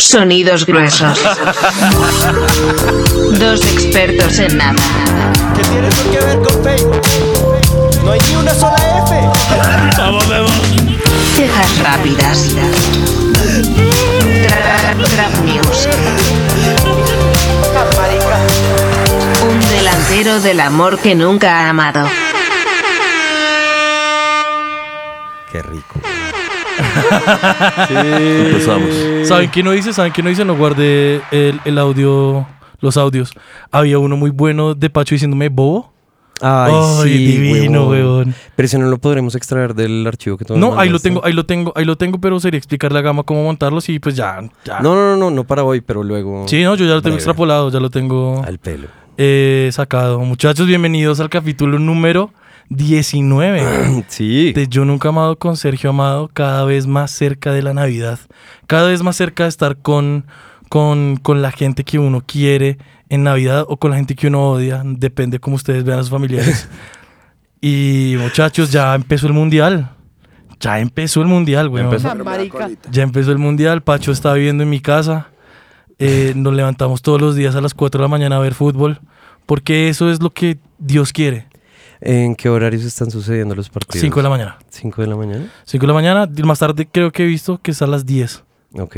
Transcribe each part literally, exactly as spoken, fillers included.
Sonidos gruesos. Dos expertos en nada. ¿Qué tiene eso que ver con Facebook? No hay ni una sola F. Vamos, vamos. Cejas rápidas. Trap News. Un delantero del amor que nunca ha amado. Qué rico. Sí. Empezamos. ¿Saben qué no hice? ¿Saben qué no hice? No guardé el, el audio, los audios. Había uno muy bueno de Pacho diciéndome bobo. Ay, Ay, sí, divino, huevón. huevón. Pero si no lo podremos extraer del archivo que tú No, nos ahí lo mandaste. tengo, ahí lo tengo, ahí lo tengo, pero sería explicarle a Gama cómo montarlos y pues ya, ya. No, no, no, no, no para hoy, pero luego. Sí, no, yo ya lo tengo Breve. extrapolado, ya lo tengo Al pelo. eh, sacado. Muchachos, bienvenidos al capítulo número diecinueve Sí. de Yo Nunca Amado con Sergio Amado, cada vez más cerca de la Navidad, cada vez más cerca de estar con, con, con la gente que uno quiere en Navidad o con la gente que uno odia, depende cómo ustedes vean a sus familiares. Y muchachos, ya empezó el mundial. Ya empezó el mundial, güey. Ya empezó el mundial. Pacho está viviendo en mi casa. Eh, nos levantamos todos los días a las cuatro de la mañana a ver fútbol. Porque eso es lo que Dios quiere. ¿En qué horarios están sucediendo los partidos? cinco de la mañana. ¿cinco de la mañana? cinco de la mañana. Más tarde creo que he visto que es a las diez. Ok,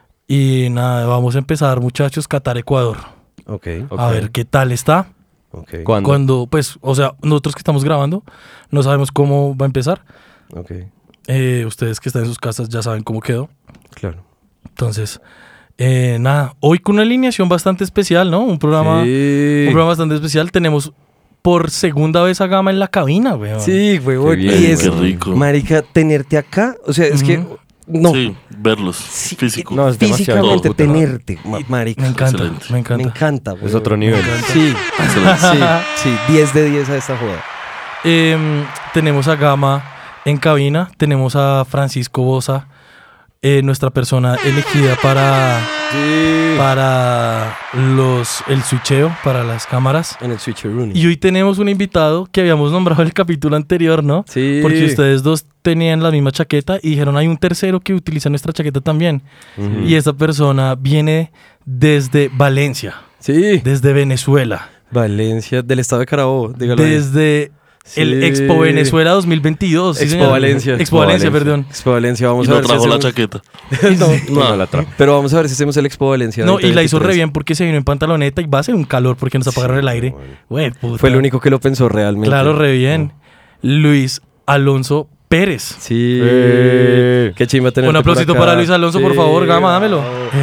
Y nada, vamos a empezar, muchachos. Qatar-Ecuador. ok, A ver qué tal está. ok. ¿Cuándo? Cuando, pues, o sea, nosotros que estamos grabando, no sabemos cómo va a empezar. Ok, Eh, ustedes que están en sus casas ya saben cómo quedó. claro. Entonces, eh, nada, hoy con una alineación bastante especial, ¿no? Un programa, Sí. un programa bastante especial. Tenemos por segunda vez a Gama en la cabina, weón. Sí, huevón. Qué bien, y es, qué rico. marica, tenerte acá, o sea, es que, Ujú. no. Sí, verlos. Sí, Físico. No, físicamente Todo, tenerte, ma- marica. Me encanta, Excelente. me encanta. Me encanta, güey. Es otro nivel. Sí, Excelente. sí, sí, diez de diez a esta joda. Em, tenemos a Gama en cabina, tenemos a Francisco Boza, eh, nuestra persona elegida para, Sí. para los, el switcheo, para las cámaras. En el switcheroo. Y hoy tenemos un invitado que habíamos nombrado en el capítulo anterior, ¿no? Sí. Porque ustedes dos tenían la misma chaqueta y dijeron, hay un tercero que utiliza nuestra chaqueta también. Ujú. Y esa persona viene desde Valencia, Sí. desde Venezuela, Valencia, del estado de Carabobo, dígalo ahí. desde el Sí. Expo Venezuela dos mil veintidós. sí, Expo señor. Valencia. Expo Valencia, perdón. Expo Valencia, vamos Y a no ver trajo si la hacemos... chaqueta. no, No la trajo. pero vamos a ver si hacemos el Expo Valencia. No, y la hizo re veinte veintitrés. bien porque se vino en pantaloneta y va a ser un calor porque nos apagaron Sí, el aire. bueno. Güey, puta. Fue el único que lo pensó realmente. Claro, re bien. Luis Alonso Pérez. Sí. Eh. Qué chimba tener. Un aplausito para Luis Alonso, por favor, Gama, dámelo.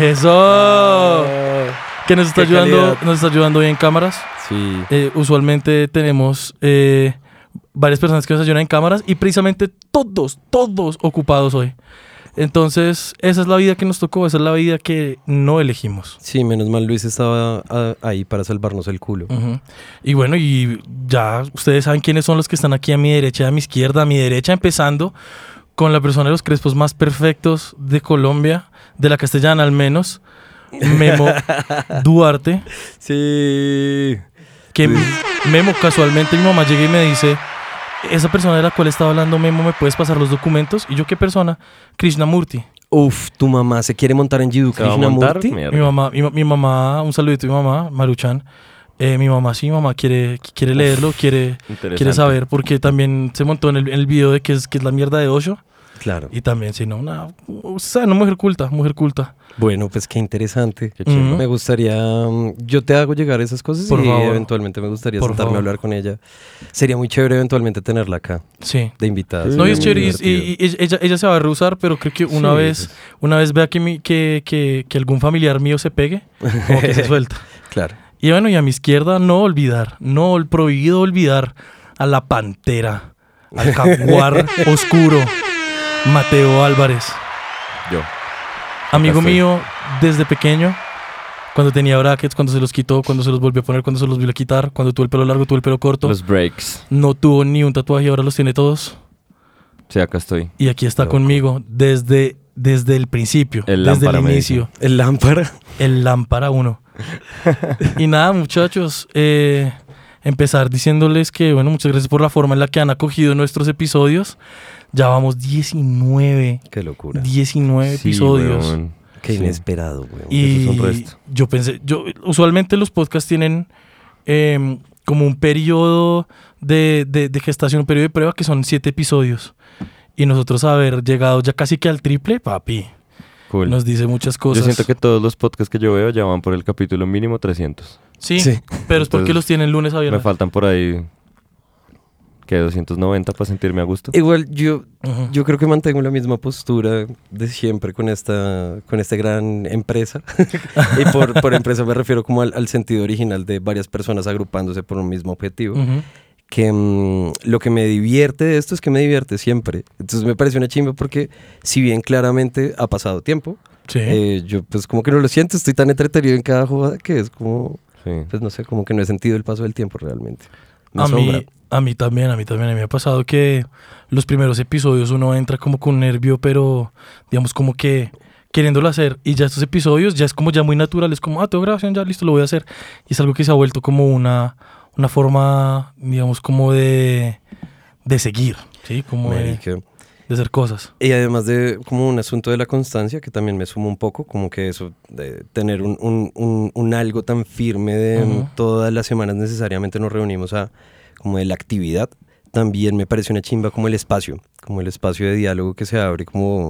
Eso. Que nos está Qué ayudando, calidad. nos está ayudando hoy en cámaras. Sí. Eh, usualmente tenemos eh, varias personas que nos ayudan en cámaras y precisamente todos, todos ocupados hoy. Entonces, esa es la vida que nos tocó, esa es la vida que no elegimos. Sí, menos mal Luis estaba ah, ahí para salvarnos el culo. Ujú. Y bueno, y ya ustedes saben quiénes son los que están aquí a mi derecha y a mi izquierda. A mi derecha, empezando con la persona de los crespos más perfectos de Colombia, de la castellana al menos, Memo Duarte. Sí. Que Memo, casualmente mi mamá llega y me dice, esa persona de la cual estaba hablando Memo, ¿me puedes pasar los documentos? Y yo, ¿qué persona? Krishnamurti. Uf, tu mamá se quiere montar en Jiddu ¿Se va a montar? Krishnamurti. Mierda. Mi mamá, mi, ma- mi mamá, un saludito a mi mamá, Maruchan. Eh, mi mamá, sí, mi mamá quiere, quiere leerlo, quiere, Interesante. quiere saber, porque también se montó en el, en el video de que es, que es la mierda de Osho. Claro. Y también, si no, una, o sea, una mujer culta, mujer culta. Bueno, pues qué interesante. Qué chimba. Ujú. Me gustaría, mm, yo te hago llegar esas cosas Por y favor. eventualmente me gustaría Por sentarme favor. a hablar con ella. Sería muy chévere eventualmente tenerla acá, Sí. de invitada. Sí. No, y Sería es muy chévere, y, divertido. y- y ella, ella se va a rehusar, pero creo que una Sí, vez una vez vea que, mi, que, que, que algún familiar mío se pegue, como que se suelta. Claro. Y bueno, y a mi izquierda, no olvidar, no, el prohibido olvidar a la pantera, al jaguar oscuro, Mateo Álvarez. Yo. Amigo estoy. mío, desde pequeño, cuando tenía brackets, cuando se los quitó, cuando se los volvió a poner, cuando se los volvió a quitar, cuando tuvo el pelo largo, tuvo el pelo corto, Los breaks. no tuvo ni un tatuaje y ahora los tiene todos. Sí, acá estoy. Y aquí está Loco. conmigo desde, desde el principio, El desde el lámpara me inicio. El lámpara. El lámpara uno. Y nada, muchachos, eh, empezar diciéndoles que, bueno, muchas gracias por la forma en la que han acogido nuestros episodios. Ya vamos diecinueve, Qué locura. diecinueve Sí, episodios. weón. Qué Sí. inesperado, güey. Y- Y Eso es un resto. yo pensé, yo usualmente los podcasts tienen em, como un periodo de, de, de gestación, un periodo de prueba que son siete episodios. Y nosotros haber llegado ya casi que al triple, papi, Cool. nos dice muchas cosas. Yo siento que todos los podcasts que yo veo ya van por el capítulo mínimo trescientos. Sí, Sí. pero es porque Entonces, los tienen lunes a Me viernes. faltan por ahí, ¿qué? doscientos noventa para sentirme a gusto. Igual yo, Ujú. yo creo que mantengo la misma postura de siempre con esta, con esta gran empresa. Y por, por empresa me refiero como al, al sentido original de varias personas agrupándose por un mismo objetivo. Ujú. Que mm, lo que me divierte de esto es que me divierte siempre. Entonces me parece una chimba porque si bien claramente ha pasado tiempo, Sí. eh, yo pues como que no lo siento, estoy tan entretenido en cada jugada que es como, Sí. pues no sé, como que no he sentido el paso del tiempo realmente. Me A asombra. mí, a mí también, a mí también. A mí me ha pasado que los primeros episodios uno entra como con nervio, pero digamos como que queriéndolo hacer. Y ya estos episodios ya es como ya muy natural. Es como, ah, tengo grabación, ya listo, lo voy a hacer. Y es algo que se ha vuelto como una, una forma, digamos, como de, de seguir, ¿sí? Como de, Marica. de hacer cosas. Y además de como un asunto de la constancia, que también me suma un poco, como que eso de tener un, un, un, un algo tan firme de Ujú. mm, todas las semanas necesariamente nos reunimos a como de la actividad, también me parece una chimba como el espacio, como el espacio de diálogo que se abre, como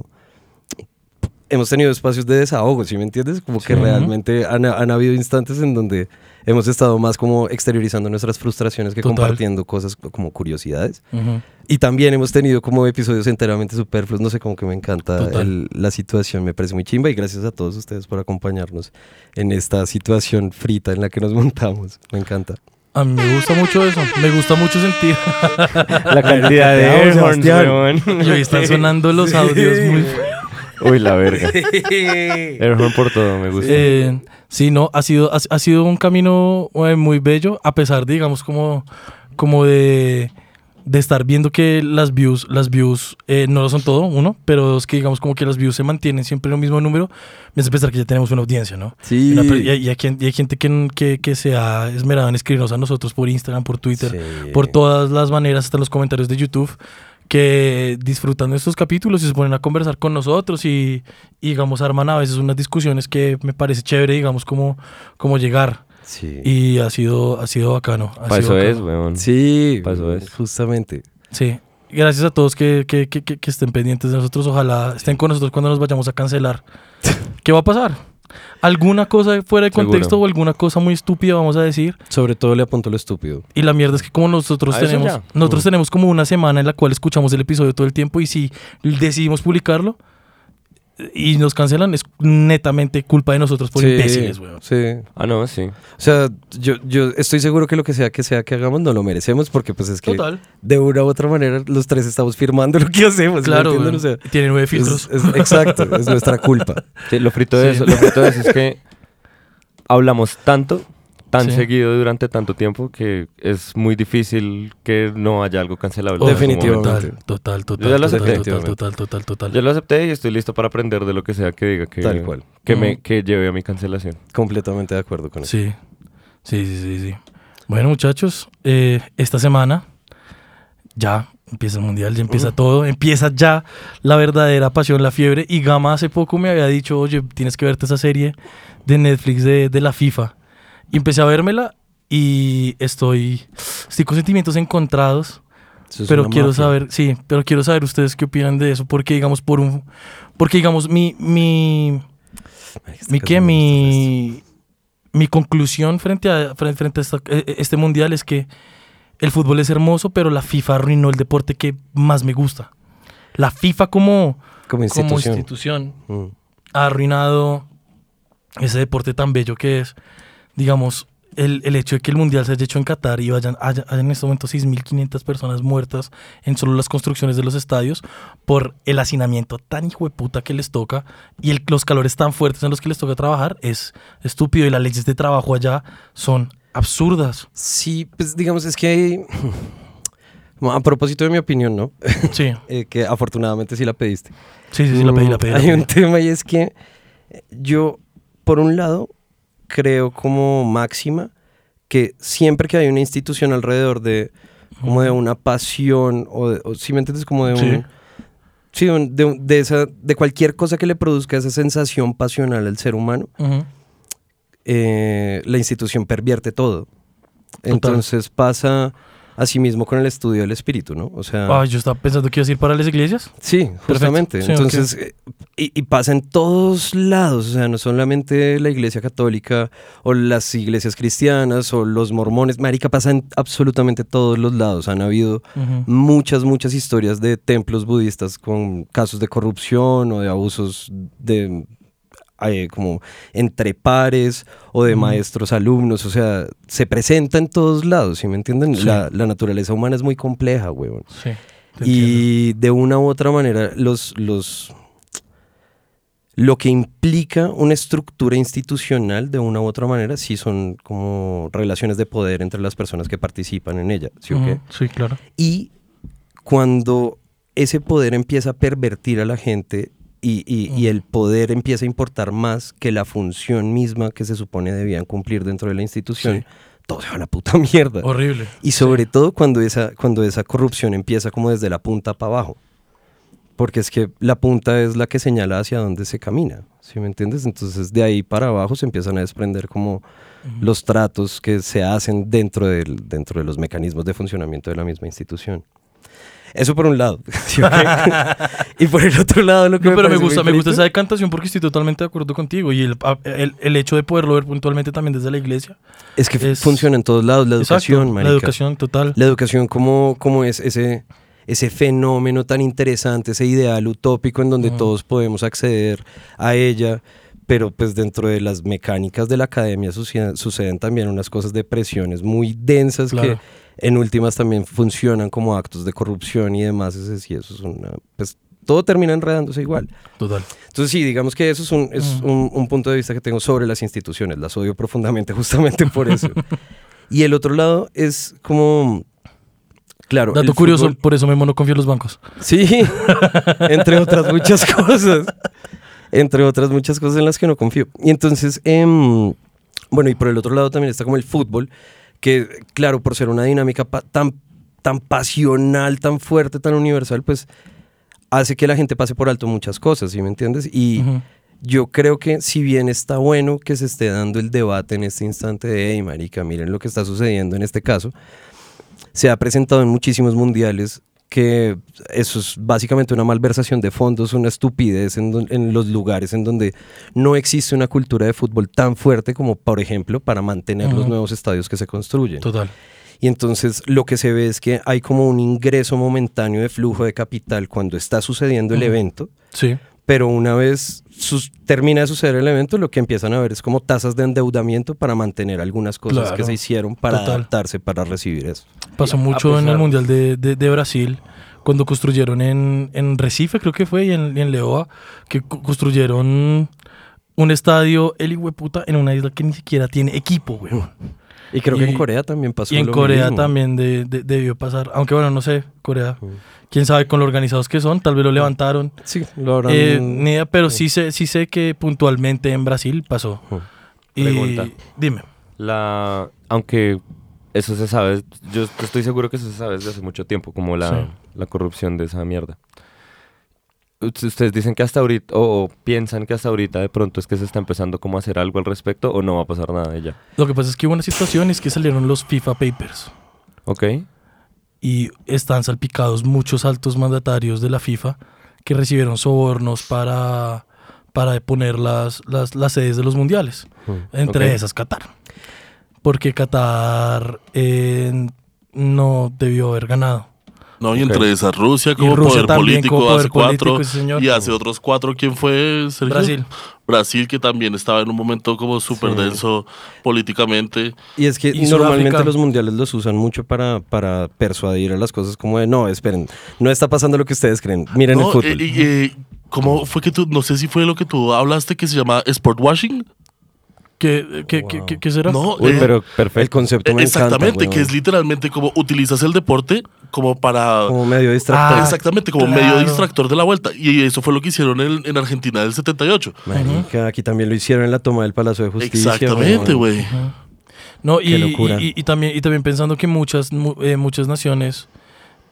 hemos tenido espacios de desahogo, ¿sí me entiendes? Como que Sí. realmente han, han habido instantes en donde hemos estado más como exteriorizando nuestras frustraciones que Total. compartiendo cosas como curiosidades. Ujú. Y también hemos tenido como episodios enteramente superfluos, no sé, como que me encanta Total. el- la situación, me parece muy chimba y gracias a todos ustedes por acompañarnos en esta situación frita en la que nos montamos, me encanta. A mí me gusta mucho eso. Me gusta mucho sentir. La cantidad de Te amo, airhorns, Sebastián. weón. Y hoy están sonando los audios muy Uy, la verga. Airhorn por todo, me gusta. Eh, sí, no, ha sido, ha, ha sido un camino eh, muy bello, a pesar, digamos, como, como de, de estar viendo que las views, las views eh, no lo son todo, uno, pero dos, que digamos como que las views se mantienen siempre en el mismo número, me hace pensar que ya tenemos una audiencia, ¿no? Sí. Una per- y, hay, y hay quien- y hay gente que, que, que se ha esmerado en escribirnos a nosotros por Instagram, por Twitter, Sí. por todas las maneras, hasta en los comentarios de YouTube, que disfrutan de estos capítulos y se ponen a conversar con nosotros y, y, digamos, arman a veces unas discusiones que me parece chévere, digamos, como, como llegar. Sí. Y ha sido, ha sido bacano. ha Para sido eso es, bacano. weón. Sí, Pa' eso es. justamente. Sí. Gracias a todos que, que, que, que- que estén pendientes de nosotros. Ojalá estén con nosotros cuando nos vayamos a cancelar. ¿Qué va a pasar? ¿Alguna cosa fuera de Seguro. contexto o alguna cosa muy estúpida vamos a decir? Sobre todo le apunto lo estúpido. Y la mierda es que como nosotros Ah, eso tenemos, ya. nosotros Mm. tenemos como una semana en la cual escuchamos el episodio todo el tiempo y si decidimos publicarlo y nos cancelan es netamente culpa de nosotros por Sí, imbéciles, weón. Sí. Ah, no, sí. O sea, yo, yo estoy seguro que lo que sea que sea que hagamos no lo merecemos porque pues es que Total. de una u otra manera los tres estamos firmando lo que hacemos. ¿sí me Claro, entienden? weón. O sea, Tiene nueve es- filtros. es- exacto, es nuestra culpa. Sí, lo frito de Sí. eso, lo frito de eso es que hablamos tanto, tan Sí. seguido durante tanto tiempo que es muy difícil que no haya algo cancelable. en algún Definitivamente. momento. Total, total, Yo ya total, lo total, acepté. total, total, total, total. Yo lo acepté y estoy listo para aprender de lo que sea que diga que, Tal cual. que, me, Ujú. que lleve a mi cancelación. Completamente de acuerdo con eso. Sí, sí, sí, sí, sí. Bueno, muchachos, eh, esta semana ya empieza el mundial, ya empieza todo, empieza ya la verdadera pasión, la fiebre. Y Gama hace poco me había dicho, oye, tienes que verte esa serie de Netflix de, de la FIFA. Y empecé a vérmela y estoy, estoy con sentimientos encontrados. Eso es Pero una quiero mafia. saber, sí, pero quiero saber ustedes qué opinan de eso, porque digamos por un, porque digamos mi, mi, Marica, esta mi canción qué, me gusta mi, mi conclusión frente a, frente, frente a esta- eh, este mundial es que el fútbol es hermoso, pero la FIFA arruinó el deporte que más me gusta. La FIFA como, resto. Como como institución. institución Mm. ha arruinado ese deporte tan bello que es, digamos, el, el hecho de que el mundial se haya hecho en Qatar y vayan, haya, haya en este momento seis mil quinientas personas muertas en solo las construcciones de los estadios por el hacinamiento tan hijo de puta que les toca y el- los calores tan fuertes en los que les toca trabajar es estúpido y las leyes de trabajo allá son absurdas. Sí, pues digamos, es que hay... Bueno, a propósito de mi opinión, ¿no? Sí, Eh, que afortunadamente sí la pediste. sí, sí, sí, la pedí, la pedí. la Hay pedí. un tema y es que yo, por un lado, creo como máxima que siempre que hay una institución alrededor de como de una pasión o, de- o si me entiendes, como de Sí. un Sí, un- de, de, esa, de cualquier cosa que le produzca esa sensación pasional al ser humano, Ujú. eh, la institución pervierte todo. Entonces pasa así mismo con el estudio del espíritu, ¿no? O sea, Ay, yo estaba pensando que ibas a ir para las iglesias. sí, justamente. Sí, Entonces, eh, y, y pasa en todos lados, o sea, no solamente la iglesia católica o las iglesias cristianas o los mormones, marica, pasa en absolutamente todos los lados. Han habido Ujú. muchas, muchas historias de templos budistas con casos de corrupción o de abusos de eh, como entre pares o de Ujú. maestros alumnos, o sea, se presenta en todos lados, ¿sí me entienden? Sí. La, la naturaleza humana es muy compleja, huevón. Sí. te entiendo. Y de una u otra manera, los, los, lo que implica una estructura institucional, de una u otra manera, sí son como relaciones de poder entre las personas que participan en ella, ¿sí o qué? Ujú. Sí, claro. Y cuando ese poder empieza a pervertir a la gente y, y- y el poder empieza a importar más que la función misma que se supone debían cumplir dentro de la institución, Sí. todo se va a la puta mierda. Horrible. Y sobre todo cuando esa, cuando esa corrupción empieza como desde la punta para abajo. Porque es que la punta es la que señala hacia dónde se camina, ¿sí me entiendes? Entonces de ahí para abajo se empiezan a desprender como los tratos que se hacen dentro, del, dentro de los mecanismos de funcionamiento de la misma institución. Eso por un lado. ¿Sí, ok? Y por el otro lado lo que No, me pero me parece gusta, muy me gusta bonito- esa decantación porque estoy totalmente de acuerdo contigo. Y el, el, el hecho de poderlo ver puntualmente también desde la iglesia. Es que es- funciona en todos lados, la educación, Exacto, marica. la educación total. La educación como, como es ese, ese fenómeno tan interesante, ese ideal utópico en donde Ujú. todos podemos acceder a ella, pero pues dentro de las mecánicas de la academia suceden, suceden también unas cosas de presiones muy densas Claro. que en últimas también funcionan como actos de corrupción y demás, es decir, eso es una, pues todo termina enredándose igual. Total. Entonces sí, digamos que eso es, un, es un, un punto de vista que tengo sobre las instituciones, las odio profundamente justamente por eso. Y el otro lado es como, claro, Dato el curioso, fútbol- por eso Memo no confía en los bancos. sí, entre otras muchas cosas, entre otras muchas cosas en las que no confío. Y entonces, em, bueno, y por el otro lado también está como el fútbol, que claro, por ser una dinámica pa- tan, tan pasional, tan fuerte, tan universal, pues hace que la gente pase por alto muchas cosas, ¿sí me entiendes? Y Ujú. yo creo que si bien está bueno que se esté dando el debate en este instante de, hey, marica, miren lo que está sucediendo en este caso, se ha presentado en muchísimos mundiales que eso es básicamente una malversación de fondos, una estupidez en, don- en los lugares en donde no existe una cultura de fútbol tan fuerte como, por ejemplo, para mantener los Ujú. nuevos estadios que se construyen. Total. Y entonces lo que se ve es que hay como un ingreso momentáneo de flujo de capital cuando está sucediendo el Ujú. evento, Sí. pero una vez sus- termina de suceder el evento, lo que empiezan a ver es como tasas de endeudamiento para mantener algunas cosas Claro, que se hicieron para total. adaptarse, para recibir eso. Pasó Y a mucho en el pesar- Mundial de, de, de Brasil, cuando construyeron en, en Recife, creo que fue, y en, y en Leoa, que cu- construyeron un estadio, el hijueputa, en una isla que ni siquiera tiene equipo, weón. Y creo que Y- en Corea también pasó Y en lo Corea mismo. también de- de- debió pasar, aunque bueno, no sé, Corea, Mm. quién sabe con lo organizados que son, tal vez lo levantaron. Sí, lo habrán... Eh, ni idea, pero sí sé, sí sé que puntualmente en Brasil pasó. Ujú. Y Pregunta. dime. La, aunque eso se sabe, yo estoy seguro que eso se sabe desde hace mucho tiempo, como la, Sí. la corrupción de esa mierda. Ustedes dicen que hasta ahorita, o, o piensan que hasta ahorita de pronto es que se está empezando como a hacer algo al respecto, o no va a pasar nada de ella. Lo que pasa es que hubo una situación, es que salieron los FIFA Papers ¿Ok? y están salpicados muchos altos mandatarios de la FIFA que recibieron sobornos para, para poner las, las, las sedes de los mundiales, entre Ok. esas Qatar. Porque Qatar eh, no debió haber ganado. No, y Ok. entre esas Rusia como Rusia poder también político como poder hace cuatro político, sí, señor. y hace otros cuatro, ¿quién fue, Sergio? Brasil. Brasil, que también estaba en un momento como súper Sí. denso políticamente. Y es que Y normalmente Sudáfrica. los mundiales los usan mucho para, para persuadir a las cosas como de, no, esperen, no está pasando lo que ustedes creen, miren No, el fútbol. eh, y, eh, ¿cómo fue que tú, no sé si fue lo que tú hablaste que se llama sport washing? ¿Qué, qué, qué- qué- qué será? No, Uy, eh, pero el perfecto. concepto me exactamente, encanta, que es literalmente como utilizas el deporte como para... como medio distractor. Ah, exactamente, como claro. medio distractor de la vuelta. Y eso fue lo que hicieron en, en Argentina del setenta y ocho. Marica, aquí también lo hicieron en la toma del Palacio de Justicia. Exactamente, weón. güey. No, Qué y, locura. y, y también, y también pensando que muchas, mu- eh, muchas naciones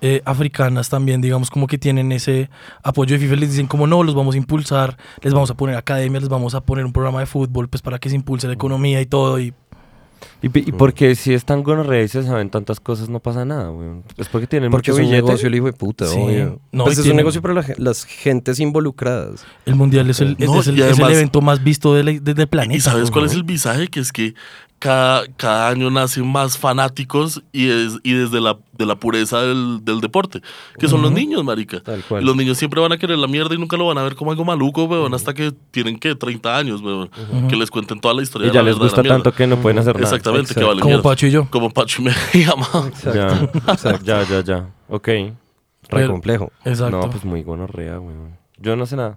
eh, africanas también, digamos, como que tienen ese apoyo de FIFA, les dicen como no, los vamos a impulsar, les vamos a poner academias, les vamos a poner un programa de fútbol, pues para que se impulse la economía y todo, y Y, y porque si es tan gonorrea y se saben tantas cosas, no pasa nada, güey. Es porque tienen Porque mucho es un billete. negocio el hijo de puta, Sí. obvio. No, Pues y es tiene- un negocio para la ge- las gentes involucradas. el mundial es el, es- No, es el, y es el además- evento más visto de la- de- del planeta. ¿Y sabes cuál ¿no? es el visaje? Que es que cada, cada año nacen más fanáticos y, es, y desde la, de la pureza del, del deporte, que son los niños, marica. Tal cual. Los niños siempre van a querer la mierda y nunca lo van a ver como algo maluco, weón, hasta que tienen, que treinta años, weón, que les cuenten toda la historia Y de ya la les verdadera gusta mierda. tanto que no pueden hacer nada. Exactamente, que Exacto. vale Como mierda. Pacho y yo. Como Pacho y me llama. Ya, ya, ya, ya. Ok. Re Pero- complejo. Exacto. No, pues muy gonorrea, güey. Yo no sé nada.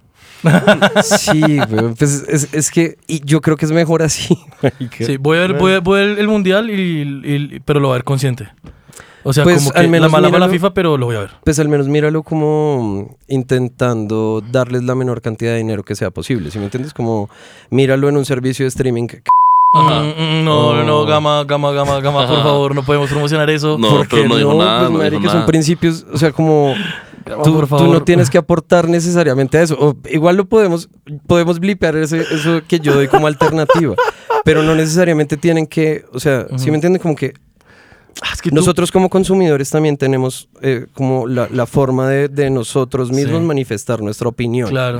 Sí, güey. Pues es, es que y yo creo que es mejor así. marica. Sí, voy a ver, voy a, voy a ver el mundial, y, y- pero lo voy a ver consciente. O sea, Pues, como que al menos la mala para la míralo- FIFA, pero lo voy a ver. Pues al menos míralo como intentando darles la menor cantidad de dinero que sea posible, ¿sí me entiendes? Como míralo en un servicio de streaming. que- Ajá. Mm, mm, no, no, no, Oh. gama, gama, gama, gama, por Ajá. favor, no podemos promocionar eso. No, ¿Por pero qué no dijo nada, Pues, no dijo marica, son nada. principios, o sea, como Gama, tú, por tú favor. no tienes que aportar necesariamente a eso. O igual lo podemos, podemos blipear ese, eso que yo doy como alternativa, pero no necesariamente tienen que, o sea, ¿sí me entienden? Como que Ah, es que tú- nosotros como consumidores también tenemos eh, como la, la forma de, de nosotros mismos Sí. manifestar nuestra opinión. Claro.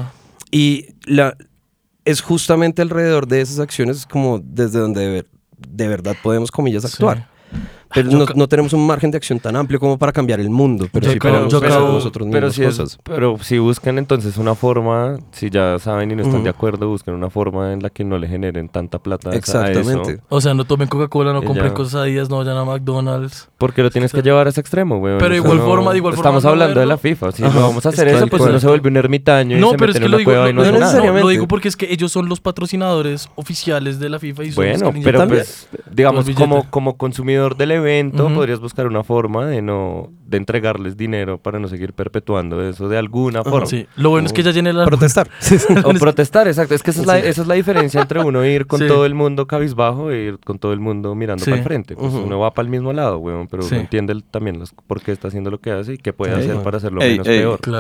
Y la, es justamente alrededor de esas acciones como desde donde de, ver- de verdad podemos, comillas, actuar. Sí. Pero Yo no, ca- no tenemos un margen de acción tan amplio como para cambiar el mundo. Pero Yo sí creo- podemos yo hacer creo- nosotros pero mismos si es- cosas. pero si buscan entonces una forma, si ya saben y no están Ujú. de acuerdo, busquen una forma en la que no le generen tanta plata a esa- a Exactamente. eso. O sea, no tomen Coca-Cola, no Y compren ya. cosas a días, no vayan a McDonald's. Porque lo tienes que llevar a ese extremo, güey. Pero de igual forma- de igual forma Estamos no hablando de verlo. la FIFA. Si Ajá. no vamos a hacer Es eso, tal pues cual. uno se vuelve un ermitaño y No, se pero mete es en que lo una digo, cueva lo, y no lo- hace no no, nada. necesariamente. lo digo porque es que ellos son los patrocinadores oficiales de la FIFA y son los Bueno, que pero También. pues, digamos, Todo el como, billete. como consumidor del evento, Ujú. podrías buscar una forma de no de entregarles dinero para no seguir perpetuando eso de alguna forma. Sí, lo bueno es que ya llené la... Protestar. O protestar, exacto. Es que esa es, la, esa es la diferencia entre uno ir con Sí. todo el mundo cabizbajo e ir con todo el mundo mirando Sí. para el frente. Pues Ujú. uno va para el mismo lado, weón, pero Sí. uno entiende el- también las- por qué está haciendo lo que hace y qué puede Ey, hacer man. para hacerlo Ey, menos ey. peor. Claro.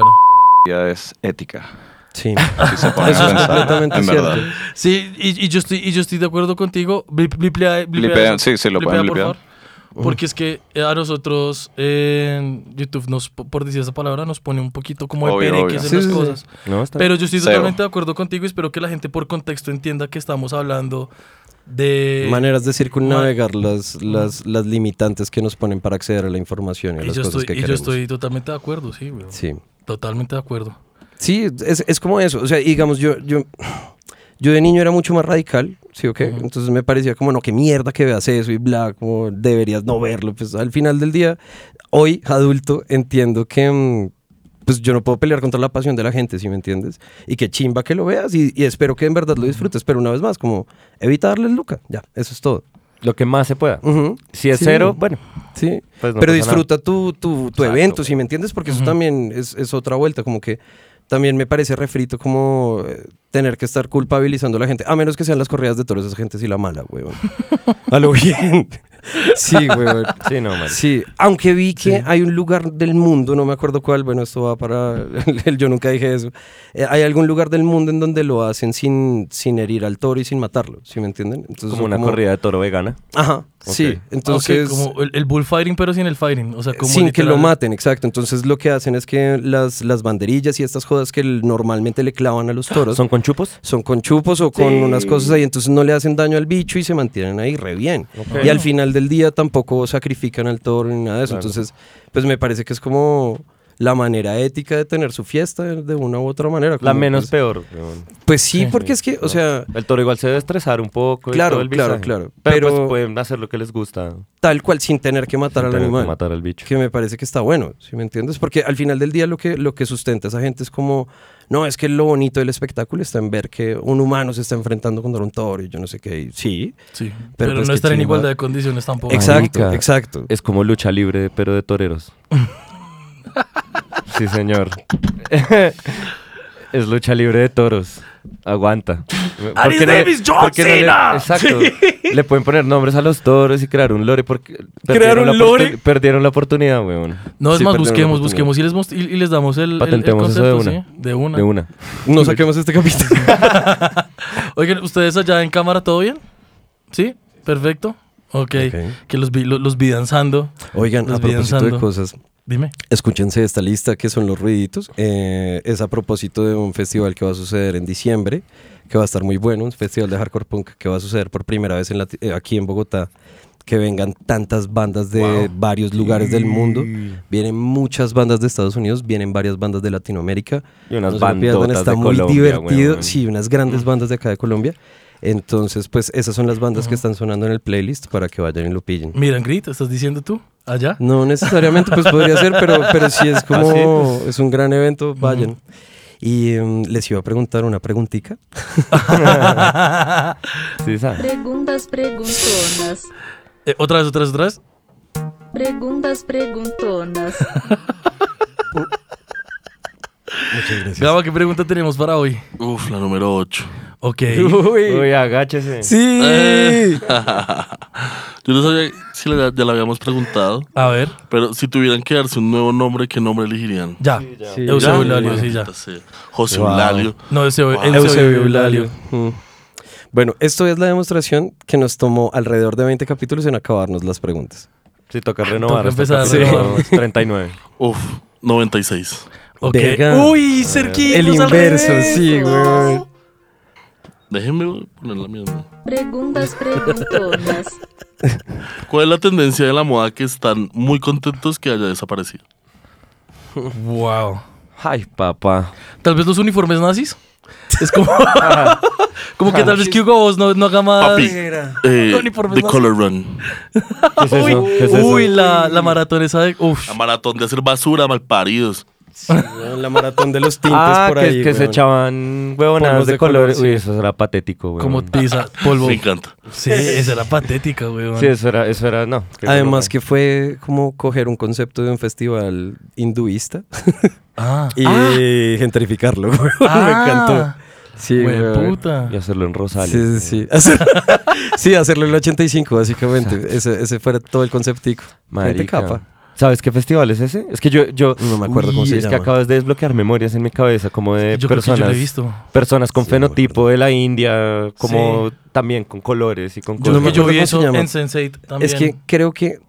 Es ética. Sí. Si se pone a Eso es pensar, completamente en cierto. verdad. Sí, y, y yo estoy, y yo estoy de acuerdo contigo. Blip- Blipea, blipea Blipea, eso. sí, sí, lo Blipea, pueden por blipear. favor. Porque es que eh, a nosotros eh, en YouTube, nos, por decir esa palabra, nos pone un poquito como de Obvio, pereques obvio. en Sí, las sí, sí. cosas. ¿No? Está Pero yo estoy Seo. totalmente de acuerdo contigo y espero que la gente por contexto entienda que estamos hablando de... Maneras de circunnavegar las, las, las limitantes que nos ponen para acceder a la información y a Y las yo, cosas estoy, que y yo queremos. estoy totalmente de acuerdo, sí, güey. Sí. Totalmente de acuerdo. Sí, es, es como eso. O sea, digamos, yo, yo, yo de niño era mucho más radical, ¿sí o qué? Ujú. Entonces me parecía como, no, qué mierda que veas eso y bla, como deberías no verlo. Pues al final del día, hoy, adulto, entiendo que mm, pues yo no puedo pelear contra la pasión de la gente, ¿sí me entiendes? Y que chimba que lo veas y, y espero que en verdad lo disfrutes, pero una vez más, como evita darles luca, ya, eso es todo. lo que más se pueda. Ujú. Si es Sí. cero, bueno, Sí, pues no pero pasa disfruta tu, tu, tu Exacto. evento, ¿sí me entiendes? Porque eso Ujú. también es, es otra vuelta, como que también me parece refrito como eh, tener que estar culpabilizando a la gente, a menos que sean las corridas de toros, esa gente sí la mala, weón. A lo bien. Sí, weón. nada. Sí, no, man. Sí, aunque vi que Sí. hay un lugar del mundo, no me acuerdo cuál, bueno, esto va para el, el- yo nunca dije eso. Eh, hay algún lugar del mundo en donde lo hacen sin, sin herir al toro y sin matarlo, ¿sí me entienden? Entonces, Como son una corrida de toro vegana. Ajá, sí. Ok. Entonces, Ok, como el, el bullfighting, pero sin el fighting. O sea, como sin que lo literal- maten, exacto. Entonces lo que hacen es que las, las banderillas y estas jodas que el- normalmente le clavan a los toros ¿Son con chupos? son con chupos o con Sí. unas cosas ahí, entonces no le hacen daño al bicho y se mantienen ahí re bien. Ok. Y al final del día tampoco sacrifican al toro ni nada de eso. Claro. Entonces, pues me parece que es como la manera ética de tener su fiesta de una u otra manera. La como, menos pues, peor. weón. Pues sí, Sí. porque es que, o No. sea, El toro igual se debe estresar un poco. y Claro, todo el claro, visaje. claro. Pero, Pero- pues pueden hacer lo que les gusta. tal cual sin tener que matar sin al tener que animal. matar al bicho. Que me parece que está bueno, ¿sí me entiendes? Porque al final del día lo que, lo que sustenta a esa gente es como, no, es que lo bonito del espectáculo está en ver que un humano se está enfrentando contra un toro y yo no sé qué, y sí. Sí, Pero pero, pues no qué estar en chimba. igualdad de condiciones tampoco. Exacto, Marica. exacto. Es como lucha libre, pero de toreros. Sí, señor. Es lucha libre de toros. Aguanta. ¿Por Aris qué no le- Davis, John por qué no le- Cena. Exacto. Le pueden poner nombres a los toros y crear un lore porque ¿Crear perdieron un la lore? oportun- Perdieron la oportunidad, weón. No, es Sí, más, perdieron la busquemos, oportunidad. busquemos y les, most- y, y les damos el, el- el, Patentemos eso de concepto, una. ¿sí? De una. De una. No saquemos este capítulo. Oigan, ¿ustedes allá en cámara todo bien? ¿Sí? Perfecto. Ok. Ok. Que los vi, los, los vi danzando. Oigan, Los a vi propósito de danzando. cosas, Dime. escúchense esta lista que son los ruiditos. Eh, es a propósito de un festival que va a suceder en diciembre, que va a estar muy bueno, un festival de hardcore punk que va a suceder por primera vez en Lati- eh, aquí en Bogotá. Que vengan tantas bandas de varios lugares del mundo. Vienen muchas bandas de Estados Unidos, vienen varias bandas de Latinoamérica. Y unas No se lo pierdan, bandotas está de muy Colombia, divertido. weón. Sí, unas grandes bandas de acá de Colombia. Entonces, pues esas son las bandas que están sonando en el playlist para que vayan y lo pillen. Miran, Grit, ¿estás diciendo tú? ¿Allá? No necesariamente, pues podría ser, pero, pero si es como, ¿Ah, sí? Pues- es un gran evento, vayan. Y em, les iba a preguntar una preguntita. Sí, ¿sabes? Preguntas preguntonas. Eh, otra vez, otra vez, otra vez. Preguntas preguntonas. Muchas gracias. Gaba, ¿qué pregunta tenemos para hoy? Uf, la número ocho. Ok. Uy, agáchese. Sí. Eh. Yo no sabía si la- ya la habíamos preguntado, A ver. pero si tuvieran que darse un nuevo nombre, ¿qué nombre elegirían? Ya. Sí, Eusebio Ya, Eulalio, sí, ya. maldita sea. José Wow. Eulalio. No, Eusebio, Wow. Eusebio Eusebio Eulalio. Eulalio. Mm. Bueno, esto es la demostración que nos tomó alrededor de veinte capítulos en acabarnos las preguntas. Sí, toca renovar. Toca hasta empezar a capítulo renovar. treinta y nueve. Uf, noventa y seis. Ok. Verga. Uy, cerquita. El inverso, sí, güey. Déjenme poner la misma. Preguntas preguntonas. ¿Cuál es la tendencia de la moda que están muy contentos que haya desaparecido? Wow. Ay, papá. Tal vez los uniformes nazis. Es como. como que tal vez que Hugo Boss no, no haga más. Papi, eh, Uniformes The nazis. Color Run. ¿Qué es eso? ¿Qué es eso? Uy, la, la maratón esa de. Uf. La maratón de hacer basura, malparidos. La maratón de los tintes Ah, por que, ahí. que se weón. echaban huevonadas Polvos de, de colores. color, Uy, sí. eso era patético, güey. Como tiza, polvo. Me encanta. Sí, esa era patética, weón. Sí, eso era, eso era, no. qué Además huevona. que fue como coger un concepto de un festival hinduista Ah. y gentrificarlo, güey. Ah. Me encantó. Sí, Güey, güey. puta. Y hacerlo en Rosales. Sí, sí, sí. Hacer- sí, hacerlo en el ochenta y cinco, básicamente. Ese, ese fuera todo el conceptico. Gente Marica. capa. ¿Sabes qué festival es ese? Es que yo, yo No me acuerdo cómo Uy, se es llama. que acabas de desbloquear memorias en mi cabeza, como de Yo creo que yo personas, lo he visto. personas con Sí, no me fenotipo de la India, como Sí. también con colores y con Yo, cosas. no me que yo acuerdo vi cómo se eso llama. en sense eight también. Es que creo que...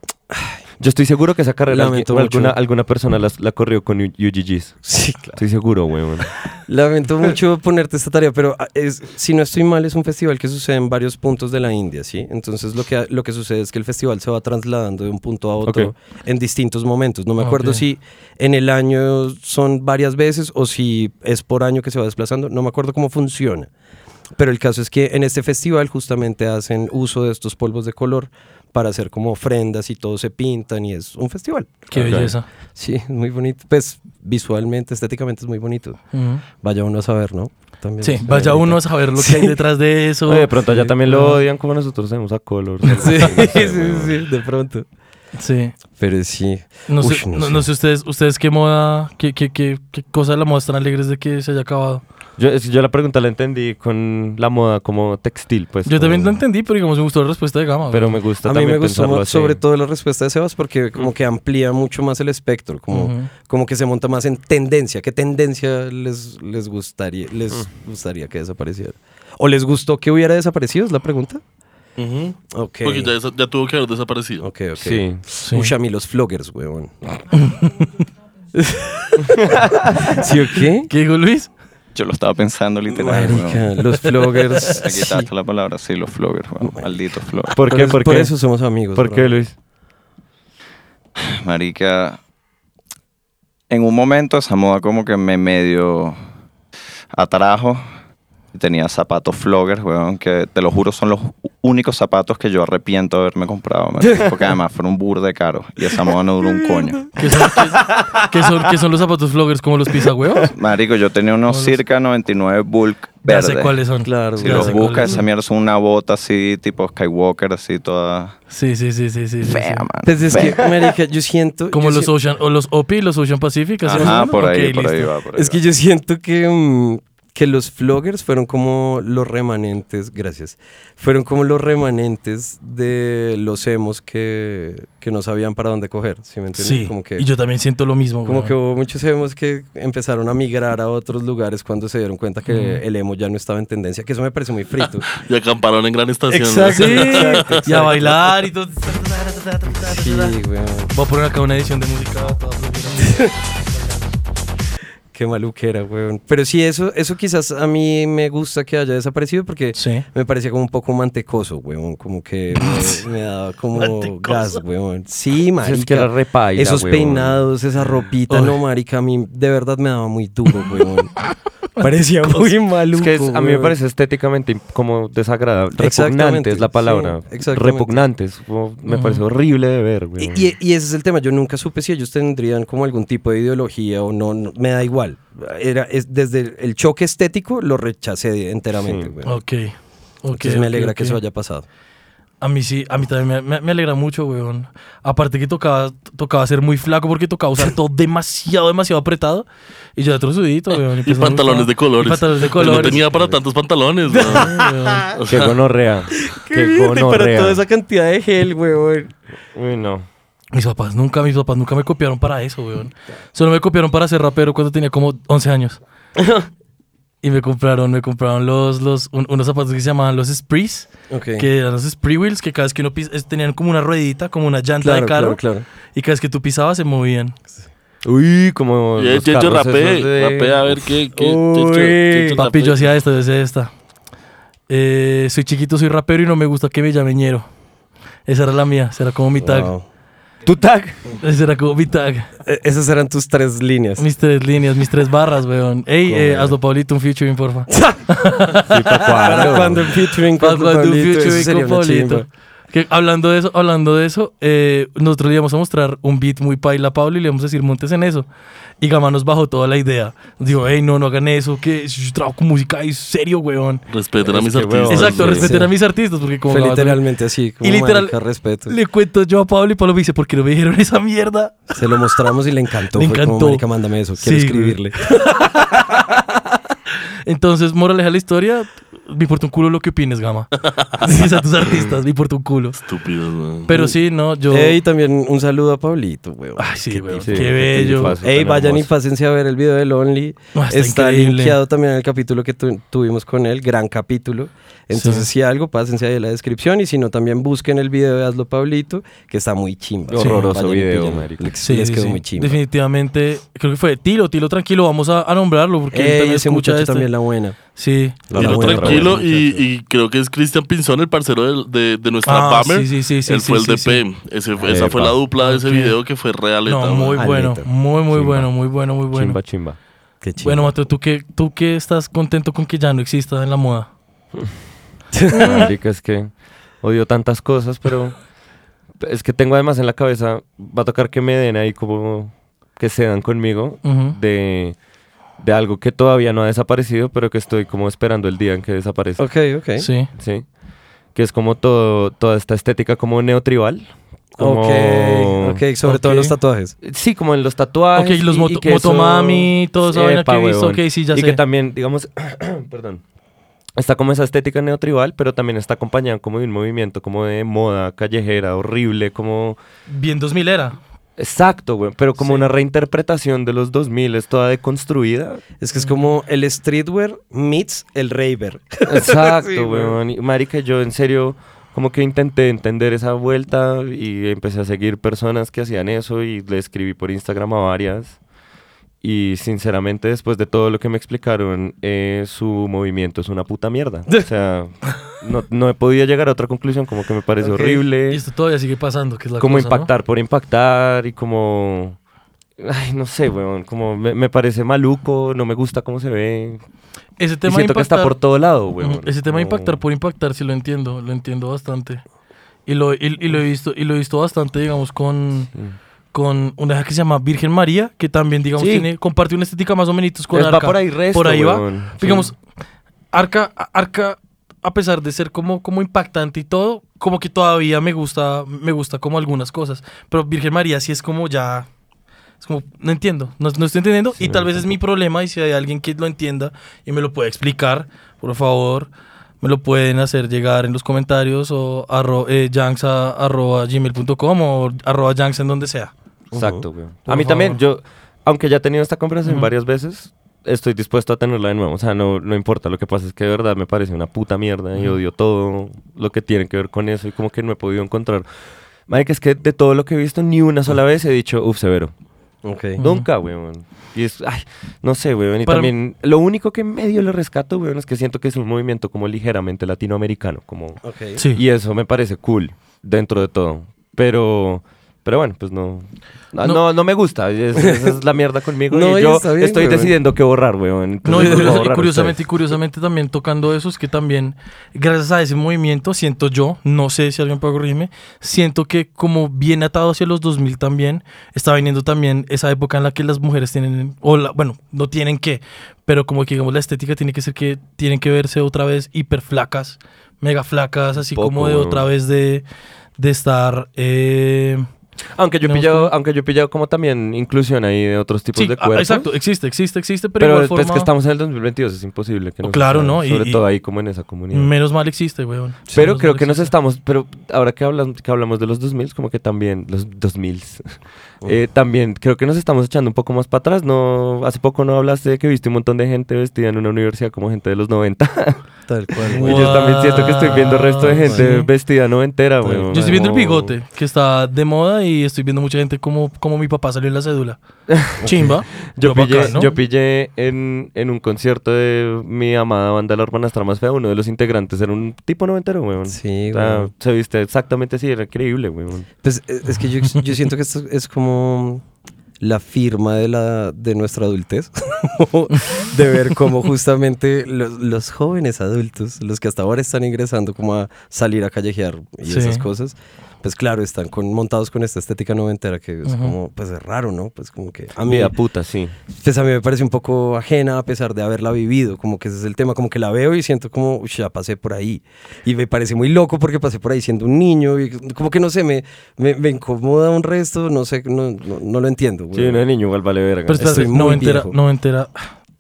Yo estoy seguro que esa carrera Lamento alguien- alguna, mucho. alguna persona las- la, corrió con U G Gs. Sí, claro. Estoy seguro, weón. Lamento mucho ponerte esta tarea, pero ah, es, si no estoy mal, es un festival que sucede en varios puntos de la India, ¿sí? Entonces lo que, lo que sucede es que el festival se va trasladando de un punto a otro Ok. en distintos momentos. No me Ah, acuerdo ok. si en el año son varias veces o si es por año que se va desplazando. No me acuerdo cómo funciona. Pero el caso es que en este festival justamente hacen uso de estos polvos de color para hacer como ofrendas y todos se pintan y es un festival. Qué Ok. belleza. Sí, es muy bonito. Pues visualmente, estéticamente es muy bonito. Ujú. Vaya uno a saber, ¿no? También Sí, es vaya bonito. uno a saber lo que hay detrás de eso. Oye, de pronto allá sí, también no. lo odian como nosotros hacemos a Color. Sí, No sé, sí, weón. sí, de pronto. Sí. Pero sí. No, Uy, sé, no no, sé. no sé ustedes, ustedes qué moda, qué, qué, qué, qué cosa de la moda están alegres de que se haya acabado. Yo, es que yo la pregunta la entendí con la moda como textil, pues. Yo también lo como- entendí, pero digamos me gustó la respuesta de Gama. Pero güey. me gusta A mí también me gustó pensarlo mo- así. sobre todo la respuesta de Sebas porque como que amplía mucho más el espectro, como, Ujú. como que se monta más en tendencia. ¿Qué tendencia les, les gustaría les Mm. gustaría que desapareciera? ¿O les gustó que hubiera desaparecido? ¿Es la pregunta? Ujú. Ok. Porque ya, desa- ya tuvo que haber desaparecido. Ok, ok. Sí. Sí. Uy, a mí los floggers, weón. ¿Sí o qué? ¿Qué dijo Luis? Yo lo estaba pensando literal. Marica, weón. los floggers. Me sí. quitaste la palabra, sí, los floggers, weón. Malditos floggers. ¿Por qué? eso- ¿Por por qué? eso somos amigos. ¿Por bro. qué, Luis? Marica, en un momento esa moda como que me medio atrajo. Tenía zapatos floggers, weón, que te lo juro son los únicos zapatos que yo arrepiento de haberme comprado, marica, porque además fueron burda de caros y esa moda no duró un coño. ¿Qué son, qué, qué son, qué son los zapatos floggers como los pizza huevos? Marico, yo tenía unos Como los- Circa noventa y nueve Bulk Ya verde. sé cuáles son. Claro, Si Ya los sé buscas, cuáles esa son. mierda son una bota así, tipo Skywalker, así toda Sí, sí, sí, sí, sí. sí, fea, sí. man. Pues es que, fea. marica, yo siento... Como yo los si- Ocean, o los O P I, los Ocean Pacific. ¿así Ajá, son? por ahí, Ok, por ahí listo. va, por ahí Es que va. yo siento que, mm, que los floggers fueron como los remanentes, gracias, fueron como los remanentes de los emos que, que no sabían para dónde coger, ¿sí me entiendes? Sí, Como que, y yo también siento lo mismo. como weón. que hubo muchos emos que empezaron a migrar a otros lugares cuando se dieron cuenta que Ujú. el emo ya no estaba en tendencia, que eso me parece muy frito. Y acamparon en Gran Estación. Exacto. Sí, Exacto, exacto. y a bailar y todo. Sí, weón. Voy a poner acá una edición de música. toda flojera. Qué maluquera, weón. Pero sí, eso, eso quizás a mí me gusta que haya desaparecido porque Sí. me parecía como un poco mantecoso, weón. Como que me, me daba como Mantecoso. gas, weón. Sí, marica. Es que era repaila, Esos weón. peinados, esa ropita, Uy. no, marica, a mí de verdad me daba muy duro, weón. Parecía muy maluco, Es que es- a mí me weón. parece estéticamente im- como desagradable. Exactamente, Repugnante es la palabra. sí, exactamente. Repugnante. es como- me Ujú. parece horrible de ver, güey. Y, y- y ese es el tema, yo nunca supe si ellos tendrían como algún tipo de ideología o no, no, me da igual. Era, es, desde el choque estético lo rechacé enteramente, Sí. weón. Ok. Ok. Entonces ok, me alegra que ok. eso haya pasado. A mí sí, a mí también me, me- me alegra mucho, weón. Aparte que tocaba, tocaba ser muy flaco porque tocaba usar todo demasiado, demasiado apretado. Y yo de trozudito, weón. Y empezó a pantalones de gustar. colores. Y pantalones de Pues colores. no tenía para tantos pantalones, weón. O Qué sea, gonorrea. Qué bien, para gonorrea. toda esa cantidad de gel, weón. Uy, no. Mis papás nunca, mis papás nunca me copiaron para eso, weón. Solo me copiaron para ser rapero cuando tenía como once años. Y me compraron, me compraron los, los, un- unos zapatos que se llamaban los Sprees, Ok. que eran los Spree Wheels, que cada vez que uno pisa, es- tenían como una ruedita, como una llanta Claro, de carro, claro, claro. y cada vez que tú pisabas se movían. Uy, como. Ye- los Checho, carros rapé, esos de- rapé a ver qué. qué Uy. Checho, Checho, Papi, rapé. yo hacía esto, yo hacía esta. Eh, soy chiquito, soy rapero y no me gusta que me llamen ñero. Esa era la mía, esa era como mi tag. Wow. Tu tag. Esa era como mi tag. E- esas eran tus tres líneas. Mis tres líneas, mis tres barras, weón. Ey, eh, Joder. hazlo, Pablito, un featuring, porfa. Sí, pa' ¿Para cuándo? cuando el featuring Pa' con cuando un Pablito? Eso featuring sería con una Pablito. chimba. Que, hablando de eso, hablando de eso, eh, nosotros le íbamos a mostrar un beat muy paila a Pablo y le íbamos a decir, montes en eso. Y Gama nos bajó toda la idea. Nos dijo, hey, no, no hagan eso, que yo trabajo con música y serio, weón. Respeten a Es mis que, artistas. weón, Exacto, sí, respeten sí. a mis artistas, porque como Fue Gama- literalmente así, como Y literal- marica, respeto. le cuento yo a Pablo y Pablo me dice, ¿por qué no me dijeron esa mierda? Se lo mostramos y le encantó. Le Fue encantó. como, marica, mándame eso, quiero Sí, escribirle. Entonces, moraleja de la historia, me importa un culo lo que opines, Gama. Dices a tus artistas, me importa un culo. Estúpidos, weón. Pero sí, no, yo... Ey, también un saludo a Pablito, weón. Ay, sí, weón, Sí, qué bello. tipazo, Ey, tan vayan y hermoso. pásense a ver el video de Lonely. Ah, está está increíble. linkeado también en el capítulo que tu- tuvimos con él, gran capítulo. Entonces, Sí. si algo, pásense ahí en la descripción. Y si no, también busquen el video de Hazlo Pablito, que está muy chimba. Sí. Horroroso Vayan y video, pillen. marica. Les, Sí, les sí, quedó sí. muy chimba. Definitivamente, creo que fue Tilo, Tilo tranquilo, vamos a, a nombrarlo porque él Ey, también ese escucha muchacho este. también la buena. Sí. La Tilo buena, tranquilo la buena, y, muchacho. y creo que es Cristian Pinzón, el parcero de, de, de nuestra Ah, Bummer. sí, sí, sí, sí, Él sí, fue el sí, D sí. P. Ese, esa fue Epa. la dupla de ese Ok. video que fue realeta. No, weón. muy bueno, Aleta. muy, muy Chimba. bueno, muy bueno, muy bueno. Chimba, chimba. Qué chimba. Bueno, Mateo, ¿tú qué, ¿tú qué estás contento con que ya no exista en la moda? Marica, es que odio tantas cosas, pero es que tengo además en la cabeza, va a tocar que me den ahí como que se dan conmigo Ujú. de, de algo que todavía no ha desaparecido, pero que estoy como esperando el día en que desaparezca. Ok, ok. Sí. Sí. Que es como todo, toda esta estética como neotribal. Como... Ok, ok, sobre todo Ok. los tatuajes. Sí, como en los tatuajes. Ok, los y- y moto- que eso- motomami, toda esa vaina que he visto, huevón. ok, sí, ya y sé. que también, digamos, perdón, está como esa estética neotribal, pero también está acompañada como de un movimiento como de moda callejera, horrible, como... Bien dos mil era. Exacto, güey, pero como Sí. una reinterpretación de los dos mil, es toda deconstruida. Es que es como el streetwear meets el raver. Exacto, Sí, güey. weón. Y, marica, yo en serio como que intenté entender esa vuelta y empecé a seguir personas que hacían eso y le escribí por Instagram a varias. Y sinceramente, después de todo lo que me explicaron, eh, su movimiento es una puta mierda. O sea, no, no he podido llegar a otra conclusión, como que me parece Ok. horrible. Y esto todavía sigue pasando, que es la Como cosa, ¿no? impactar por impactar y como... Ay, no sé, weón, como me, me parece maluco, no me gusta cómo se ve. Ese Y tema de siento que está impactar- por todo lado, weón. Ujú, ese tema de Como- impactar por impactar, sí lo entiendo, lo entiendo bastante. Y lo, y, y lo he visto, y lo he visto bastante, digamos, con, Sí. con una hija que se llama Virgen María, que también, digamos, Sí. tiene, comparte una estética más o menos con Es- Arca. va por ahí resto, Por ahí va. weón. Sí. Digamos, Arca, Arca, a pesar de ser como, como impactante y todo, como que todavía me gusta, me gusta como algunas cosas. Pero Virgen María sí es como ya, Es como, no entiendo, no, no estoy entendiendo. Sí, y tal no, vez es mi problema. Y si hay alguien que lo entienda y me lo puede explicar, por favor, me lo pueden hacer llegar en los comentarios o arro, eh, yanks a, arroba gmail punto com o arroba yanks en donde sea. Exacto, güey. Por A mí favor. también, yo, aunque ya he tenido esta conversación Ujú. varias veces, estoy dispuesto a tenerla de nuevo. O sea, no, no importa. Lo que pasa es que de verdad me parece una puta mierda y Ujú. odio todo lo que tiene que ver con eso y como que no he podido encontrar. Marica, es que de todo lo que he visto, ni una sola vez he dicho, uff, severo. Ok. Ujú. Nunca, weón. Y es, ay, no sé, weón. Y Para- también, lo único que medio le rescato, weón, es que siento que es un movimiento como ligeramente latinoamericano, como... Ok. Sí. Y eso me parece cool, dentro de todo. Pero... Pero bueno, pues no... No, No. no, no me gusta. Es- esa es la mierda conmigo. No, y y yo está bien, estoy weón. decidiendo qué borrar, weón. No, y, Entonces, voy a curiosa- y borrar curiosamente, y ustedes. curiosamente también tocando eso, es que también, gracias a ese movimiento, siento yo, no sé si alguien puede corregirme, siento que como bien atado hacia los dos mil también, está viniendo también esa época en la que las mujeres tienen, o la, bueno, no tienen que, pero como que digamos la estética tiene que ser que tienen que verse otra vez hiper flacas, mega flacas, así Poco, como de weón. otra vez de, de estar... Eh, Aunque yo he tenemos pillado, como- aunque yo he pillado como también inclusión ahí de otros tipos sí, de ah, cuerpos. exacto, existe, existe, existe, pero, Pero igual es forma, que estamos en el dos mil veintidós, es imposible que no. Claro, suceda, ¿no? Y- Sobre y- todo ahí como en esa comunidad. menos mal existe, weón. Pero Menos creo mal que nos existe. estamos, pero ahora que hablamos, que hablamos de los dos mil, como que también, los dos mil, eh, también creo que nos estamos echando un poco más para atrás. No, hace poco no hablaste de que viste un montón de gente vestida en una universidad como gente de los noventa. Tal cual. Y güey. yo también siento que estoy viendo resto de gente Sí. vestida noventera, Tal güey. cual. Yo estoy viendo el Como- bigote, que está de moda, y estoy viendo mucha gente como, como mi papá salió en la cédula. Chimba. Yo Pero pillé, bacano. yo pillé en, en un concierto de mi amada banda La Hermanastra Más Fea, uno de los integrantes era un tipo noventero, weón. Sí, O sea, güey. se viste exactamente así, era increíble, weón. Pues eh, es que yo, yo siento que esto es como la firma de, la, de nuestra adultez, de ver cómo justamente los, los jóvenes adultos, los que hasta ahora están ingresando como a salir a callejear y Sí. esas cosas, pues claro, están con, montados con esta estética noventera que es Ujú. como, pues es raro, ¿no? Pues como que a mí, Vida puta, sí. pues a mí me parece un poco ajena a pesar de haberla vivido, como que ese es el tema, como que la veo y siento como, "Ush, ya pasé por ahí". Y me parece muy loco porque pasé por ahí siendo un niño y como que no sé, me, me, me incomoda un resto, no sé, no, no, no lo entiendo. Sí, güey. uno de niño igual vale verga. Pero espérate, Estoy muy no entera, viejo. no entera.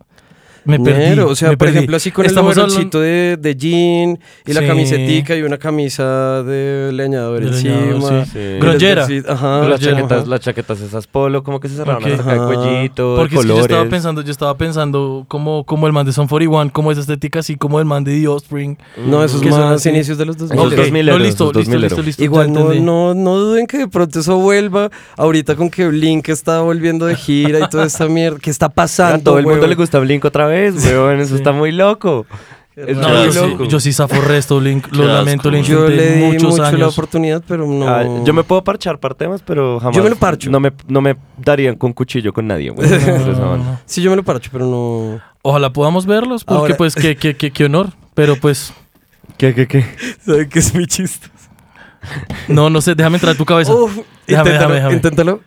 Me perdí. Ñero, o sea, me por perdí. ejemplo, así con Estamos el hablando- overolcito de, de jean y la Sí. camisetica y una camisa de leñador De encima. leñador, sí. Sí. Y Grongera. el vestidito- Ajá. Pero las ya, chaquetas, ajá. las chaquetas esas polo, como que se cerraron Ok. hasta acá el Ajá. cuellito, Porque de es que yo colores. estaba pensando, yo estaba pensando como, como el man de Son cuarenta y uno, como esa estética así como el man de The Offspring. No, esos Que son más así. inicios de los dos Esos mil. Ok, dos mileros, no, listo, esos dos listo, listo, mileros. listo, ya Igual no, entendí. no, no duden que de pronto eso vuelva ahorita con que Blink está volviendo de gira y toda esta mierda. ¿Qué está A pasando? todo el mundo huevón? le gusta Blink otra vez, weón. Eso Sí. está muy loco. Es No, muy yo, sí, loco. yo sí zafo resto, Blink. Lo Qué lamento, asco. lo Yo intenté le di muchos mucho la años. oportunidad, pero no. Ah, yo me puedo parchar par temas, pero jamás. Yo me lo parcho. No me, no me darían con cuchillo con nadie, güey. No, Esa no, banda. no. Sí, yo me lo parcho, pero no. Ojalá podamos verlos, porque Ahora- pues qué, qué, qué, qué honor. Pero pues, ¿Qué, qué, qué? ¿Saben qué es mi chiste? no, no sé, déjame entrar a tu cabeza. Uf, Déjame, inténtalo, déjame, déjame. inténtalo.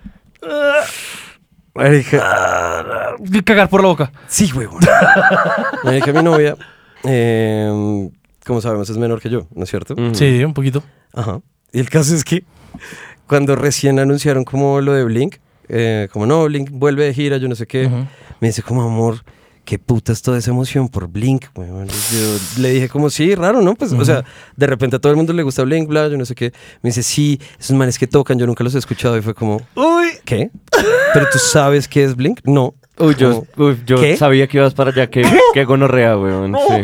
Marica. Cagar por la boca. Sí, huevón. Marica, mi novia, eh, como sabemos, es menor que yo, ¿no es cierto? Ujú. Sí, un poquito. Ajá. Y el caso es que cuando recién anunciaron como lo de Blink, eh, como no, Blink vuelve de gira, yo no sé qué, Ujú. me dice como, amor, qué puta es toda esa emoción por Blink, weón. Yo le dije como, sí, raro, ¿no? Pues, o sea, de repente a todo el mundo le gusta Blink, bla, yo no sé qué. Me dice, sí, esos manes que tocan, yo nunca los he escuchado. Y fue como, Uy. ¿qué? ¿Pero tú sabes qué es Blink? No. Uy, yo, Como, uy, yo ¿qué? sabía que ibas para allá. Qué, qué gonorrea, weón. Sí.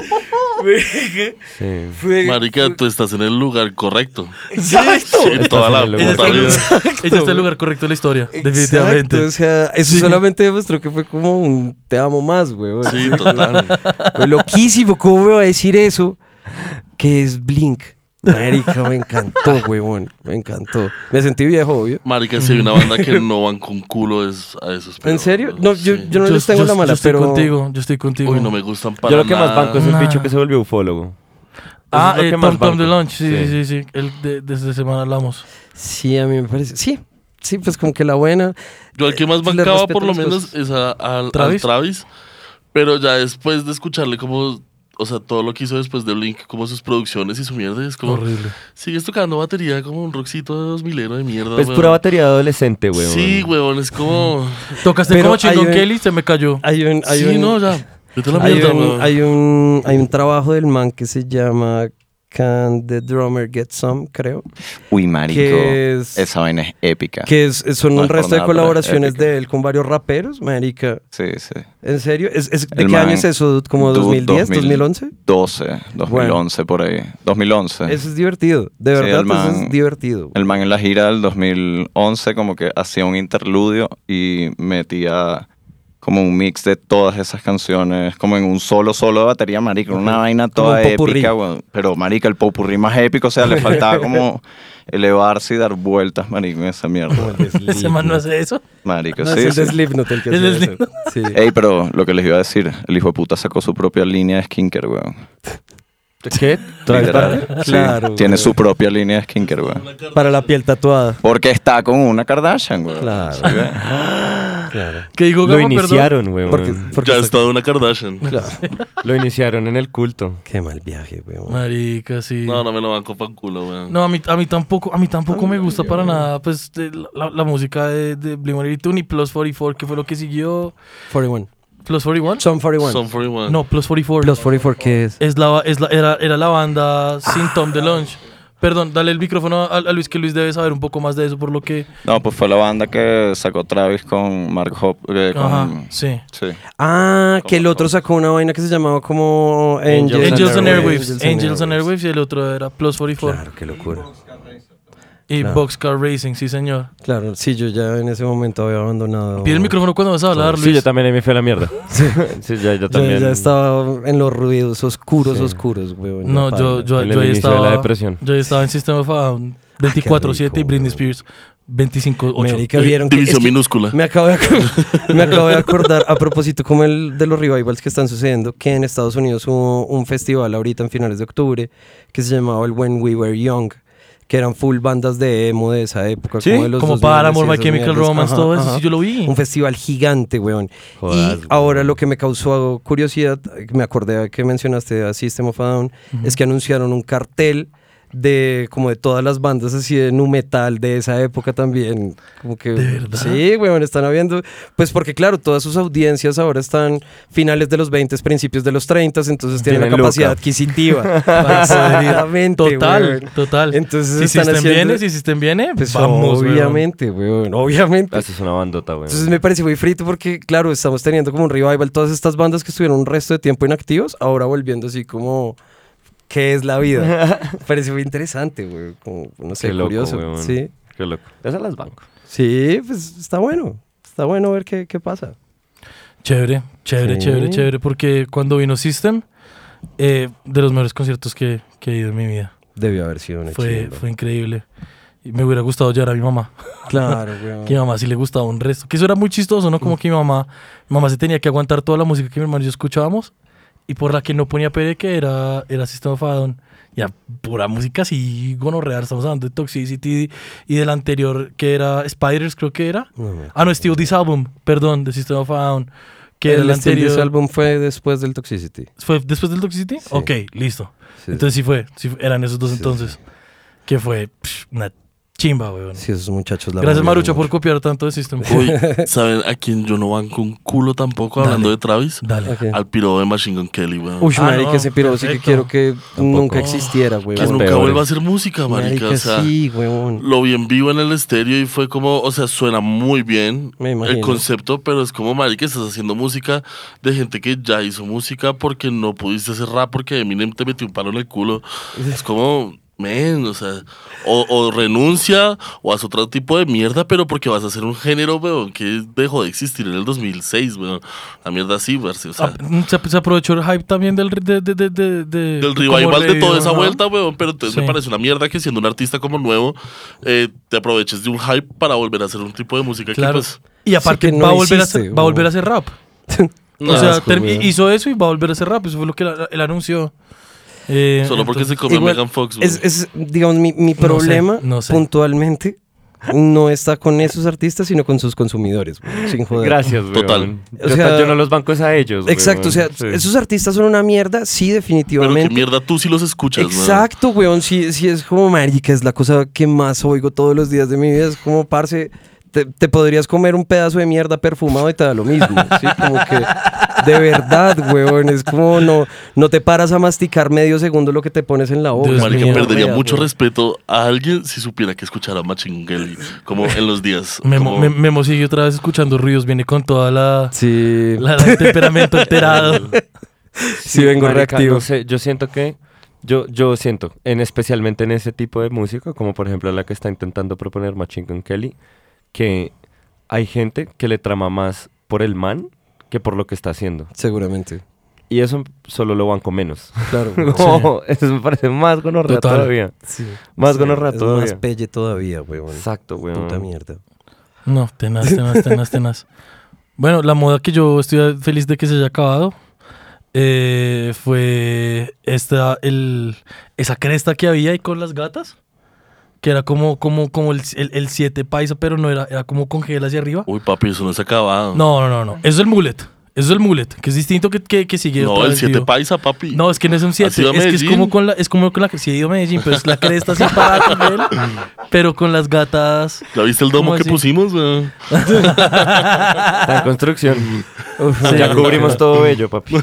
Sí. fue- Marica, tú estás en el lugar correcto. Exacto. Sí, toda la en el Ella puta está, en el- vida. ella está en el lugar correcto de la historia, definitivamente. Exacto, o sea, eso Sí. solamente demostró que fue como un te amo más, weón. Sí, total. Fue loquísimo, ¿cómo me va a decir eso? Que es Blink. Marica, me encantó, weón. Me encantó. Me sentí viejo, obvio. Marica, si hay una banda que no van con culo es a esos. ¿En serio? No, yo, Sí. yo no les tengo la mala, yo estoy pero... contigo, yo estoy contigo. Uy, no me gustan para Yo lo que más nada. banco es el Nah. bicho que se volvió ufólogo. Ah, Eso es lo eh, que más Tom, Tom banco. de Lunch, sí, sí, Sí. sí, sí. El de, desde semana hablamos. Sí, a mí me parece... Sí, sí, pues como que la buena... Yo al que más Le bancaba respeto por lo las menos cosas. es a, al, al ¿Travis? Travis. Pero ya después de escucharle como o sea, todo lo que hizo después de Blink, como sus producciones y su mierda, es como... Horrible. Sigues tocando batería como un rockcito de dos milero de mierda, Es weón. pura batería de adolescente, weón. Sí, weón, es como... Tocaste Pero como chingón hay un- Kelly, se me cayó. Hay un, hay sí, un, no, ya. Vete a la hay, mierda, un, weón. hay, un, hay un trabajo del man que se llama Can the Drummer Get Some, creo. Uy, marico. Que es- Esa vaina es épica. Que es, es- son No un es por resto de nada, pero es colaboraciones épica. de él con varios raperos, marica. Sí, sí. ¿En serio? ¿Es, es- ¿De El qué man- año es eso? dude? ¿Como Dude, dos mil diez, dos mil dos mil once? doce, dos mil once por ahí. dos mil once. Eso es divertido. De Sí, verdad, el man- eso es divertido. El man en la gira del dos mil once como que hacía un interludio y metía como un mix de todas esas canciones, como en un solo solo de batería, marica, una vaina Como toda un popurrí. épica, weón. Pero marica, el popurrí más épico, o sea, le faltaba como elevarse y dar vueltas, marica, en esa mierda. Ese man no hace eso. Marica, No, sí, es el sí. de Slipknot el que El hace de eso. Slipknot. Sí. Ey, pero lo que les iba a decir, el hijo de puta sacó su propia línea de skincare, weón. ¿Qué? ¿Traes Literal. parte? Sí, Claro, tiene weón. su propia línea de skincare, weón. Para la piel tatuada. Porque está con una Kardashian, weón. Claro. ¿Sí ve? Claro. ¿Qué digo, Lo Gama? Perdón. iniciaron, weón. Porque, porque Ya está- está de una Kardashian. Claro. Lo iniciaron en el culto. Qué mal viaje, weón. Marica, sí. No, no me lo banco pa' culo, weón. No, a mí, a mí tampoco, a mí tampoco me gusta para nada, pues, de la, la música de, de Blink one eighty-two ni Plus cuarenta y cuatro, que fue lo que siguió. cuarenta y uno. ¿Plus cuarenta y uno? Son cuarenta y uno. Son cuarenta y uno. No, Plus cuarenta y cuatro. Los cuarenta y cuatro, ¿qué es? Es la, es la, era, era la banda sin Tom DeLonge. Perdón, dale el micrófono a, a Luis, que Luis debe saber un poco más de eso, por lo que... No, pues fue la banda que sacó Travis con Mark Hop. eh, con- Ajá, sí. Sí. Ah, que el ¿Cómo, otro cómo? sacó una vaina que se llamaba como Angels, Angels and Airwaves. Airwaves. Angels and Airwaves y el otro era Plus cuarenta y cuatro. Claro, qué locura. Y claro. Boxcar Racing, sí señor. Claro, sí, yo ya en ese momento había abandonado. Pide el micrófono cuando vas a hablar, Luis. Sí, yo también ahí me fui a la mierda. Sí, ya, yo Ya, también. ya estaba en los ruidos oscuros, Sí. oscuros, weón. No, ya yo, paila. yo, En yo el ahí inicio de estaba... la depresión. Yo ahí estaba en System of a Down veinticuatro siete y rico, Britney weón. Spears veinticinco ocho. Marica, vieron que, División es que minúscula. me acabo, de acordar, me acabo de acordar a propósito como el de los revivals que están sucediendo, que en Estados Unidos hubo un festival ahorita en finales de octubre que se llamaba el When We Were Young, que eran full bandas de emo de esa época. ¿Sí? Como, de los Como dos mil Paramore, y My esas Chemical mierdas. Romance, Ajá, todo eso, ajá. sí, yo lo vi. Un festival gigante, weón. Jodas, y weón. ahora lo que me causó curiosidad, me acordé que mencionaste a System of a Down, es que anunciaron un cartel de como de todas las bandas así de nu metal de esa época también, como que ¿De verdad? sí, weón, están habiendo, pues porque claro, todas sus audiencias ahora están finales de los veinte, principios de los treinta, entonces tienen la Tienen capacidad luca. adquisitiva. Exactamente, Total, weón. total. Entonces si están System haciendo- viene, si System viene, Pues vamos, weón. obviamente, weón, obviamente. Esa es una bandota, weón. Entonces me parece muy frito porque, claro, estamos teniendo como un revival. Todas estas bandas que estuvieron un resto de tiempo inactivos, ahora volviendo así como, ¿qué es la vida? Me parece muy interesante, güey. Como, no sé, Qué loco, curioso. weón. Sí. Qué loco. Esas las banco. Sí, pues está bueno. Está bueno ver qué, qué pasa. Chévere, chévere, Sí. chévere, chévere, porque cuando vino System, eh, de los mejores conciertos que, que he ido en mi vida. Debió haber sido una Fue, chimba. fue increíble. Y me hubiera gustado llevar a mi mamá. Claro, güey. Que a mi mamá sí le gustaba un resto. Que eso era muy chistoso, ¿no? Como que mi mamá, mi mamá se tenía que aguantar toda la música que mi hermano y yo escuchábamos. Y por la que no ponía pere, que era, era System of a Down. Ya, pura música así, gonorrea. Estamos hablando de Toxicity y del anterior, que era Spiders, creo que era. No, me- Ah, no, Steal This Album, perdón, de System of a Down. Que el el Still This anterior. álbum fue después del Toxicity. ¿Fue después del Toxicity? Sí. Ok, listo. Sí. Entonces sí fue, sí fue- eran esos dos Sí, entonces. Que fue psh, una chimba, weón. Sí, esos muchachos la Gracias, movieron Marucha, por mucho. copiar tanto de System. Uy, ¿saben a quién yo no banco un culo tampoco Dale. hablando de Travis? Dale. Ok. Al piro de Machine Gun Kelly, weón. Uy, Ah, marica, no, ese piro sí que perfecto. quiero que Tampoco. nunca existiera, güey. que Las nunca peores. vuelva a hacer música, marica. Marica, O sea, sí, weón. lo vi en vivo en el estéreo y fue como, o sea, suena muy bien Me imagino. el concepto, pero es como, marica, estás haciendo música de gente que ya hizo música porque no pudiste hacer rap porque Eminem te metió un palo en el culo. Es como, men, o sea, o, o renuncia o haz otro tipo de mierda, pero porque vas a hacer un género, weón, que dejó de existir en el dos mil seis, weón. La mierda así, parce, o sea... Ah, se, se aprovechó el hype también del, de, de, de, de- de- Del como revival de revivió, toda esa ajá. vuelta, weón, pero entonces Sí. me parece una mierda que siendo un artista como nuevo, eh, te aproveches de un hype para volver a hacer un tipo de música Claro. que pues... Y aparte Sí, que no va, a volver a hiciste, hacer, va a weón. volver a hacer rap. no, o sea, asco, term- weón. hizo eso y va a volver a hacer rap. Eso fue lo que él, él anunció. Eh, solo porque se entonces- comió a Igual, Megan Fox, weón. Es, es, digamos, mi, mi problema no sé. puntualmente. no está con esos artistas, sino con sus consumidores, weón, sin joder. Gracias, weón. Total. Yo, O sea, yo no los banco es a ellos, Exacto, o sea, weón. Sí. esos artistas son una mierda, sí, Pero definitivamente. qué mierda tú sí los escuchas, ¿no? Exacto, weón, sí, sí es como marica, es la cosa que más oigo todos los días de mi vida, es como, parce, te, te podrías comer un pedazo de mierda perfumado y te da lo mismo, ¿sí? Como que, de verdad, weón, es como no, no te paras a masticar medio segundo lo que te pones en la boca. Dios Marica, mío, perdería Weón. mucho respeto a alguien si supiera que escuchara Machine Gun Kelly, como en los días. Memo, como- Me- Memo sigue otra vez escuchando ruidos, viene con toda la, Sí, la- la- el temperamento alterado. sí vengo Marica, reactivo. no sé, yo siento que, yo, yo siento, en especialmente en ese tipo de música, como por ejemplo la que está intentando proponer Machine Gun Kelly, que hay gente que le trama más por el man que por lo que está haciendo. Seguramente, Y eso solo lo banco menos. claro. No, eso me parece más gonorrea Total. todavía. Sí. Más Sí, gonorrea es todavía. más pelle todavía, weón. Exacto, weón. Puta mierda. No, tenaz, tenaz, tenaz, tenaz. Bueno, la moda que yo estoy feliz de que se haya acabado eh, fue esta, el, esa cresta que había ahí con las gatas, que era como, como, como el, el, el siete paisa, pero no era, era como con gel hacia arriba. Uy, papi, eso no se ha acabado. No, no, no, no. Eso es el mullet. Eso es el mullet, que es distinto que, que, que sigue. No, otra el vez siete vivo. paisa, papi. No, es que no es un siete, ¿Has ido a es que es Medellín? como con la, es como con la, sí he ido a Medellín, pero es la cresta así para con él, pero con las gatas. ¿Ya viste el domo ¿Cómo que así? pusimos, weón? Está en construcción. Sí. Ya cubrimos todo ello, papi.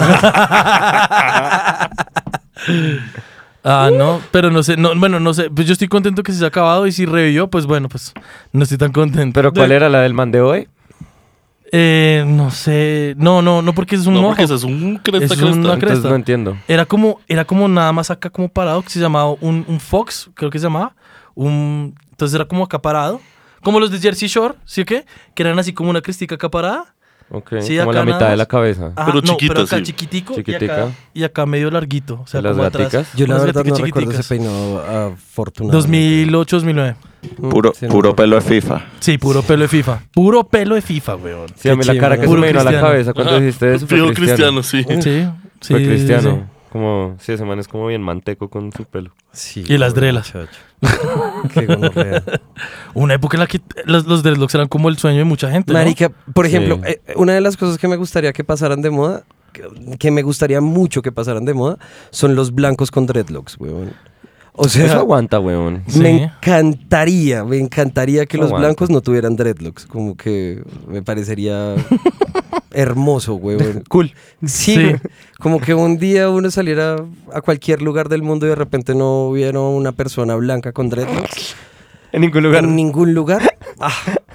Ah, no, pero no sé, no, bueno, no sé, pues yo estoy contento que se haya acabado y si revivió, pues bueno, pues no estoy tan contento. ¿Pero cuál era la del man de hoy? Eh, no sé, no, no, no porque es un No, mojo. porque ese es un cresta, Es cresta. una Entonces cresta. no entiendo. Era como, era como nada más acá como parado, que se llamaba un, un fox, creo que se llamaba, un, entonces era como acá parado, como los de Jersey Shore, ¿sí o qué? Que eran así como una crestica acá parada. Ok, Sí, como acá la mitad nada de la más. cabeza. Ajá, Pero no, chiquita, pero acá sí. chiquitico y Chiquitica. acá, y acá medio larguito, o sea, ¿Y las como atrás. gaticas? Yo la Unas verdad no gaticas recuerdo ese chiquiticas. peinado afortunado. dos mil ocho, dos mil nueve. Puro, Sí, no puro me pelo de FIFA. Sí, puro pelo de FIFA. Puro pelo de FIFA, weón. Sí, a mí la Qué cara que se chimba. me vino a la Puro cabeza cuando Ajá. dijiste eso fue Fijo cristiano. cristiano, sí. Sí, sí. Fue sí, cristiano. sí. Como, sí, ese man es como bien manteco con su pelo. Sí, Y las güey, drelas. muchacho. Qué gonorrea. Una época en la que los, los dreadlocks eran como el sueño de mucha gente, ¿no? Marica, por ejemplo, Sí. eh, una de las cosas que me gustaría que pasaran de moda, que, que me gustaría mucho que pasaran de moda, son los blancos con dreadlocks, weón. O sea, Eso aguanta, weón. Sí. me encantaría, me encantaría que los Aguanta. blancos no tuvieran dreadlocks. Como que me parecería hermoso, weón. Cool. Sí, Sí. güey. Como que un día uno saliera a cualquier lugar del mundo y de repente no hubiera una persona blanca con dreadlocks En ningún lugar. en ningún lugar. Ah,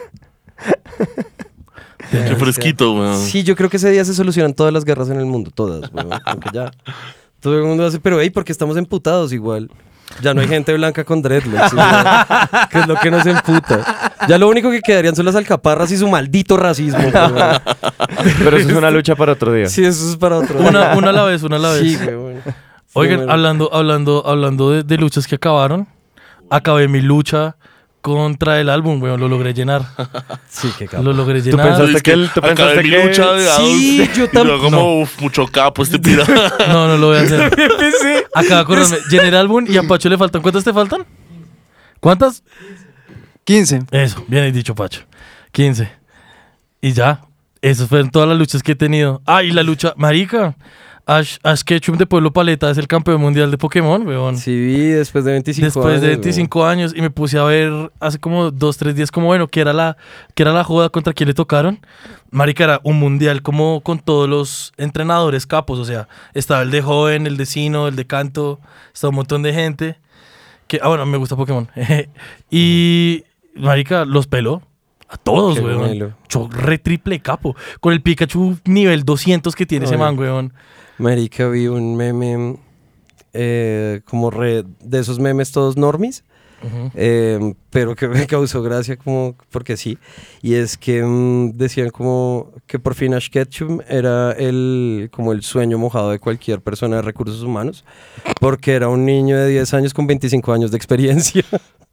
Qué fresquito, weón. sí, yo creo que ese día se solucionan todas las guerras en el mundo, todas, weón. Como que ya todo el mundo hace, pero hey, porque estamos emputados igual. Ya no hay gente blanca con dreadlocks, ¿sí? Que es lo que nos emputa. Ya lo único que quedarían son las alcaparras y su maldito racismo. weón. Pero eso es una lucha para otro día. Sí, eso es para otro. Una, una a la vez, una a la vez. Sí, weón. Oigan, Bueno. hablando, hablando, hablando de, de luchas que acabaron, acabé mi lucha contra el álbum, weón, lo logré llenar. Sí, qué capo. Lo logré ¿Tú llenar. pensaste Es que él- tú acabé pensaste mi que- lucha de Sí, adultos, yo y también. luego como, uf, mucho capo este pira. No, no lo voy a hacer. Acaba de acordarme. Llené el álbum y a Pacho le faltan. ¿Cuántas te faltan? ¿Cuántas? quince. Eso, bien ahí dicho, Pacho. quince. Y ya. Esas fueron todas las luchas que he tenido. Ah, y la lucha, marica. Ash, Ash Ketchum de Pueblo Paleta es el campeón mundial de Pokémon, weón. Sí, vi después de veinticinco Después años. de veinticinco años y me puse a ver hace como dos, tres días como bueno, que era la, que era la joda contra quien le tocaron. Marica, era un mundial como con todos los entrenadores capos, o sea, estaba el de joven, el de Sino, el de canto, estaba un montón de gente. Que, ah, bueno, me gusta Pokémon. Y marica, los peló. A todos, Qué weón. melo. Yo re triple capo. Con el Pikachu nivel doscientos que tiene ese Oye. man, weón. Marica, vi un meme eh, como re, de esos memes todos normis, Ujú. eh, pero que me causó gracia como porque sí. Y es que mm, decían como que por fin Ash Ketchum era el, como el sueño mojado de cualquier persona de recursos humanos, porque era un niño de diez años con veinticinco años de experiencia.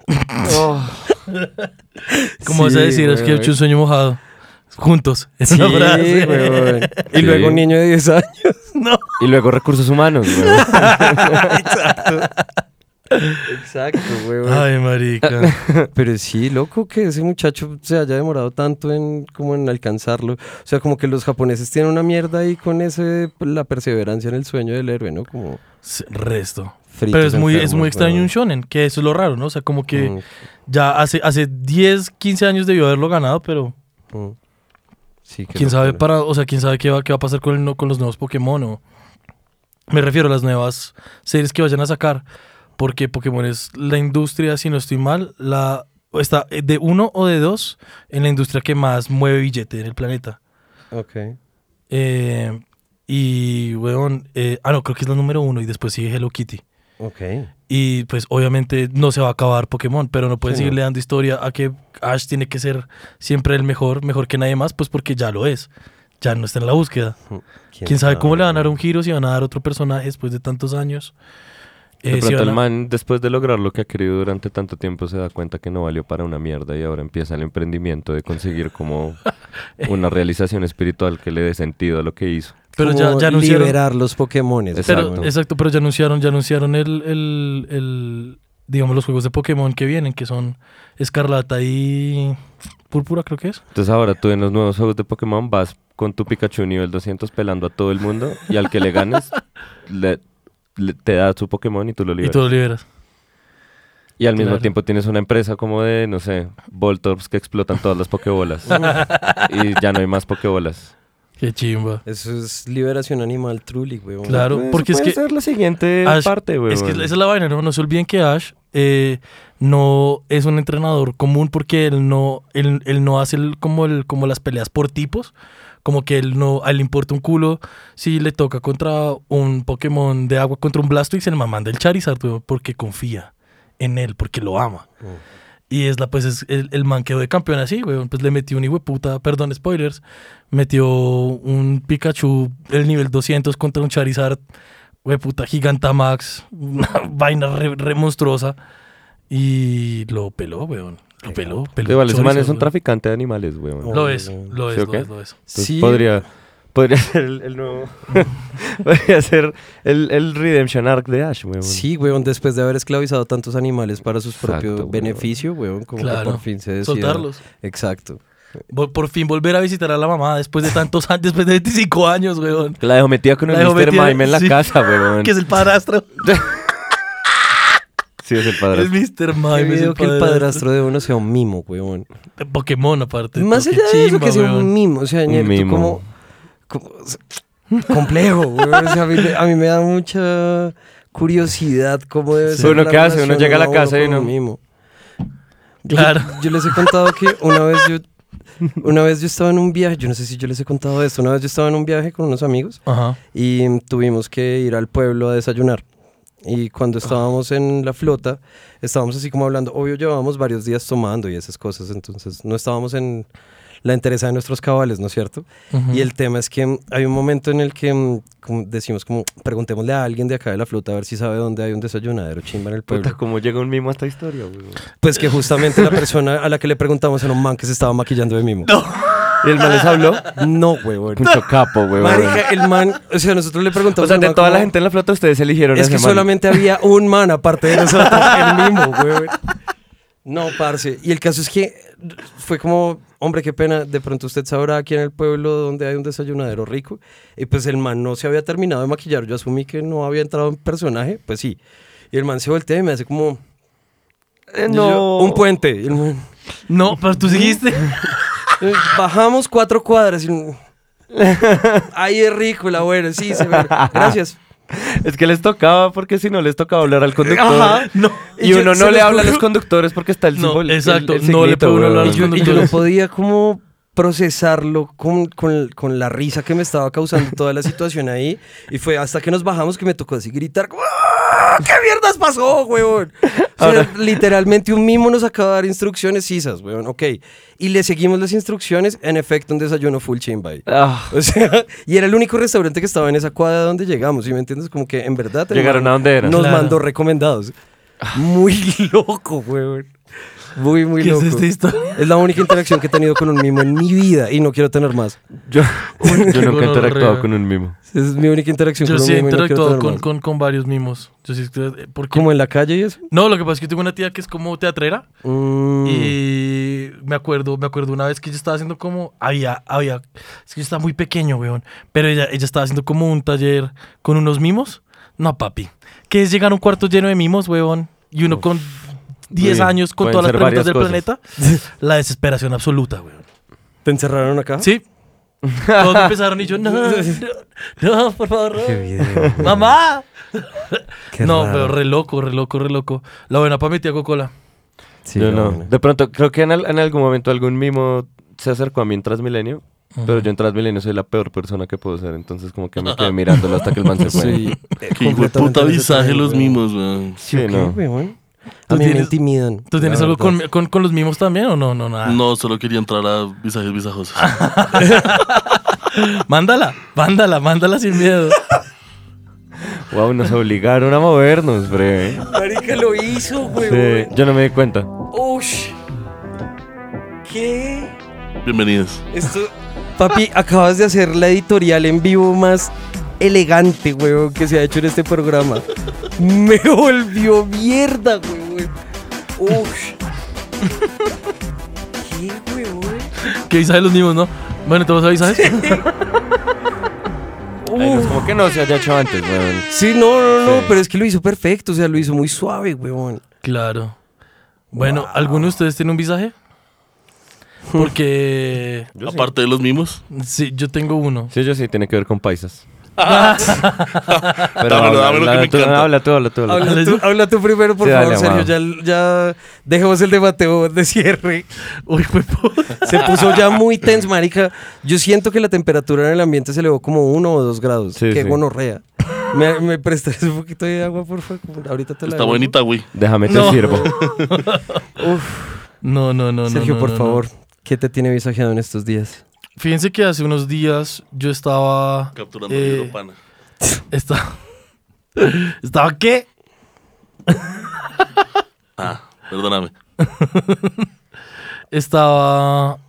¿Cómo vas a Sí, decir? Es que he weón. hecho un sueño mojado. Juntos. Es Sí, una frase. weón. Y Sí. luego un niño de diez años. No. Y luego recursos humanos, weón. Exacto, weón. Ay, marica. Pero sí, loco que ese muchacho se haya demorado tanto en como en alcanzarlo. O sea, como que los japoneses tienen una mierda ahí con ese la perseverancia en el sueño del héroe, ¿no? Como Sí, resto. fritos Pero es muy, es enfermos, muy extraño weón. un shonen, que eso es lo raro, ¿no? O sea, como que Mm, ya hace, hace diez, quince años debió haberlo ganado, pero mm. Sí, qué quién sabe locura. para, o sea, quién sabe qué va, qué va a pasar con, el no- con los nuevos Pokémon o me refiero a las nuevas series que vayan a sacar, porque Pokémon es la industria, si no estoy mal, la está de uno o de dos en la industria que más mueve billete en el planeta. Ok. Eh, y, weón, eh, ah, no, creo que es la número uno y después sigue Hello Kitty. Ok. Y pues obviamente no se va a acabar Pokémon, pero no pueden Sí, seguirle no. dando historia a que Ash tiene que ser siempre el mejor, mejor que nadie más, pues porque ya lo es. Ya no está en la búsqueda. ¿Quién sabe cómo le van a dar un giro, si van a dar otro personaje después de tantos años? De Eh, si pronto van el a- man, después de lograr lo que ha querido durante tanto tiempo, se da cuenta que no valió para una mierda y ahora empieza el emprendimiento de conseguir como una realización espiritual que le dé sentido a lo que hizo. Pero ya, Como ya anunciaron. liberar los Pokémones. Pero, Exacto. exacto, pero ya anunciaron, ya anunciaron el, el, el, digamos, los juegos de Pokémon que vienen, que son Escarlata y Púrpura, creo que es. Entonces ahora tú en los nuevos juegos de Pokémon vas con tu Pikachu nivel doscientos pelando a todo el mundo y al que le ganes le, le- te da su Pokémon y tú lo Y liberas. tú lo liberas. Y al mismo Claro. tiempo tienes una empresa como de, no sé, Voltorbs que explotan todas las Pokébolas. Y ya no hay más Pokébolas. Qué chimba. Eso es liberación animal truly, weón. Claro, Pues, porque es puede que ser la siguiente Ash- parte, güey. Es que esa es la vaina, ¿no? No se olviden que Ash eh, no es un entrenador común porque él no, él, él no hace el- como, el, como las peleas por tipos. Como que él no, a él le importa un culo si le toca contra un Pokémon de agua, contra un Blastoise, el mamán del Charizard, weón, porque confía en él, porque lo ama. Y es la, pues es el, el man quedó de campeón así, weón. Pues le metió un hijo de puta, perdón, spoilers. Metió un Pikachu el nivel doscientos contra un Charizard, güey, puta, Gigantamax, una vaina re, re monstruosa. Y lo peló, weón. Lo peló, peló. Igual, ese man Charizard, es un weón. traficante de animales, güey. Lo es, lo es, ¿Sí o lo qué? es, lo es. Entonces Sí. podría, podría ser el, el nuevo... podría ser el, el Redemption Arc de Ash, güey. Sí, weón, después de haber esclavizado tantos animales para su Exacto, propio weón. beneficio, weón, como Claro, que por fin se decide. soltarlos. Exacto. Vol- Por fin volver a visitar a la mamá después de tantos años, después de veinticinco años, weón. Que la dejó metida con La el dejó mister metida- Mime en la sí. casa, güey. Que es el padrastro. Sí, es el Es padre. mister Qué Mime, es miedo el que el padrastro. padrastro de uno sea un mimo, weón. De Pokémon, aparte. Más Qué allá de eso, chimba, que sea weón. un mimo. O sea, Un ñero, tú mimo. como, como- o sea, complejo, weón. O sea, a mí, me- a mí me da mucha curiosidad cómo debe Sí. ser Uno la qué hace, uno relación llega a la uno casa y con uno- un mimo. Yo- Claro. Yo, les he contado que una vez yo... Una vez yo estaba en un viaje, yo no sé si yo les he contado esto, una vez yo estaba en un viaje con unos amigos Ajá. y mm, tuvimos que ir al pueblo a desayunar. Y cuando estábamos en la flota, estábamos así como hablando, obvio llevábamos varios días tomando y esas cosas, entonces no estábamos en la entereza de nuestros cabales, ¿no es cierto? Ujú. Y el tema es que mm, hay un momento en el que mm, como decimos como, preguntémosle a alguien de acá de la flota a ver si sabe dónde hay un desayunadero chimba en el pueblo. Puta, ¿cómo llega un mimo a esta historia, güey? Pues que justamente la persona a la que le preguntamos era un man que se estaba maquillando de mimo. ¿Y el man les habló? No, huevón. Mucho capo, güey. Marica, el man, o sea, nosotros le O preguntamos sea, al de man toda la como, gente en la flota, ustedes eligieron es ese que man. solamente había un man aparte de nosotros, el mismo, güey. No, parce. Y el caso es que fue como, hombre, qué pena, de pronto usted sabrá aquí en el pueblo donde hay un desayunadero rico. Y pues el man no se había terminado de maquillar, yo asumí que no había entrado en personaje, pues sí. Y el man se voltea y me hace como... Eh, y no. yo, un puente. Y el man, No, pero tú seguiste. eh, bajamos cuatro cuadras y... Ahí es rico, la buena, sí, se ve. Gracias. Es que les tocaba, porque si no les tocaba hablar al conductor. Ajá. No. Y, Y yo- uno se no le los habla a juro- los conductores porque está el No, símbolo. el- exacto, el no le signito, puede uno hablar a güey. los Y yo, y yo no podía como procesarlo con, con, con la risa que me estaba causando toda la situación ahí. Y fue hasta que nos bajamos que me tocó así gritar como, ¡ah! ¿Qué mierdas pasó, weón? O sea, Ahora- literalmente un mimo nos acaba de dar instrucciones sisas, weón, ok. Y le seguimos las instrucciones, en efecto, un desayuno full chimba ahí. Ah, O sea, y era el único restaurante que estaba en esa cuadra donde llegamos, ¿sí me entiendes? Como que en verdad... el Llegaron man a donde era. Nos Claro. mandó recomendados. Muy loco, weón. Muy, muy ¿Qué loco. es esta historia? Es la única interacción que he tenido con un mimo en mi vida y no quiero tener más. Yo, yo nunca he gonorrea. interactuado con un mimo. Esa es mi única interacción Yo con un sí he mimo y no quiero interactuado tener con, más. con, con varios mimos. Yo sí, eh, porque... ¿Como en la calle y eso? No, lo que pasa es que yo tengo una tía que es como teatrera. Mm. Y me acuerdo, me acuerdo una vez que ella estaba haciendo como, había, había, es que yo estaba muy pequeño, weón, pero ella, ella estaba haciendo como un taller con unos mimos. No, papi, que es llegar a un cuarto lleno de mimos, weón, y uno con diez Uy, años con pueden todas las ser preguntas del varias planeta, la desesperación absoluta, weón. ¿Te encerraron acá? Sí. Todos empezaron y yo, no, no, no, por favor, no. Qué video. ¡Mamá! Qué no, raro. pero re loco, re loco, re loco. La buena para mi tía Coca-Cola. Sí, yo la no. buena. De pronto, creo que en, al- en algún momento algún mimo se acercó a mí en Transmilenio. Pero yo en Transmilenio soy la peor persona que puedo ser. Entonces como que me quedé mirándolo hasta que el man se fue. Sí. Qué hijo de puta visaje los mimos, weón. Sí, ¿Qué, no. weón? ¿Tú A mí me tienes- intimidan. ¿Tú tienes la algo verdad. con, con, con los mimos también o no? No, nada. No, solo quería entrar a visajes visajosos. Mándala, mándala, mándala sin miedo. Wow, nos obligaron a movernos, bre. Marica lo hizo, Sí, weón. yo no me di cuenta. Ush. ¿Qué? Bienvenidos. Esto... Papi, acabas de hacer la editorial en vivo más elegante, weón, que se ha hecho en este programa. Me volvió mierda, weón. Ush. ¿Qué, weón? ¿Qué visaje los mimos, no? Bueno, ¿todos los visajes? Ay, no, es como que no se haya hecho antes, weón. Sí, no, no, no, Sí. pero es que lo hizo perfecto, o sea, lo hizo muy suave, weón. Claro. Bueno, ¿alguno de ustedes tiene un visaje? Porque... Yo sí. Aparte de los mimos. Sí, yo tengo uno. Sí, yo sí, tiene que ver con paisas. Pero Dámelo, dámelo, que me tú, encanta. habla tú, habla tú. habla tú. Habla tú, habla tú primero, por Sí, favor, dale, Sergio. Amado. Ya, ya dejemos el debateo de cierre. Uy, fue puta. Se puso ya muy tenso, marica. Yo siento que la temperatura en el ambiente se elevó como uno o dos grados. Sí, Qué sí. gonorrea. ¿Me, me prestas un poquito de agua, por favor? Ahorita te la Está devuelvo. bonita, güey. Déjame te No. sirvo. No, no, no, no. Sergio, no, por no, no. favor, ¿qué te tiene visajeado en estos días? Fíjense que hace unos días yo estaba... Capturando eh, eh, pana. Estaba... ¿Estaba qué? Ah, perdóname. Estaba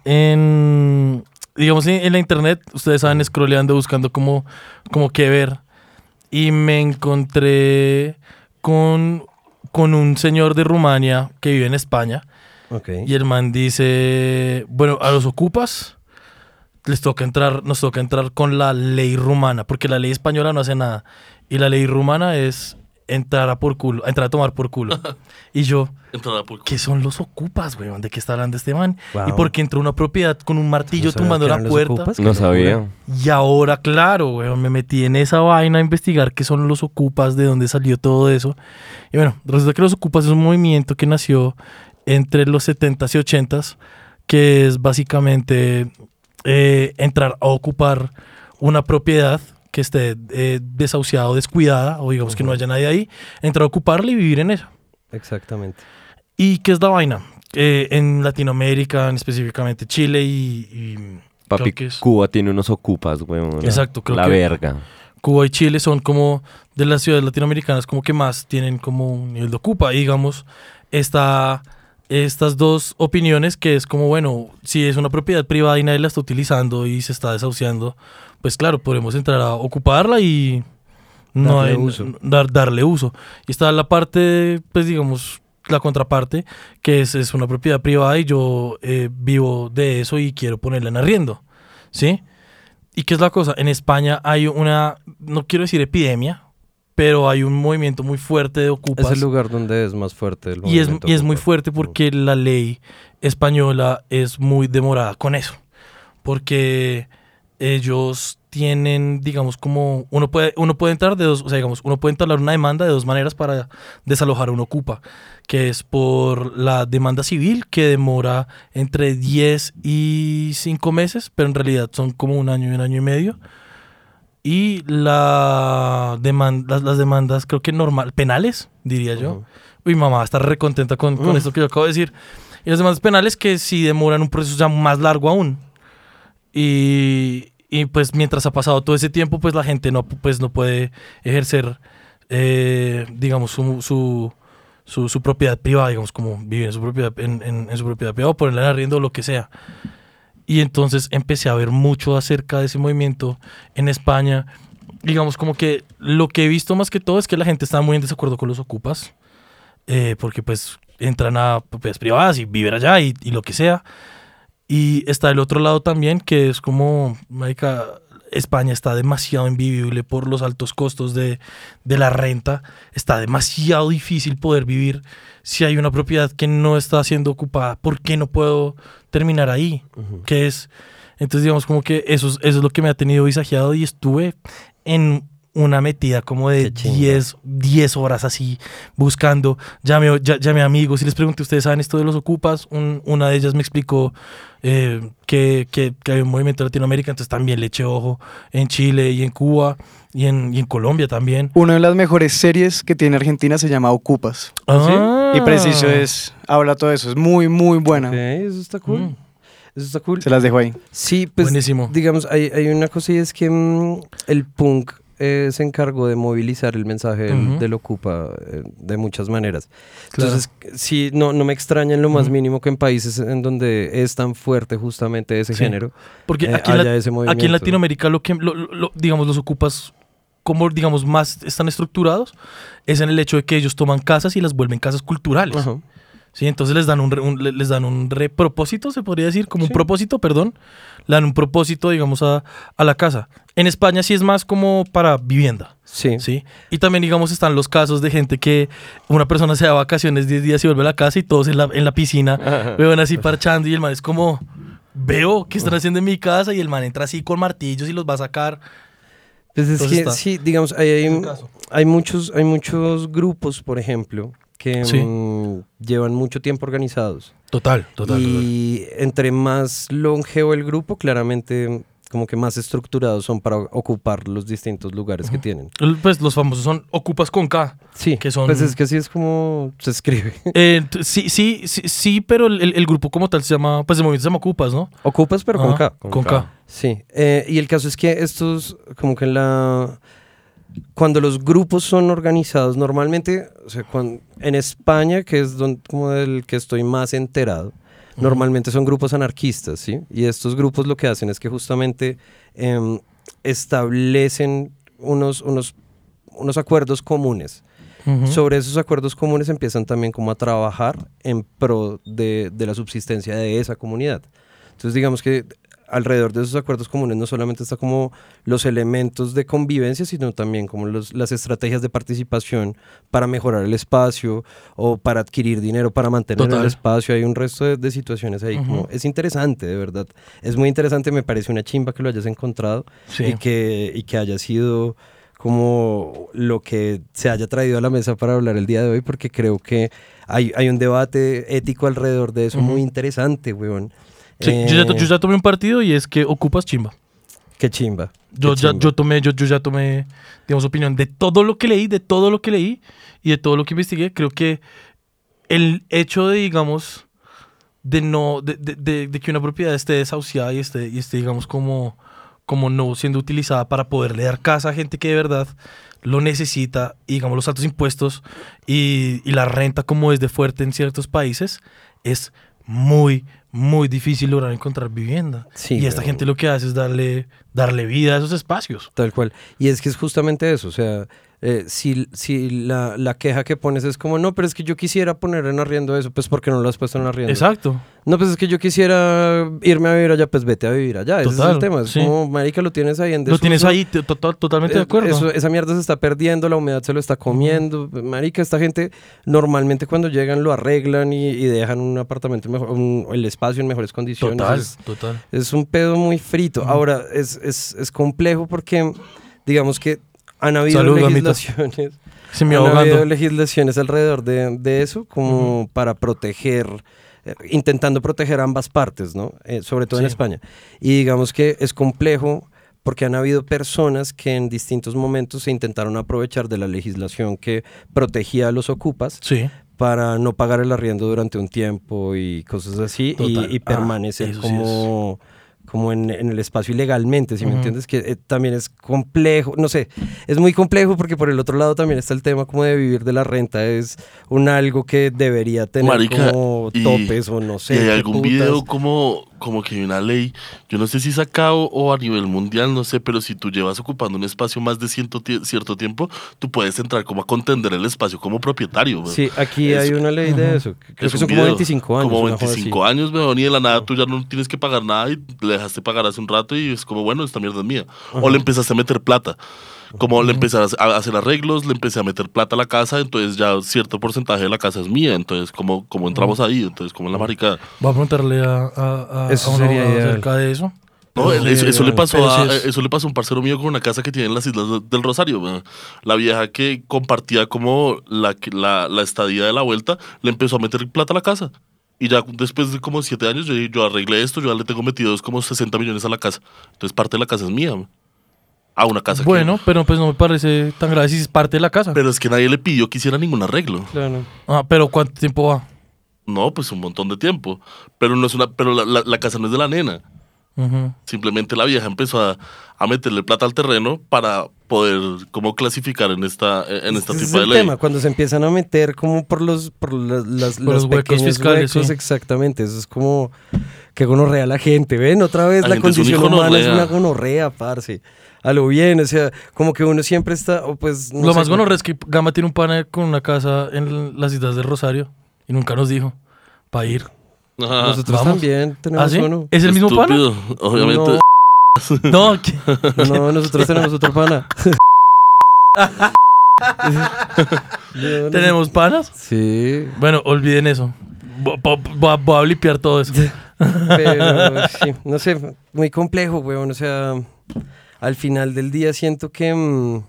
en, digamos, en, en la internet, ustedes saben, scrolleando, buscando como, como qué ver. Y me encontré con, con un señor de Rumania que vive en España. Ok. Y el man dice, bueno, a los ocupas les toca entrar, nos toca entrar con la ley rumana, porque la ley española no hace nada. Y la ley rumana es entrar a por culo, entrar a tomar por culo. Y yo... Entrada por ¿Qué son los ocupas, weón? ¿De qué está hablando este man? Wow. ¿Y por qué entró a una propiedad con un martillo No sabía tumbando que la eran los puerta? ocupas. Qué No locura. sabía. Y ahora, claro, weón, me metí en esa vaina a investigar qué son los ocupas, de dónde salió todo eso. Y bueno, resulta que los ocupas es un movimiento que nació entre los setentas y ochentas, que es básicamente eh, entrar a ocupar una propiedad que esté eh, desahuciada o descuidada, o digamos que no haya nadie ahí, entrar a ocuparla y vivir en ella. Exactamente. ¿Y qué es la vaina? Eh, en Latinoamérica, en específicamente Chile y, y Papi, creo que es Cuba tiene unos ocupas, weón. Exacto, creo La que- verga. Cuba y Chile son como de las ciudades latinoamericanas como que más tienen como un nivel de ocupa. Y digamos, está estas dos opiniones que es como, bueno, si es una propiedad privada y nadie la está utilizando y se está desahuciando, pues claro, podremos entrar a ocuparla y no Darle hay- uso. dar- darle uso. Y está la parte, pues digamos, la contraparte, que es, es una propiedad privada y yo eh, vivo de eso y quiero ponerla en arriendo, ¿sí? ¿Y qué es la cosa? En España hay una, no quiero decir epidemia, pero hay un movimiento muy fuerte de ocupas. Es el lugar donde es más fuerte el Y es, movimiento y es muy ocupa. fuerte porque la ley española es muy demorada con eso. Porque ellos tienen, digamos, como uno puede, uno puede entrar de dos, o sea, digamos, uno puede entablar una demanda de dos maneras para desalojar a un ocupa, que es por la demanda civil, que demora entre diez y cinco meses, pero en realidad son como un año y un año y medio. Y la demanda, las, las demandas, creo que normal, penales, diría yo. Ujú. Uy, mamá va a estar recontenta con, con Mm. esto que yo acabo de decir. Y las demandas penales que sí demoran un proceso ya más largo aún. Y, y pues mientras ha pasado todo ese tiempo, pues la gente no, pues no puede ejercer, eh, digamos, su, su, su, su propiedad privada, digamos, como vivir en su propiedad, en, en, en su propiedad privada, o ponerla en arriendo o lo que sea. Y entonces empecé a ver mucho acerca de ese movimiento en España. Digamos, como que lo que he visto más que todo es que la gente está muy en desacuerdo con los ocupas, eh, porque pues entran a propiedades privadas y viven allá y, y lo que sea. Y está el otro lado también, que es como, marica, España está demasiado invivible por los altos costos de, de la renta. Está demasiado difícil poder vivir si hay una propiedad que no está siendo ocupada. ¿Por qué no puedo terminar ahí? Uh-huh. ¿Qué es? Entonces, digamos, como que eso es, eso es lo que me ha tenido visajeado y estuve en una metida como de diez horas así, buscando. Llamé, llamé a amigos y les pregunté, ¿ustedes saben esto de los ocupas? Un, una de ellas me explicó eh, que, que, que hay un movimiento en Latinoamérica, entonces también le eché ojo en Chile y en Cuba y en, y en Colombia también. Una de las mejores series que tiene Argentina se llama Ocupas. Ah. ¿Sí? Y preciso es, habla todo eso, es muy, muy buena. Okay, eso está cool. Mm. Eso está cool. Se las dejo ahí. Sí, pues, buenísimo. Digamos, hay, hay una cosa y es que mmm, el punk Eh, se encargó de movilizar el mensaje del, uh-huh. del Ocupa eh, de muchas maneras. Claro. Entonces, sí, no, no me extraña en lo más uh-huh. mínimo que en países en donde es tan fuerte justamente ese sí. género. Porque eh, aquí, en la, ese aquí en Latinoamérica, lo que, lo, lo, digamos, los Ocupas, como digamos, más están estructurados, es en el hecho de que ellos toman casas y las vuelven casas culturales. Uh-huh. Sí, entonces les dan un, re, un les dan un repropósito, se podría decir, como sí. un propósito, perdón, le dan un propósito, digamos, a, a la casa. En España sí es más como para vivienda. Sí. Sí. Y también, digamos, están los casos de gente que una persona se da vacaciones diez días y vuelve a la casa y todos en la, en la piscina, vean así parchando y el man es como, veo qué están haciendo en mi casa y el man entra así con martillos y los va a sacar. Pues es que, sí, digamos, hay, hay, hay, muchos, hay muchos grupos, por ejemplo, que sí. mmm, llevan mucho tiempo organizados. Total, total. Y total. Entre más longevo el grupo, claramente como que más estructurados son para ocupar los distintos lugares uh-huh. que tienen. Pues los famosos son ocupas con K. Sí, que son... pues es que así es como se escribe. Eh, sí, sí, sí, sí, pero el, el grupo como tal se llama, pues el movimiento se llama Ocupas, ¿no? Ocupas, pero uh-huh. con K. Con, con K. K. Sí, eh, y el caso es que estos, como que la... Cuando los grupos son organizados, normalmente, o sea, cuando, en España, que es donde, como del que estoy más enterado, uh-huh. normalmente son grupos anarquistas, ¿sí? Y estos grupos lo que hacen es que justamente eh, establecen unos, unos, unos acuerdos comunes. Uh-huh. Sobre esos acuerdos comunes empiezan también como a trabajar en pro de, de la subsistencia de esa comunidad. Entonces, digamos que alrededor de esos acuerdos comunes no solamente está como los elementos de convivencia, sino también como los, las estrategias de participación para mejorar el espacio o para adquirir dinero para mantener Total. El espacio. Hay un resto de, de situaciones ahí. Uh-huh. Como, es interesante, de verdad. Es muy interesante, me parece una chimba que lo hayas encontrado sí. y, que, y que haya sido como lo que se haya traído a la mesa para hablar el día de hoy, porque creo que hay, hay un debate ético alrededor de eso uh-huh. muy interesante, weón. Sí, eh, yo, ya, yo ya tomé un partido y es que ocupas chimba. Qué chimba. Yo, qué ya, chimba. yo, tomé, yo, yo ya tomé, digamos, opinión de todo lo que leí, de todo lo que leí y de todo lo que investigué. Creo que el hecho de, digamos, de no, de, de, de, de que una propiedad esté desahuciada y esté, y esté digamos, como, como no siendo utilizada para poderle dar casa a gente que de verdad lo necesita, y digamos, los altos impuestos y, y la renta como es de fuerte en ciertos países, es muy, muy difícil lograr encontrar vivienda. Sí, y esta pero... gente lo que hace es darle, darle vida a esos espacios. Tal cual. Y es que es justamente eso, o sea, eh, si, si la, la queja que pones es como, no, pero es que yo quisiera poner en arriendo eso, pues ¿por qué no lo has puesto en arriendo? Exacto. No, pues es que yo quisiera irme a vivir allá, pues vete a vivir allá. Total, ese es el tema. Es sí. como, marica, lo tienes ahí en desuso. Lo tienes ahí, total, totalmente eh, de acuerdo. Eso, esa mierda se está perdiendo, la humedad se lo está comiendo. Uh-huh. Marica, esta gente normalmente cuando llegan lo arreglan y, y dejan un apartamento, mejor, un, el espacio en mejores condiciones. Total, es, total. Es un pedo muy frito. Uh-huh. Ahora, es, es, es complejo porque, digamos que han habido Salud, legislaciones. Se me han ahogando. habido legislaciones alrededor de, de eso, como uh-huh. para proteger, eh, intentando proteger ambas partes, ¿no? Eh, sobre todo sí. en España. Y digamos que es complejo porque han habido personas que en distintos momentos se intentaron aprovechar de la legislación que protegía a los ocupas. Sí. Para no pagar el arriendo durante un tiempo y cosas así, y, y permanecer ah, como, sí como en, en el espacio ilegalmente, ¿sí me Ujú. entiendes? Que eh, también es complejo, no sé, es muy complejo porque por el otro lado también está el tema como de vivir de la renta, es un algo que debería tener Marica, como y- topes o no sé. y hay qué algún putas. video como, como que hay una ley, yo no sé si es acá o, o a nivel mundial, no sé, pero si tú llevas ocupando un espacio más de ciento tie- cierto tiempo, tú puedes entrar como a contender el espacio como propietario. weón. Sí, aquí Es- hay una ley de Ujú. eso, que creo Es que un son como video, veinticinco años. Como una joda veinticinco así. años, weón, y de la nada tú ya no tienes que pagar nada y le dejaste pagar hace un rato y es como, bueno, esta mierda es mía. O le empezaste a meter plata. Como le empecé a a hacer arreglos, le empecé a meter plata a la casa, entonces ya cierto porcentaje de la casa es mía. Entonces, como, como entramos ahí? Entonces, como en la marica. Voy a preguntarle a, a, a, Eso a un sería abogado ideal. acerca de eso. No, Pero eso, sí, eso le ya. pasó Pero a, sí es- eso le pasó a un parcero mío con una casa que tiene en las Islas de- del Rosario. weón. La vieja que compartía como la, que- la, la estadía de la vuelta, le empezó a meter plata a la casa. Y ya después de como siete años, yo, yo arreglé esto, yo ya le tengo metidos como sesenta millones a la casa. Entonces parte de la casa es mía. weón. A una casa que- Bueno, pero pues no me parece tan grave si es parte de la casa. Pero es que nadie le pidió que hiciera ningún arreglo. Claro. Ah, pero ¿cuánto tiempo va? No, pues un montón de tiempo. Pero no es una, pero la, la- la casa no es de la nena. Ujú. Simplemente la vieja empezó a, a meterle plata al terreno para poder como clasificar en esta, en esta Ese tipo es de el ley. tema, cuando se empiezan a meter como por los, por las, las- Por los los huecos pequeños fiscales, huecos, sí. exactamente, eso es como que gonorrea la gente, ¿ven? Otra vez La la, gente es un condición hijo humana es gonorrea. una gonorrea, parce, a lo bien, o sea, como que uno siempre está, o pues, no Lo sé, más como- bueno es que Gama tiene un pana con una casa en las Islas del Rosario y nunca nos dijo para ir. Ajá. nosotros Vamos. también tenemos ¿Ah, sí? uno. ¿Es el mismo pana? Estúpido, obviamente. No. No, ¿qué? No, nosotros tenemos otro pana. No, ¿Tenemos panas? Sí, Bueno, olviden eso. Voy, voy a- voy a blipear todo eso. pero sí, no sé, muy complejo, weón. O sea, al final del día siento que, mm,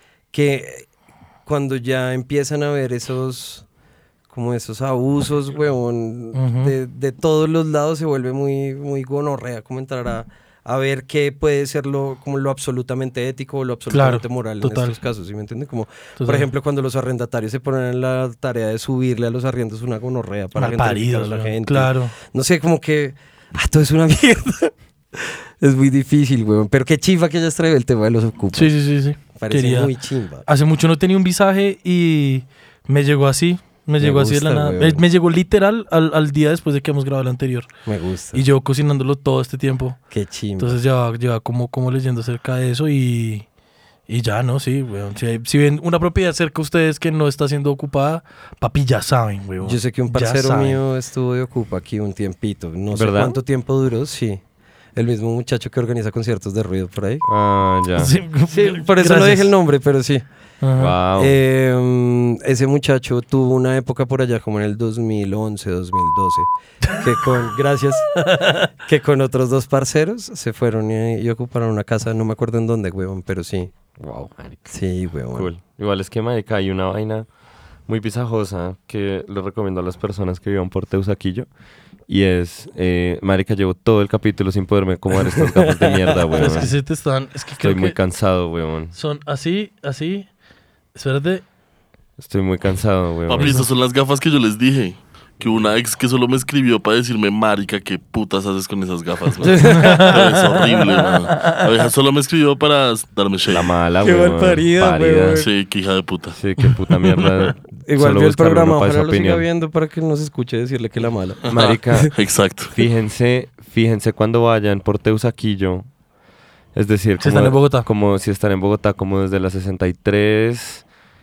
que cuando ya empiezan a ver esos, como esos abusos, weón, Ujú. de, de todos los lados se vuelve muy, muy gonorrea, como entrar a, a ver qué puede ser lo, como lo absolutamente ético o lo absolutamente Claro, moral total. en estos casos, ¿sí me entienden? Como, por Total. ejemplo, cuando los arrendatarios se ponen en la tarea de subirle a los arriendos una gonorrea para gentrificar a Malparidos, la weón. gente. Claro. No sé, como que ah, todo es una mierda. Es muy difícil, weón. Pero qué chiva que hayas traído el tema de los ocupas. Sí, sí, sí, sí. Parece Quería- muy chimba. Hace mucho no tenía un visaje y me llegó así. Me, Me llegó así de la gusta, nada. weón. Me, me llegó literal al, al día después de que hemos grabado el anterior. Me gusta. Y yo cocinándolo todo este tiempo. Qué chimba. Entonces ya lleva como, como leyendo acerca de eso y, y ya, ¿no? Sí, weón. Si, hay- si ven una propiedad cerca de ustedes que no está siendo ocupada, papi, ya saben, weón. Yo sé que un Ya parcero saben. mío estuvo de ocupa aquí un tiempito. No sé ¿Verdad? cuánto tiempo duró, sí. El mismo muchacho que organiza conciertos de ruido por ahí. Ah, ya. Sí, Sí, por eso no gracias. dije el nombre, pero sí. Ajá. Wow. Eh, mm, ese muchacho tuvo una época por allá como en el dos mil once, dos mil doce, que con, gracias, que con otros dos parceros se fueron y, y ocuparon una casa, no me acuerdo en dónde, huevón, pero sí. Wow. Sí, huevón. Cool. Igual es que, marica, hay una vaina muy pisajosa que les recomiendo a las personas que vivan por Teusaquillo. Y es, eh, marica, llevo todo el capítulo sin poderme acomodar estas gafas de mierda, weón. Es que se te están. Es que creo Estoy muy que cansado, weón. son así, así. Espérate. Estoy muy cansado, weón. Papi, estas son las gafas que yo les dije. Que una ex que solo me escribió para decirme, marica, ¿qué putas haces con esas gafas? man?" Pero es horrible, man. La vieja solo me escribió para darme shade. La mala, Qué weón. malparida, Pálida. weón. Sí, qué hija de puta. Sí, qué puta mierda. Igual Solo vio el buscarle programa, uno para ojalá esa lo siga opinión. viendo para que no se escuche decirle que la mala. Marica, Exacto. fíjense, fíjense cuando vayan por Teusaquillo. Es decir, Si como, están en Bogotá. como si están en Bogotá, como desde la sesenta y tres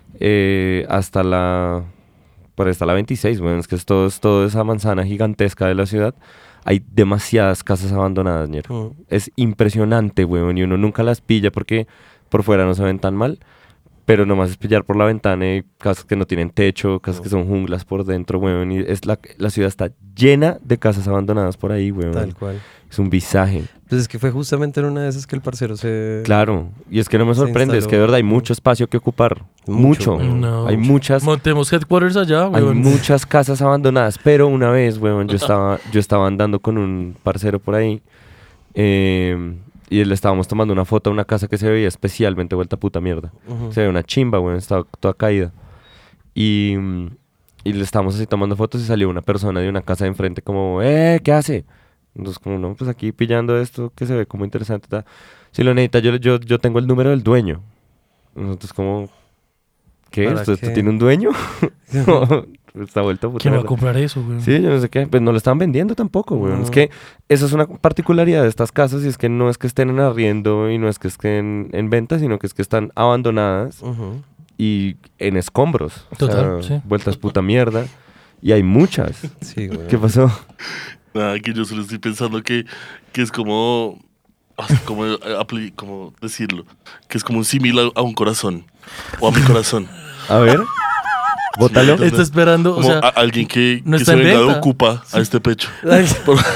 eh, hasta la por hasta la veintiséis, bueno, es que es todo, es toda esa manzana gigantesca de la ciudad. Hay demasiadas casas abandonadas, ñero. Mm. Es impresionante, weón, y uno nunca las pilla porque por fuera no se ven tan mal, pero nomás es pillar por la ventana y casas que no tienen techo, casas que son junglas por dentro, weón, y es la, la ciudad está llena de casas abandonadas por ahí, weón. Tal cual. Es un visaje. Pues es que fue justamente en una de esas que el parcero se... Claro, y es que no me Se sorprende, es instaló. que de verdad hay mucho espacio que ocupar. Mucho, Mucho. weón. No. Hay muchas Montemos headquarters allá, hay weón. muchas casas abandonadas, pero una vez, weón, yo estaba yo estaba andando con un parcero por ahí eh, y le estábamos tomando una foto a una casa que se veía especialmente vuelta puta mierda. Ujú. Se veía una chimba, weón, estaba toda caída. Y, y le estábamos así tomando fotos y salió una persona de una casa de enfrente como, eh, ¿qué hace? Entonces, como no, pues aquí pillando esto que se ve como interesante. Ta. Si lo necesita, yo, yo, yo tengo el número del dueño. Entonces, como, ¿qué? ¿Para ¿Esto, esto qué? tiene un dueño? No, está vuelto puta ¿Quién va a mierda. comprar eso, güey? Sí, yo no sé qué. Pues no lo están vendiendo tampoco, güey. No. Es que esa es una particularidad de estas casas y es que no es que estén en arriendo y no es que estén en venta, sino que es que están abandonadas Ujú. y en escombros. O Total, sea, sí. vueltas puta mierda. Y hay muchas. Sí, güey. ¿Qué pasó? Nada, que yo solo estoy pensando que, que es como, ah, como, eh, apli- como decirlo, que es como un símil a, a un corazón, o a mi corazón. A ver. Bótalo. Sí, Está esperando, o Como sea, a- alguien que, no que está se en venga de venta. Ocupa a este pecho. Ay,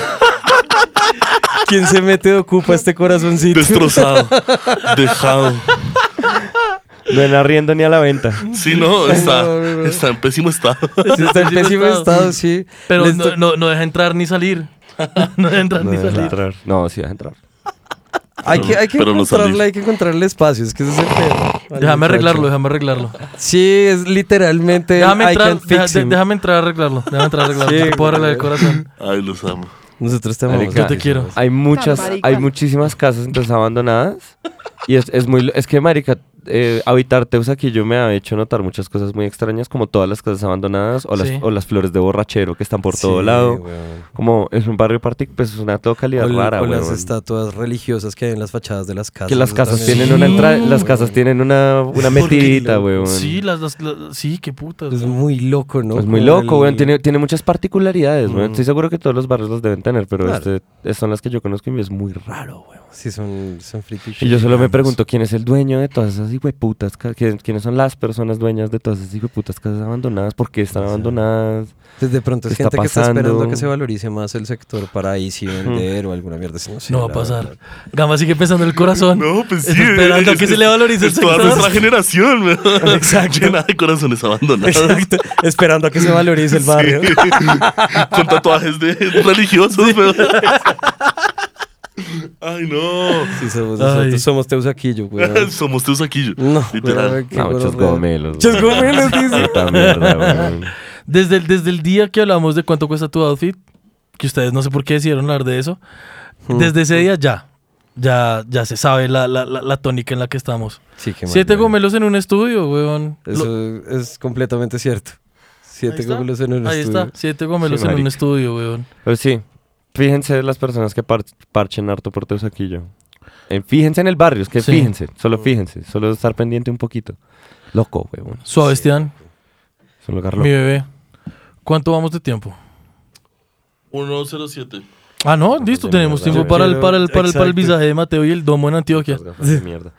¿quién se mete de ocupa este corazoncito? Destrozado, dejado. No en arriendo ni a la venta. Sí, no, está, No, no, no. está en pésimo estado. Sí, está en pésimo estado, sí. pero Les no, to- no, no deja entrar ni salir. No deja entrar No ni deja salir. entrar. No, sí deja entrar. Hay que, hay que Pero no encontrarle, salir. hay que encontrarle espacio, es que ese es el pedo. Déjame Muchacho. arreglarlo, déjame arreglarlo. Sí, es literalmente. Déjame I entrar, can't deja- fix de- him. déjame entrar a arreglarlo. Déjame entrar a arreglarlo. Sí, Te puedo arreglar el güey. corazón. Ay, los amo. Nosotros te amamos. Marica, Yo te quiero. Hay muchas, hay muchísimas casas entonces abandonadas. Y es, es muy, es que marica, eh, habitar Teusaquillo me ha hecho notar muchas cosas muy extrañas, como todas las casas abandonadas o las, Sí. o las flores de borrachero que están por Sí, todo lado. weón. Como es un barrio particular, pues es una localidad O, rara, o las weón. estatuas religiosas que hay en las fachadas de las casas. Que las eso casas también tienen es- una entrada, Sí, las casas tienen una, una Porque metidita, lo- weón. Sí, las, las- las- sí, qué putas. Es güey. muy loco, ¿no? Es muy Como loco, el- weón. Tiene, tiene muchas particularidades, weón. Mm. Estoy seguro que todos los barrios los deben tener, pero Claro. este, son las que yo conozco y es muy raro, weón. Sí, son, son freaky Y yo solo me shit. pregunto quién es el dueño de todas esas hijueputas, ca- quién- quiénes son las personas dueñas de todas esas hijueputas casas abandonadas, por qué están Sí. abandonadas. Pues de pronto es ¿Qué gente está que está esperando a pasando? que se valorice más el sector para ahí sí vender o alguna mierda así. No, sé, No va a la pasar. verdad. Gama sigue pensando en el corazón. No, pues sí. Está esperando a es- que se es- le valorice el es toda sector. nuestra generación, weón. Exacto. Llena de corazones abandonados. Exacto. Esperando a que se valorice el barrio. Sí. Con tatuajes de religiosos, weón. Ay, no. Sí, somos, Ay. nosotros somos Teusaquillo, weón. Somos Teusaquillo. No, Literal. weón, qué No, muchos gonorrea. gomelos. Muchos weón. gomelos, dice. Puta mierda, weón. Desde el, desde el día que hablamos de cuánto cuesta tu outfit, que ustedes no sé por qué decidieron hablar de eso, desde ese día ya, ya, ya se sabe la, la, la, la tónica en la que estamos. Sí, qué mal, Siete weón. gomelos en un estudio, weón. Lo- Eso es completamente cierto. Siete ahí está, gomelos en un ahí estudio. está, siete gomelos Sí, en un marica. estudio, weón. Pero sí, fíjense las personas que par- parchen harto por Teusaquillo. Eh, fíjense en el barrio, es que Sí. fíjense, solo fíjense, solo estar pendiente un poquito. Loco, weón. Suave, Esteban, Son lugar mi loco. bebé. ¿Cuánto vamos de tiempo? uno cero siete. Ah, no, listo, de tenemos mierda. tiempo Yo para el, quiero- para, el, para, el, para el exacto. visaje de Mateo y el domo en Antioquia. Las gafas de mierda.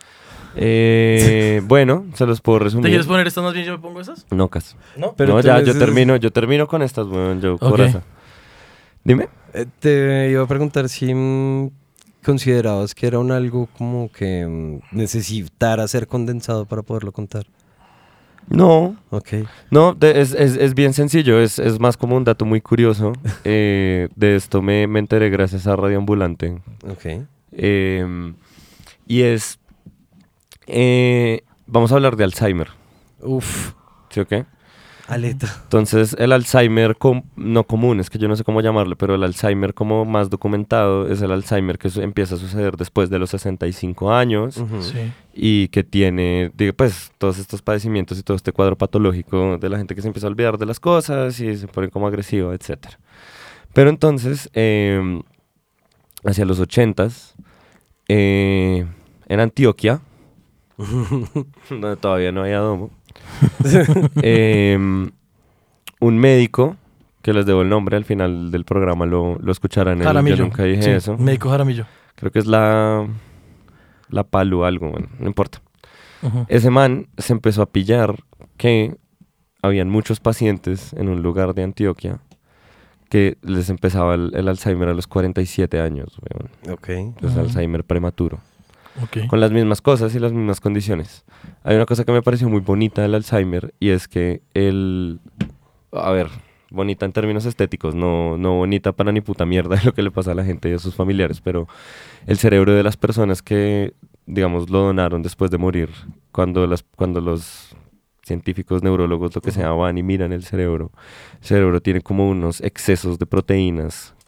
Eh, bueno, se los puedo resumir. ¿Te quieres poner estas más bien? ¿Yo me pongo esas? No, cas. No. Pero no, tú ya, les yo dices- termino, yo termino con estas, weón, yo, Ok. coraza. Dime. Eh, Te iba a preguntar si mm, considerabas que era un algo como que mm, necesitara ser condensado para poderlo contar. No, Ok. no, de- es, es, es bien sencillo, es, es más como un dato muy curioso. Eh, de esto me, me enteré gracias a Radio Ambulante. Ok. Eh, y es, eh, vamos a hablar de Alzheimer, Uf. ¿sí o qué? Aleta. Entonces, el Alzheimer com- no común, es que yo no sé cómo llamarle, pero el Alzheimer como más documentado es el Alzheimer que su- empieza a suceder después de los sesenta y cinco años Ujú. Sí. y que tiene, digo, pues, todos estos padecimientos y todo este cuadro patológico de la gente que se empieza a olvidar de las cosas y se pone como agresiva, etcétera. Pero entonces, eh, hacia los ochentas, eh, en Antioquia, donde todavía no había domo, eh, un médico, que les debo el nombre, al final del programa lo, lo escucharán. En el, Jaramillo. yo nunca dije Sí, eso. Médico Jaramillo. Creo que es la, la Palu algo, bueno, no importa. Ujú. Ese man se empezó a pillar que habían muchos pacientes en un lugar de Antioquia que les empezaba el, el Alzheimer a los cuarenta y siete años, weón. Ok. Entonces, Ujú. Alzheimer prematuro. Ok. Con las mismas cosas y las mismas condiciones. Hay una cosa que me pareció muy bonita del Alzheimer y es que el... A ver, bonita en términos estéticos, no, no bonita para ni puta mierda de lo que le pasa a la gente y a sus familiares, pero el cerebro de las personas que, digamos, lo donaron después de morir, cuando, las, cuando los científicos, neurólogos, lo que sea, van y miran el cerebro, el cerebro tiene como unos excesos de proteínas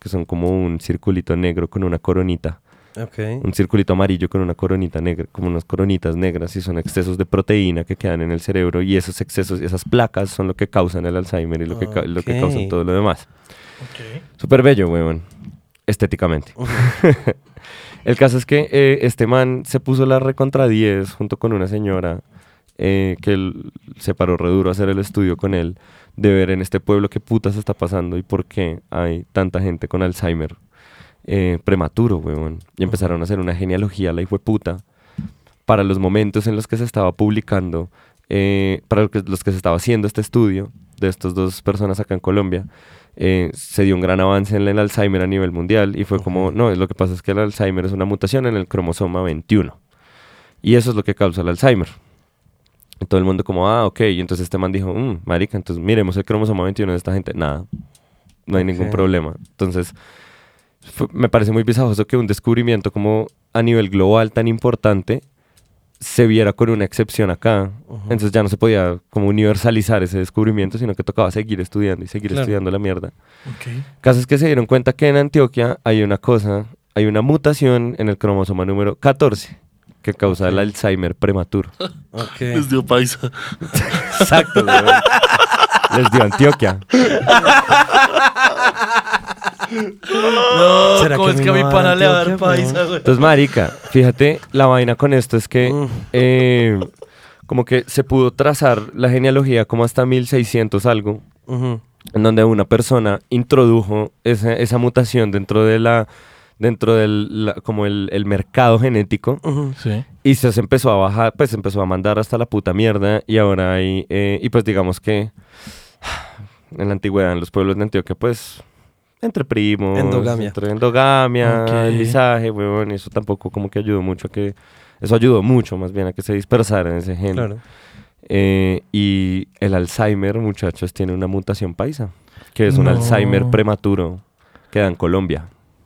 que son como un circulito negro con una coronita. Okay. Un circulito amarillo con una coronita negra, como unas coronitas negras, y son excesos de proteína que quedan en el cerebro, y esos excesos, esas placas son lo que causan el Alzheimer y lo que, ca- lo que Ok. causan todo lo demás. Ok. Súper bello, weón, estéticamente. El caso es que eh, este man se puso la recontra diez junto con una señora eh, que él se paró re duro a hacer el estudio con él, de ver en este pueblo qué putas está pasando y por qué hay tanta gente con Alzheimer eh, prematuro, weón. Y empezaron a hacer una genealogía, la hijueputa, para los momentos en los que se estaba publicando, eh, para los que, los que se estaba haciendo este estudio de estas dos personas acá en Colombia. Eh, se dio un gran avance en el Alzheimer a nivel mundial y fue como, no, lo que pasa es que el Alzheimer es una mutación en el cromosoma veintiuno y eso es lo que causa el Alzheimer. Y todo el mundo como, ah, ok, y entonces este man dijo, mmm, marica, entonces miremos el cromosoma veintiuno de esta gente, nada, no hay Ok. ningún problema. Entonces fue- me parece muy visajoso que un descubrimiento como a nivel global tan importante se viera con una excepción acá. Entonces ya no se podía como universalizar ese descubrimiento, sino que tocaba seguir estudiando y seguir Claro. estudiando la mierda. Ok. Caso es que se dieron cuenta que en Antioquia hay una cosa, hay una mutación en el cromosoma número catorce que causa el Alzheimer prematuro. Ok. Les dio paisa. Exacto, weón. Les dio Antioquia. No, ¿Será ¿cómo que es a mí que a mi me va a pana dar le va a dar Antioquia, paisa, weón? güey? Entonces, marica, fíjate, la vaina con esto es que Mm. eh, como que se pudo trazar la genealogía como hasta mil seiscientos algo, Ujú. en donde una persona introdujo esa, esa mutación dentro de la dentro del la- como el, el mercado genético Ujú. Sí. y se, se empezó a bajar, pues se empezó a mandar hasta la puta mierda y ahora hay, eh, y pues digamos que en la antigüedad, en los pueblos de Antioquia, pues entre primos, Endogamia. entre endogamia, Ok. el visaje, weón, y eso tampoco como que ayudó mucho a que, eso ayudó mucho más bien a que se dispersara ese gen. Claro. Eh, y el Alzheimer, muchachos, tiene una mutación paisa, que es un No. Alzheimer prematuro que da en Colombia.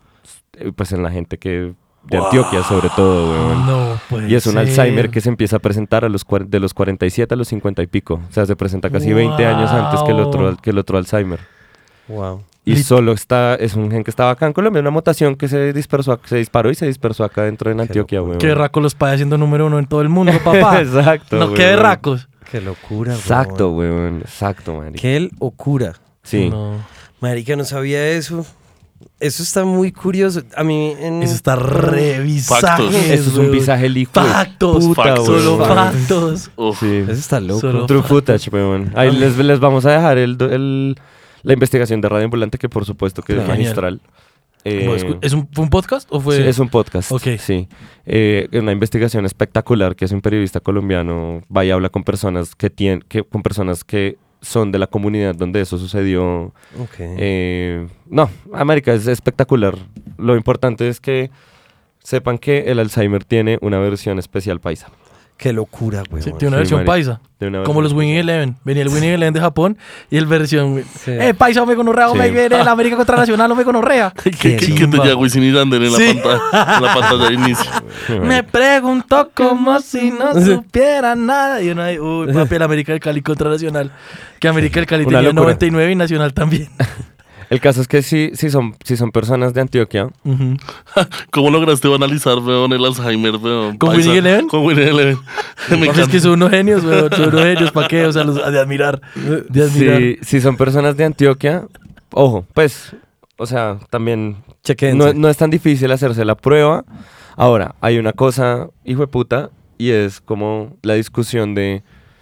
Eh, Pues en la gente que de Antioquia, sobre todo, weón. No, pues. Y es un Alzheimer que se empieza a presentar a los cuar- de los cuarenta y siete a los cincuenta y pico. O sea, se presenta casi veinte años antes que el otro, Wow. que el otro Alzheimer. Wow. Y Lit- solo está, es un gen que estaba acá en Colombia, una mutación que se dispersó, ac- se disparó y se dispersó acá dentro de Antioquia, weón. Qué berraco los padres siendo número uno en todo el mundo, papá. Exacto, No, qué weón. berracos. Qué locura, Exacto, weón. weón. Exacto, marica. Qué locura. Sí. No. Marica, no sabía eso. Eso está muy curioso. A mí en... Eso está revisado. Factos. Eso es un visaje hijo de Factos. puta, Factos. weón. Solo Factos. factos. Uf. Sí. Eso está loco. Solo- True footage, weón. Ahí les, les vamos a dejar el, do- el- la investigación de Radio Ambulante, que por supuesto que es Genial. magistral. Eh, Como escu- ¿Es un, fue un podcast o fue...? sí, es un podcast, Ok. sí. Eh, una investigación espectacular que es un periodista colombiano, va y habla con personas que tienen, que, con personas que son de la comunidad donde eso sucedió. Ok. Eh, no, América es espectacular. Lo importante es que sepan que el Alzheimer tiene una versión especial paisa. Qué locura, weón. Sí, tiene una Sí, versión marica. paisa. De una Como los versión Winning Eleven. Venía el Winning Eleven de Japón y el versión... Sí. Eh, paisa, me gonorrea, Sí. me viene la América contra Nacional, me gonorrea. Que, que, que te chimba. llega Wisin y Yandel en la, Sí. pantalla, en la pantalla de inicio. Me preguntó como si no supiera nada. Y uno ahí, uy, papi, el América del Cali contra Nacional. Que América del Cali Una tenía locura. noventa y nueve y Nacional también. El caso es que sí, sí son, sí son personas de Antioquia. Ujú. ¿Cómo lograste banalizar, weón, el Alzheimer, weón? ¿Con Paisa? Winning Eleven? Con Winning Eleven. Me Pues es encanta. que son unos genios, weón. Son unos genios, ¿para qué? O sea, los, de admirar. De admirar. Sí, sí son personas de Antioquia. Ojo, pues, o sea, también Chequense. no, no es tan difícil hacerse la prueba. Ahora, hay una cosa, hijo de puta, y es como la discusión de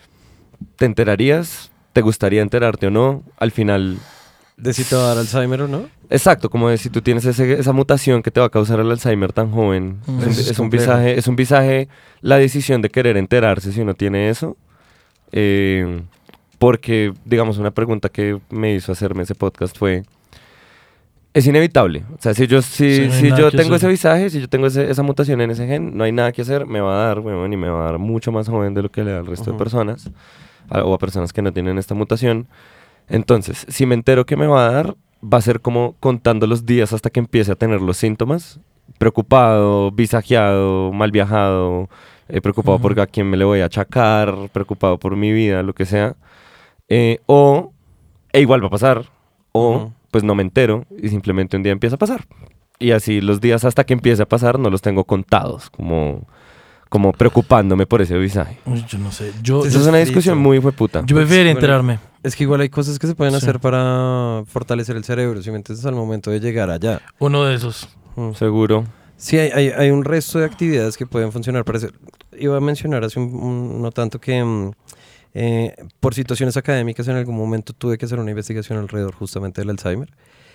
¿te enterarías? ¿Te gustaría enterarte o no? Al final, ¿De si te va a dar Alzheimer o no? exacto, como de si tú tienes ese- esa mutación que te va a causar el Alzheimer tan joven. Mm. Es, un- Eso es es un complejo. visaje, es un visaje la decisión de querer enterarse si uno tiene eso. Eh, porque, digamos, una pregunta que me hizo hacerme ese podcast fue, es inevitable. O sea, si yo, si, Sí, no hay si nada yo que tengo hacer. ese visaje, si yo tengo ese- esa mutación en ese gen, no hay nada que hacer, me va a dar, weón, y me va a dar mucho más joven de lo que le da al resto de Ujú. personas, a- o a personas que no tienen esta mutación. Entonces, si me entero que me va a dar, va a ser como contando los días hasta que empiece a tener los síntomas. Preocupado, visajeado, mal viajado, eh, preocupado por a quién me le voy a achacar, preocupado por mi vida, lo que sea. Eh, o, e igual va a pasar, o Ujú. pues no me entero y simplemente un día empieza a pasar. Y así los días hasta que empiece a pasar no los tengo contados, como, como preocupándome por ese visaje. Uy, yo no sé. Yo, Eso es una discusión muy hijueputa. yo prefiero enterarme. Es que igual hay cosas que se pueden Sí. hacer para fortalecer el cerebro, si me entiendes, al momento de llegar allá. Uno de esos. Seguro. Sí, hay, hay, hay un resto de actividades que pueden funcionar para hacer. Iba a mencionar hace un, un- no tanto que mm, eh, por situaciones académicas en algún momento tuve que hacer una investigación alrededor justamente del Alzheimer.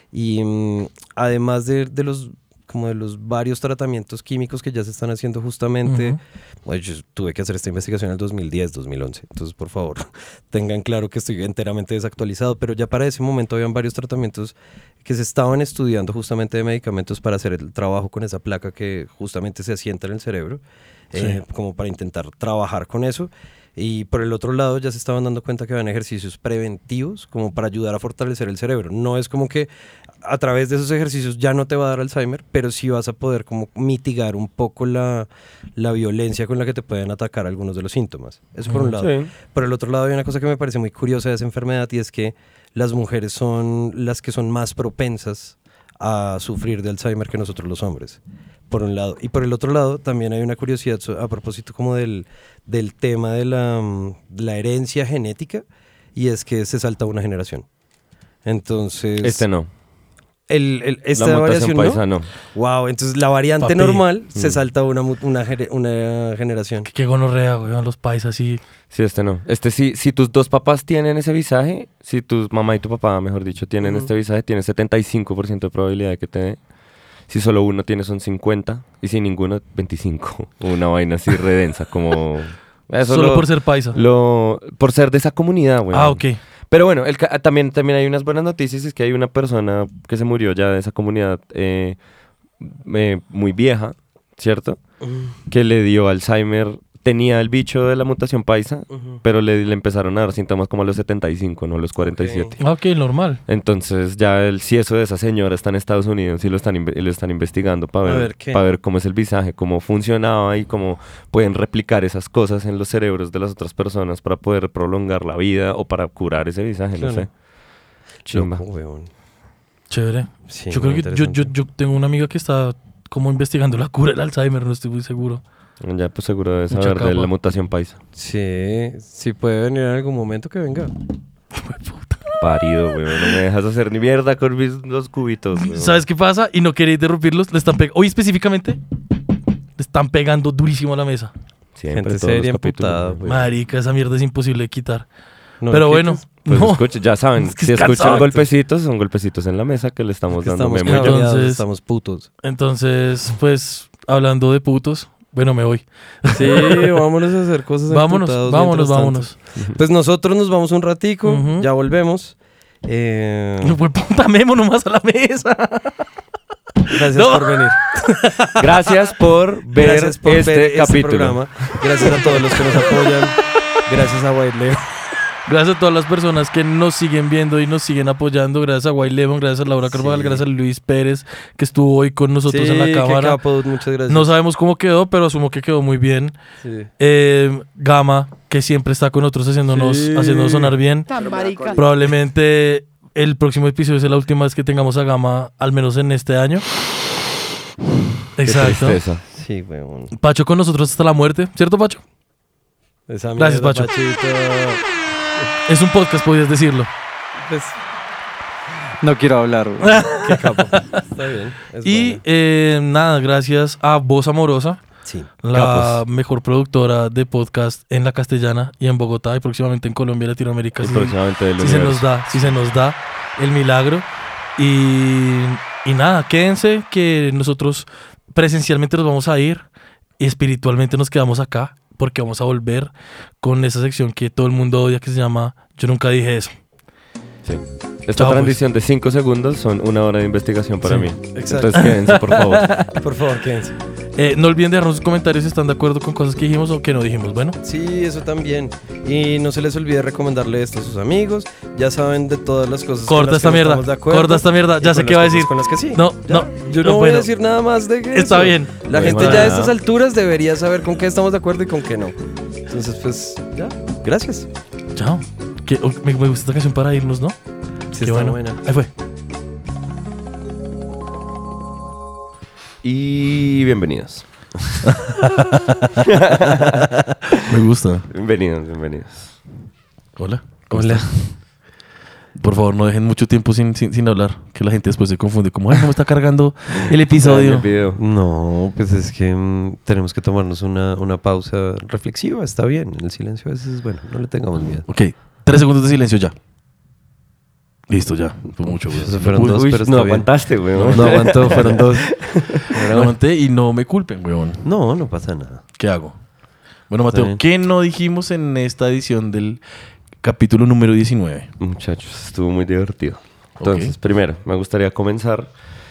Y mm, además de, de los como de los varios tratamientos químicos que ya se están haciendo justamente, Ujú. bueno, yo tuve que hacer esta investigación en el dos mil diez, dos mil once, entonces por favor tengan claro que estoy enteramente desactualizado, pero ya para ese momento habían varios tratamientos que se estaban estudiando justamente de medicamentos para hacer el trabajo con esa placa que justamente se asienta en el cerebro, eh, como para intentar trabajar con eso. Y por el otro lado ya se estaban dando cuenta que habían ejercicios preventivos como para ayudar a fortalecer el cerebro. No es como que a través de esos ejercicios ya no te va a dar Alzheimer, pero sí vas a poder como mitigar un poco la, la violencia con la que te pueden atacar algunos de los síntomas. Eso por un lado. Sí. Por el otro lado hay una cosa que me parece muy curiosa de esa enfermedad y es que las mujeres son las que son más propensas a sufrir de Alzheimer que nosotros los hombres, por un lado. Y por el otro lado también hay una curiosidad so- a propósito como del, del tema de la, mm, la herencia genética, y es que se salta una generación. Entonces... Este no. El, el- esta La mutación variación paisa no. Wow, entonces la variante Papi. normal se Mm. salta una, mu- una, gere- una generación. Qué gonorrea, güey. Los paisas y Sí, este no. Este sí, si tus dos papás tienen ese visaje, si tu mamá y tu papá, mejor dicho, tienen Ujú. este visaje, tienes setenta y cinco por ciento de probabilidad de que te dé. Si solo uno tiene son cincuenta y si ninguno, veinticinco. Una vaina así redensa, como... Eso solo lo- por ser paisa. Lo, por ser de esa comunidad, güey. Ah, ok. Pero bueno, el ca- también, también hay unas buenas noticias, es que hay una persona que se murió ya de esa comunidad eh, eh, muy vieja, ¿cierto? Que le dio Alzheimer, tenía el bicho de la mutación paisa, Ujú. pero le, le empezaron a dar síntomas como a los setenta y cinco, no a los cuarenta y siete. Ah, ok, normal. Entonces ya el cieso de esa señora está en Estados Unidos y lo están, inve- y lo están investigando para A ver, ver, ¿qué? para ver cómo es el visaje, cómo funcionaba y cómo pueden replicar esas cosas en los cerebros de las otras personas para poder prolongar la vida o para curar ese visaje, no Claro. sé. Chimba. Loco, weón. Chévere. Sí, yo creo muy que yo, yo, interesante. yo tengo una amiga que está como investigando la cura del Alzheimer, no estoy muy seguro. Ya pues seguro de Mucha saber de capa. la mutación paisa. Sí, sí puede venir en algún momento que venga. Parido, güey. No me dejas hacer ni mierda con mis los cubitos. weón. ¿Sabes qué pasa? Y no quería interrumpirlos. Le están pegando. Hoy específicamente le están pegando durísimo a la mesa. Siempre, Gente todos los seria, capítulos, emputada, güey. güey. Marica, esa mierda es imposible de quitar. No Pero le bueno, quites. Pues no. escucha, ya saben, Es que si es escuchan cansado. golpecitos, son golpecitos en la mesa que le estamos Que dando estamos Memo y yo. cabreados, Entonces- estamos putos. Entonces, pues, hablando de putos, bueno, me voy. Sí, vámonos a hacer cosas Vámonos, emputados vámonos, mientras tanto. vámonos. Pues nosotros nos vamos un ratico, Ujú. ya volvemos. Eh, No fue puta Memo nomás a la mesa. gracias No. por venir. Gracias por ver Gracias por este ver este capítulo. programa. Gracias a todos los que nos apoyan. Gracias a White Leo. Gracias a todas las personas que nos siguen viendo y nos siguen apoyando. Gracias a White Lemon, gracias a Laura Carvajal, Sí. gracias a Luis Pérez, que estuvo hoy con nosotros Sí, en la qué cámara. capo, muchas gracias. No sabemos cómo quedó, pero asumo que quedó muy bien. Sí. Eh, Gama, que siempre está con nosotros haciéndonos, Sí. haciéndonos sonar bien. Probablemente el próximo episodio sea la última vez que tengamos a Gama, al menos en este año. Qué Exacto. tristeza. Sí, weón. Pacho con nosotros hasta la muerte, ¿cierto, Pacho? Esa Gracias, mierda, Pacho. Pachito. Es un podcast, podías decirlo. Pues, No quiero hablar, güey. qué capo. Está bien. es Y bueno. eh, nada, gracias a Voz Amorosa, Sí. la Capos. mejor productora de podcast en la castellana y en Bogotá y próximamente en Colombia y Latinoamérica. Y Si, próximamente del si se nos universo. da, si se nos da el milagro. Y, y nada, quédense que nosotros presencialmente nos vamos a ir y espiritualmente nos quedamos acá porque vamos a volver con esa sección que todo el mundo odia que se llama Yo Nunca Dije Eso. Sí. Esta Chao, pues. transición de cinco segundos son una hora de investigación para Sí, mí. exacto. Entonces quédense, por favor. Por favor, quédense. Eh, no olviden dejarnos sus comentarios si están de acuerdo con cosas que dijimos o que no dijimos. Bueno, Sí, eso también. Y no se les olvide recomendarle esto a sus amigos. Ya saben de todas las cosas. con corta las esta que no mierda. estamos de acuerdo Corta esta mierda. y Ya sé con qué las va a cosas decir. Con las que sí. No, Ya. no. Yo no no, voy bueno. a decir nada más de que Está eso. bien. La Bueno, gente ya a nada. estas alturas debería saber con qué estamos de acuerdo y con qué no. Entonces, pues, ya. Gracias. Chao. Que- oh, me, me gusta esta canción para irnos, ¿no? Sí, Qué está bueno. buena. Ahí fue. y bienvenidos. Me gusta. Bienvenidos, bienvenidos. Hola. Hola. Por favor, no dejen mucho tiempo sin, sin, sin hablar, que la gente después se confunde. Como, ay, no me está cargando el episodio. El video. No, pues es que mm, tenemos que tomarnos una, una pausa reflexiva. Está bien. El silencio a veces es bueno. No le tengamos miedo. Ok, tres segundos de silencio ya. Listo, ya. Fue mucho, güey. Eso fueron Uy, dos, uy, pero está no bien. aguantaste, weón. No aguantó, fueron dos. No aguanté y no me culpen, weón. No, no pasa nada. ¿Qué hago? Bueno, Está Mateo, bien. ¿qué no dijimos en esta edición del capítulo número diecinueve? Muchachos, estuvo muy divertido. Entonces, Ok. primero, me gustaría comenzar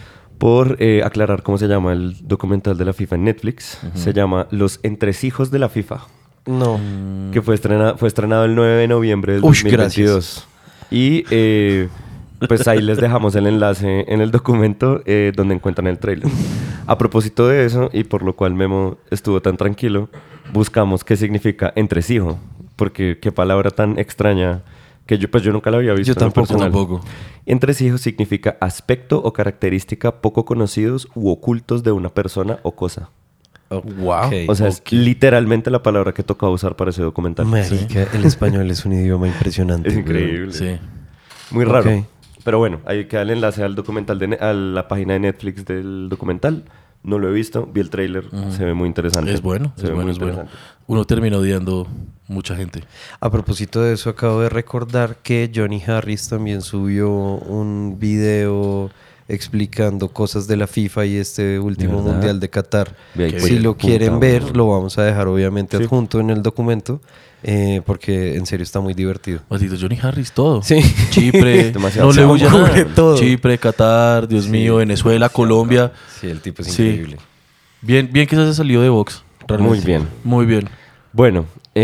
por eh, aclarar cómo se llama el documental de la FIFA en Netflix. Se llama Los Entresijos de la FIFA, No. que fue, estrena- fue estrenado el nueve de noviembre del Ush, dos mil veintidós. Y eh, pues ahí les dejamos el enlace en el documento eh, donde encuentran el trailer. A propósito de eso, y por lo cual Memo estuvo tan tranquilo, buscamos qué significa entresijo, porque qué palabra tan extraña que yo pues yo nunca la había visto. Yo en lo tampoco. personal. Tampoco. Entresijo significa aspecto o característica poco conocidos u ocultos de una persona o cosa. Wow. Ok. O sea, es literalmente la palabra que tocaba usar para ese documental. Marica, el español es un idioma impresionante. Es güey. increíble. Sí. Muy raro. Ok. Pero bueno, ahí queda el enlace al documental, de Ne- a la página de Netflix del documental. No lo he visto, vi el tráiler, se ve muy interesante. Es bueno, Se es ve bueno, muy es bueno. interesante. Uno termina odiando mucha gente. A propósito de eso, acabo de recordar que Johnny Harris también subió un video explicando cosas de la FIFA y este último verdad? Mundial de Qatar. Ve ahí, Qué pues, Si lo puta, quieren ver, weón. lo vamos a dejar obviamente Sí. adjunto en el documento, eh, porque en serio está muy divertido. Maldito Johnny Harris, todo. Sí. Chipre, Demasiado. no le Se huye a cubre nada. todo. Chipre, Qatar, Dios Sí, mío, Venezuela, Colombia. Sí, el tipo es Sí. increíble. Bien, bien que se haya salido de Vox. realmente. Muy bien. Muy bien. Bueno,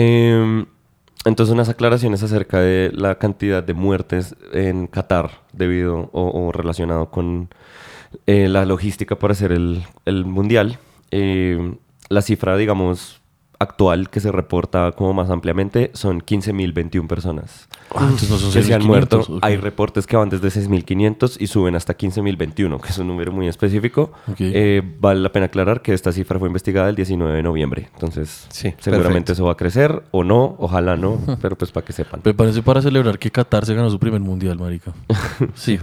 eh, entonces unas aclaraciones acerca de la cantidad de muertes en Qatar debido o, o relacionado con eh, la logística para hacer el, el mundial. Eh, la cifra, digamos, actual que se reporta como más ampliamente son quince mil veintiuna personas Ah, entonces no son que se han muerto. seis mil quinientos, ok. Hay reportes que van desde seis mil quinientos y suben hasta quince mil veintiuno, que es un número muy específico. Ok. Eh, vale la pena aclarar que esta cifra fue investigada el diecinueve de noviembre. Entonces, Sí, seguramente perfecto. eso va a crecer o no, ojalá no, pero pues para que sepan. Prepárense para celebrar que Qatar se ganó su primer mundial, marica. Sí.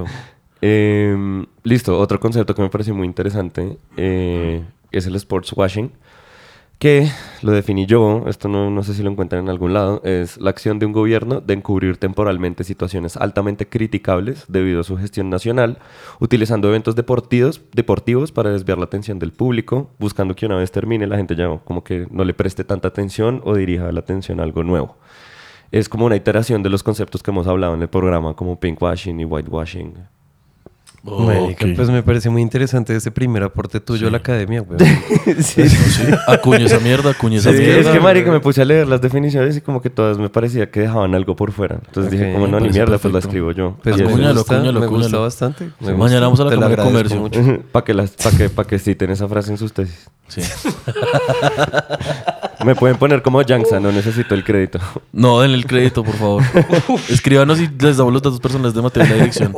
Eh, listo, otro concepto que me pareció muy interesante eh, es el sports washing, que lo definí yo, esto no, no sé si lo encuentran en algún lado, es la acción de un gobierno de encubrir temporalmente situaciones altamente criticables debido a su gestión nacional, utilizando eventos deportivos, deportivos para desviar la atención del público, buscando que una vez termine la gente ya como que no le preste tanta atención o dirija la atención a algo nuevo. Es como una iteración de los conceptos que hemos hablado en el programa, como pinkwashing y whitewashing. Marica, Ok. pues me parece muy interesante ese primer aporte tuyo a la academia, güey. Sí. No, sí. Acuña esa mierda, acuña esa Sí, mierda. es que, marica, me puse a leer las definiciones y como que todas me parecía que dejaban algo por fuera. Entonces Ok, dije, como me no, ni parece mierda, pues la perfecto. escribo yo. Pues Y me eso- Acúñalo, gusta, acúñalo, me gusta acúñalo. bastante. me Sí. gusta. Mañana vamos a la Te lo Cámara de agradezco Comercio. mucho. Para que, las, pa que, pa que citen esa frase en sus tesis. Sí. Me pueden poner como Yangsa, no necesito el crédito. No, denle el crédito, por favor. Escríbanos y les damos los datos personales de Mateo en la dirección.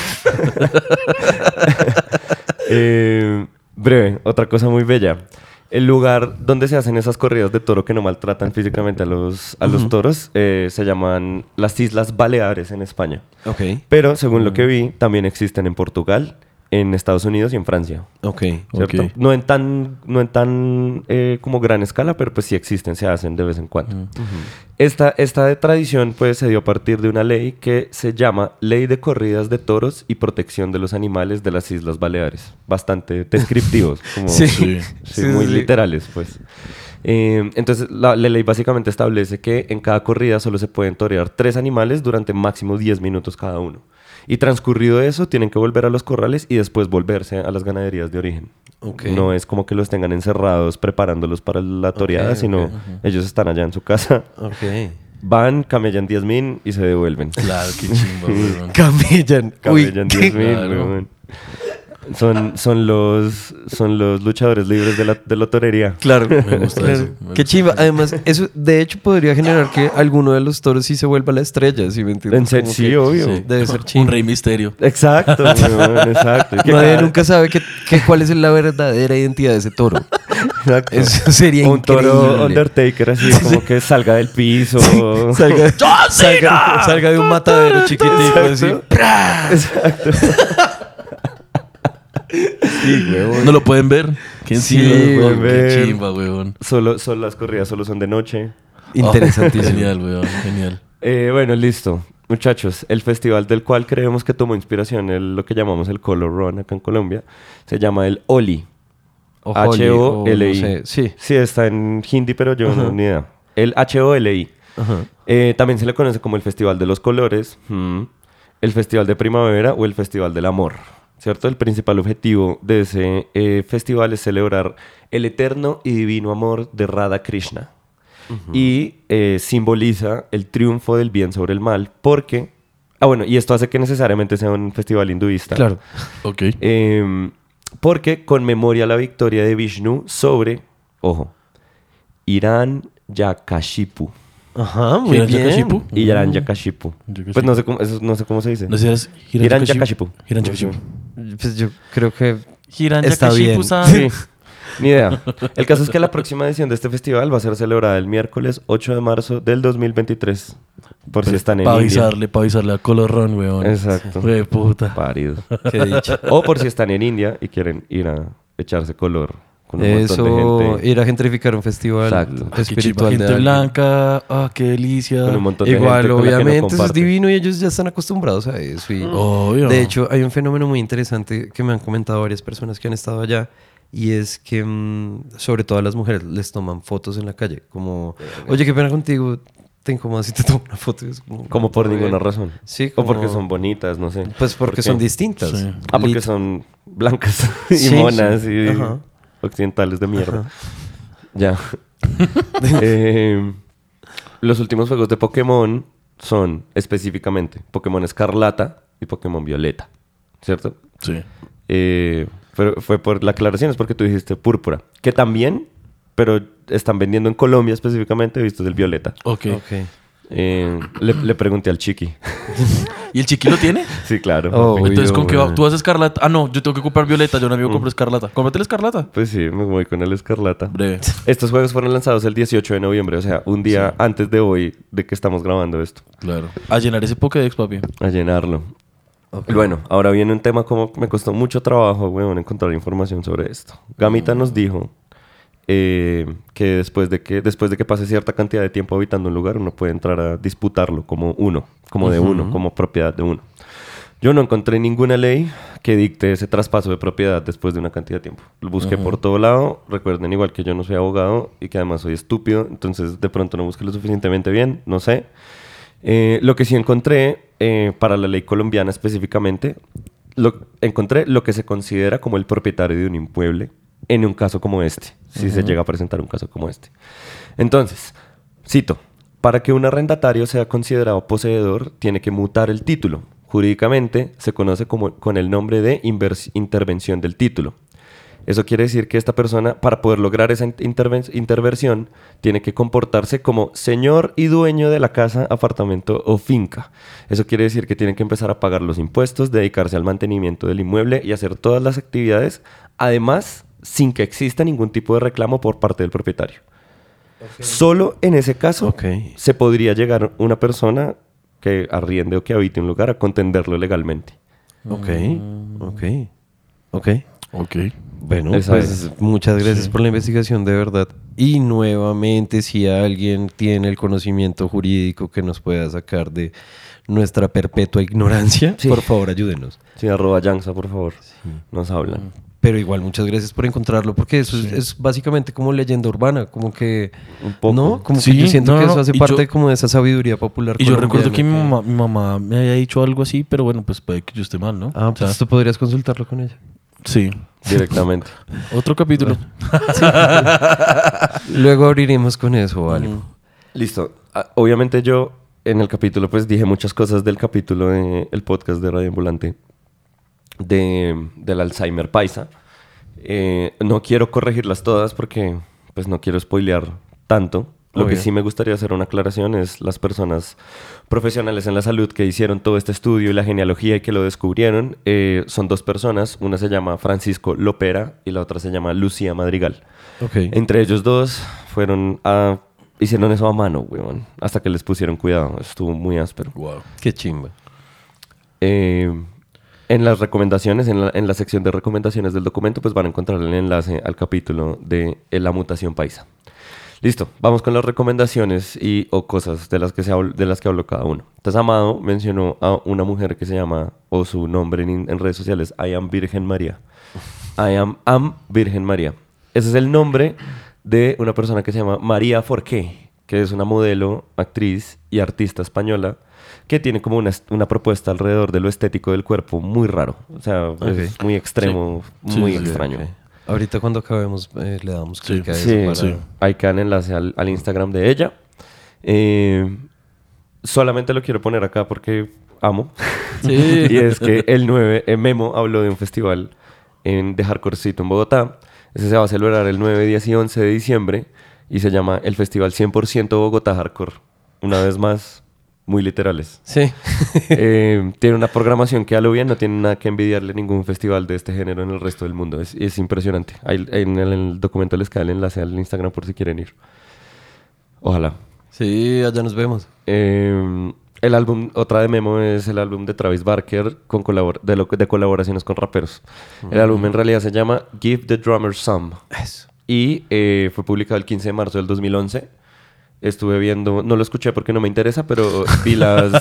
Eh, breve, otra cosa muy bella. El lugar donde se hacen esas corridas de toro que no maltratan físicamente a los, a los toros eh, se llaman las Islas Baleares en España. Ok, Pero según lo que vi, también existen en Portugal, en Estados Unidos y en Francia. ok. ¿Cierto? Ok. No en tan, no en tan eh, como gran escala, pero pues sí existen, se hacen de vez en cuando. Esta, esta tradición pues se dio a partir de una ley que se llama Ley de Corridas de Toros y Protección de los Animales de las Islas Baleares. Bastante descriptivos, como, Sí. Sí. sí, Sí, muy sí, sí. literales pues. Eh, entonces la, la ley básicamente establece que en cada corrida solo se pueden torear tres animales durante máximo diez minutos cada uno. Y transcurrido eso, tienen que volver a los corrales y después volverse a las ganaderías de origen. Ok. No es como que los tengan encerrados preparándolos para la toreada, Ok, sino ok. ellos están allá en su casa, Ok. van, camellan diez mil y se devuelven. Claro, qué chimba, weón. Camellan. Uy, Camellan diez mil, Claro. weón. Son, son, los, son los luchadores libres de la, de la torería. Claro. Me gusta Claro. eso. me Qué gusta. chimba. Además, eso de hecho podría generar que alguno de los toros sí se vuelva la estrella, ¿sí me entiendes? En serio, Como sí, que obvio. Sí. Debe ser Un chimba. rey misterio. Exacto, weón, exacto. Y que Nadie cada- nunca sabe que, que cuál es la verdadera identidad de ese toro. Exacto. Eso sería O un toro increíble. Undertaker así como que salga del piso. Salga, salga, salga de un matadero chiquitico así. Exacto. Sí, huevón. ¿No lo pueden ver? ¿Quién sí, Sí, lo puede pueden ver? Qué ver. chimba, weón. Solo, solo las corridas solo son de noche. Interesantísimo. Genial, weón. Genial. Eh, bueno, listo. Muchachos, el festival del cual creemos que tomó inspiración, el, lo que llamamos el Color Run acá en Colombia, se llama el Oli. O H O L I. no sé, Sí. Sí, está en hindi, pero yo no ni idea. El H O L I. Ajá. Eh, también se le conoce como el Festival de los Colores, mm, el Festival de Primavera o el Festival del Amor, ¿cierto? El principal objetivo de ese eh, festival es celebrar el eterno y divino amor de Radha Krishna. Y eh, simboliza el triunfo del bien sobre el mal, porque... Ah, bueno, y esto hace que necesariamente sea un festival hinduista. Claro. Ok. Eh, porque conmemora la victoria de Vishnu sobre, ojo, Irán Yakashipu. Ajá, muy bien. Hiranyakashipu. Y Irán Yakashipu. Yakashipu. Pues no sé cómo, eso no sé cómo se dice. ¿No serás Hiran Yakashipu. Hiran Yakashipu. Pues yo creo que Hiran Está Yakashipu-san. bien. Sí, ni idea. El caso es que la próxima edición de este festival va a ser celebrada el miércoles ocho de marzo del dos mil veintitrés. Por si están en Para India. avisarle, para avisarle a Color Run, weón. Exacto. Güey, puta. Parido. qué dicha. O por si están en India y quieren ir a echarse color con un montón Eso, de gente. ir a gentrificar un festival Exacto. Qué chimba, espiritual de gente alguien. blanca. Ah, qué delicia. Con un montón de Igual, gente con la que no obviamente, eso es compartes. divino y ellos ya están acostumbrados a eso. Y Obvio. de hecho, hay un fenómeno muy interesante que me han comentado varias personas que han estado allá y es que, mm, sobre todo a las mujeres, les toman fotos en la calle. Como, oye, qué pena contigo, te incomoda si te tomo una foto. Y es como, Como por "Muy ninguna bien". razón. Sí, O porque como- son bonitas, no sé. Pues porque ¿Por son qué? distintas. Sí. Ah, porque Lit- son blancas y Sí, monas sí. y Ajá. occidentales de mierda. Ajá. Ya. Eh, los últimos juegos de Pokémon son específicamente Pokémon Escarlata y Pokémon Violeta, ¿cierto? Sí. Eh, pero fue por la aclaración, es porque tú dijiste Púrpura, que también, pero están vendiendo en Colombia específicamente, he visto del Violeta. Ok. Ok. Eh, le, le pregunté al Chiqui. ¿Y el chiqui lo tiene? Sí, claro. Oh. Entonces, ¿con qué va? güey. Tú haces escarlata. Ah, no, yo tengo que comprar violeta. Yo un amigo compró escarlata. Cómprate la escarlata. Pues sí, me voy con el Escarlata. Breve. Estos juegos fueron lanzados el dieciocho de noviembre, o sea, un día antes de hoy de que estamos grabando esto. Claro. A llenar ese Pokédex, papi. A llenarlo. Bueno, ahora viene un tema como me costó mucho trabajo, weón, encontrar información sobre esto. Gamita nos dijo eh, que después de que después de que pase cierta cantidad de tiempo habitando un lugar, uno puede entrar a disputarlo como uno, como de uno, como propiedad de uno. Yo no encontré ninguna ley que dicte ese traspaso de propiedad después de una cantidad de tiempo. Lo busqué por todo lado. Recuerden igual que yo no soy abogado y que además soy estúpido, entonces de pronto no busqué lo suficientemente bien, no sé. Eh, lo que sí encontré eh, para la ley colombiana específicamente, lo, encontré lo que se considera como el propietario de un inmueble en un caso como este, si se llega a presentar un caso como este. Entonces, cito, para que un arrendatario sea considerado poseedor, tiene que mutar el título. Jurídicamente se conoce como, con el nombre de invers- intervención del título. Eso quiere decir que esta persona, para poder lograr esa interven- intervención, tiene que comportarse como señor y dueño de la casa, apartamento o finca. Eso quiere decir que tiene que empezar a pagar los impuestos, dedicarse al mantenimiento del inmueble y hacer todas las actividades, además, sin que exista ningún tipo de reclamo por parte del propietario. Solo en ese caso Ok. se podría llegar una persona que arriende o que habite un lugar a contenderlo legalmente. Ok. Ok. Ok. Ok. Bueno, Esa pues es. muchas gracias por la investigación, de verdad. Y nuevamente, si alguien tiene el conocimiento jurídico que nos pueda sacar de nuestra perpetua ignorancia, Sí. por favor, ayúdenos. Sí, arroba Yansa, por favor. Nos hablan. Pero igual, muchas gracias por encontrarlo, porque eso es, es básicamente como leyenda urbana, como que... Un poco. ¿No? Como Sí, que yo siento no, que no, eso hace y parte yo- como de esa sabiduría popular Y yo recuerdo que mi colombiana mamá, mi mamá me había dicho algo así, pero bueno, pues puede que yo esté mal, ¿no? Ah, O sea, pues tú podrías consultarlo con ella. sí. Directamente. Otro capítulo. Luego abriremos con eso o algo. Listo. Ah, obviamente yo en el capítulo pues dije muchas cosas del capítulo del podcast de Radio Ambulante. de, del Alzheimer paisa. Eh, no quiero corregirlas todas porque pues no quiero spoilear tanto. Lo Obvio. que sí me gustaría hacer una aclaración es las personas profesionales en la salud que hicieron todo este estudio y la genealogía y que lo descubrieron. Eh, son dos personas, una se llama Francisco Lopera y la otra se llama Lucía Madrigal. Ok. Entre ellos dos fueron a... hicieron eso a mano, weón, hasta que les pusieron cuidado. Estuvo muy áspero. Wow. Qué chimba. Eh, en las recomendaciones, en la, en la sección de recomendaciones del documento, pues van a encontrar el enlace al capítulo de eh, la mutación paisa. Listo, vamos con las recomendaciones y o cosas de las que se habl- de las que habló cada uno. Entonces, Amado mencionó a una mujer que se llama, o su nombre en, en redes sociales, I am Virgen María. I am, am Virgen María. Ese es el nombre de una persona que se llama María Forqué, que es una modelo, actriz y artista española que tiene como una, est- una propuesta alrededor de lo estético del cuerpo muy raro. O sea, es muy extremo, Sí. muy Sí, sí, extraño. Ok. Ahorita cuando acabemos eh, le damos clic a eso. Sí, para- sí. Ahí queda el enlace al, al Instagram de ella. Eh, solamente lo quiero poner acá porque amo. Sí. Y es que el nueve, eh, Memo habló de un festival en, de Hardcorecito en Bogotá. Ese se va a celebrar el nueve, diez y once de diciembre y se llama el Festival cien por ciento Bogotá Hardcore. Una vez más, muy literales. Sí. Eh, tiene una programación que a lo bien no tiene nada que envidiarle a ningún festival de este género en el resto del mundo. Es, es impresionante. Ahí, en, el, en el documento les queda el enlace al Instagram por si quieren ir. Ojalá. Sí, allá nos vemos. Eh, el álbum, otra de Memo, es el álbum de Travis Barker con colabor de, lo, de colaboraciones con raperos. El álbum en realidad se llama Give the Drummer Some. Eso. Y eh, fue publicado el quince de marzo del dos mil once. Estuve viendo, no lo escuché porque no me interesa, pero vi las...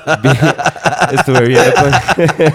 vi- estuve viendo... con-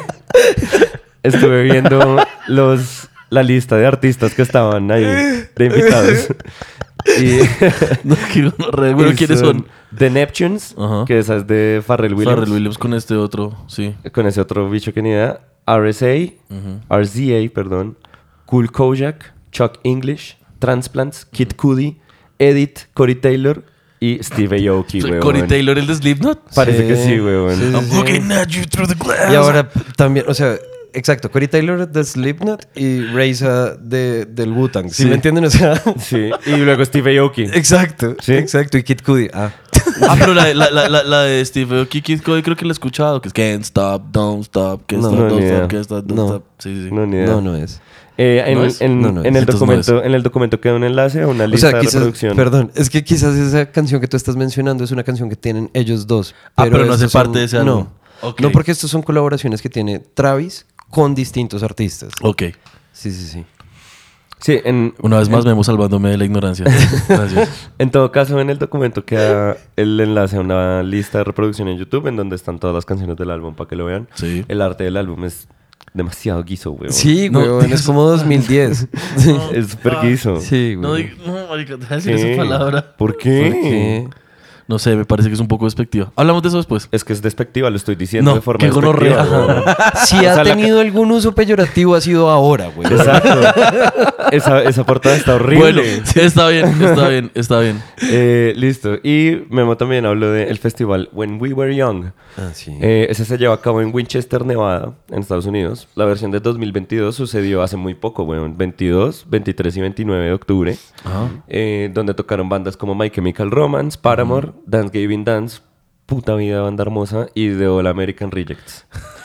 estuve viendo los, la lista de artistas que estaban ahí de invitados. Y... No, que re, bueno, y ¿quiénes son? The Neptunes, Ajá. que esa es de Pharrell Williams. Pharrell Williams con este otro, sí. Con ese otro bicho que ni idea. R S A, R Z A, perdón. Cool Kojak, Chuck English, Transplants, Kid Cudi, Edit, Corey Taylor y Steve Aoki, weón. Corey Taylor, el de Slipknot. Parece Sí. que sí, weón. Sí, sí, I'm sí. looking at you through the glass. Y ahora p- también, o sea, exacto, Corey Taylor de Slipknot y Reza de, del Wu-Tang. ¿Sí, Sí. me entienden? O sea, Sí, y luego Steve Aoki. exacto, Sí. exacto. Y Kid Cudi. Ah, Ah, pero la, la, la, la, la de Steve Aoki, Kid Cudi, creo que la he escuchado. Que es Can't Stop, Don't Stop, Can't No, Stop, no, Don't ni idea. Stop, Can't Stop, Don't No. Stop. Sí, sí. No, ni idea. no, no es. Eh, en, ¿No es? en- No, no en es. el Entonces no documento, en el documento queda un enlace a una O lista sea, de quizás, reproducción. perdón, es que quizás esa canción que tú estás mencionando es una canción que tienen ellos dos. Ah, pero no hace estos son- parte de ese álbum. No, Ok. no, porque estos son colaboraciones que tiene Travis con distintos artistas. Ok. Sí, sí, sí. Sí, en, Una vez más, Memo salvándome de la ignorancia. Gracias. En todo caso, en el documento queda el enlace a una lista de reproducción en YouTube en donde están todas las canciones del álbum para que lo vean. Sí. El arte del álbum es demasiado guiso, weón. Sí, No, weón, es como dos mil diez. Sí, Es súper guiso. sí, No, weón. diga- no, marica, deja de decir ¿Qué? esa palabra. ¿Por qué? ¿Por qué? No sé, me parece que es un poco despectiva. Hablamos de eso después. Es que es despectiva, lo estoy diciendo No, de forma qué gonorrea. despectiva, weón. Si O ha sea, la tenido algún uso peyorativo ha sido ahora, güey. Exacto. esa, esa portada está horrible. Bueno, sí, está bien, está bien, está bien. Eh, listo. Y Memo también habló del festival When We Were Young. Ah, sí. Eh, ese se lleva a cabo en Winchester, Nevada, en Estados Unidos. La versión de dos mil veintidós sucedió hace muy poco, bueno, veintidós, veintitrés y veintinueve de octubre, eh, donde tocaron bandas como My Chemical Romance, Paramore, Dance Gavin Dance, Puta Vida Banda Hermosa y The All American Rejects.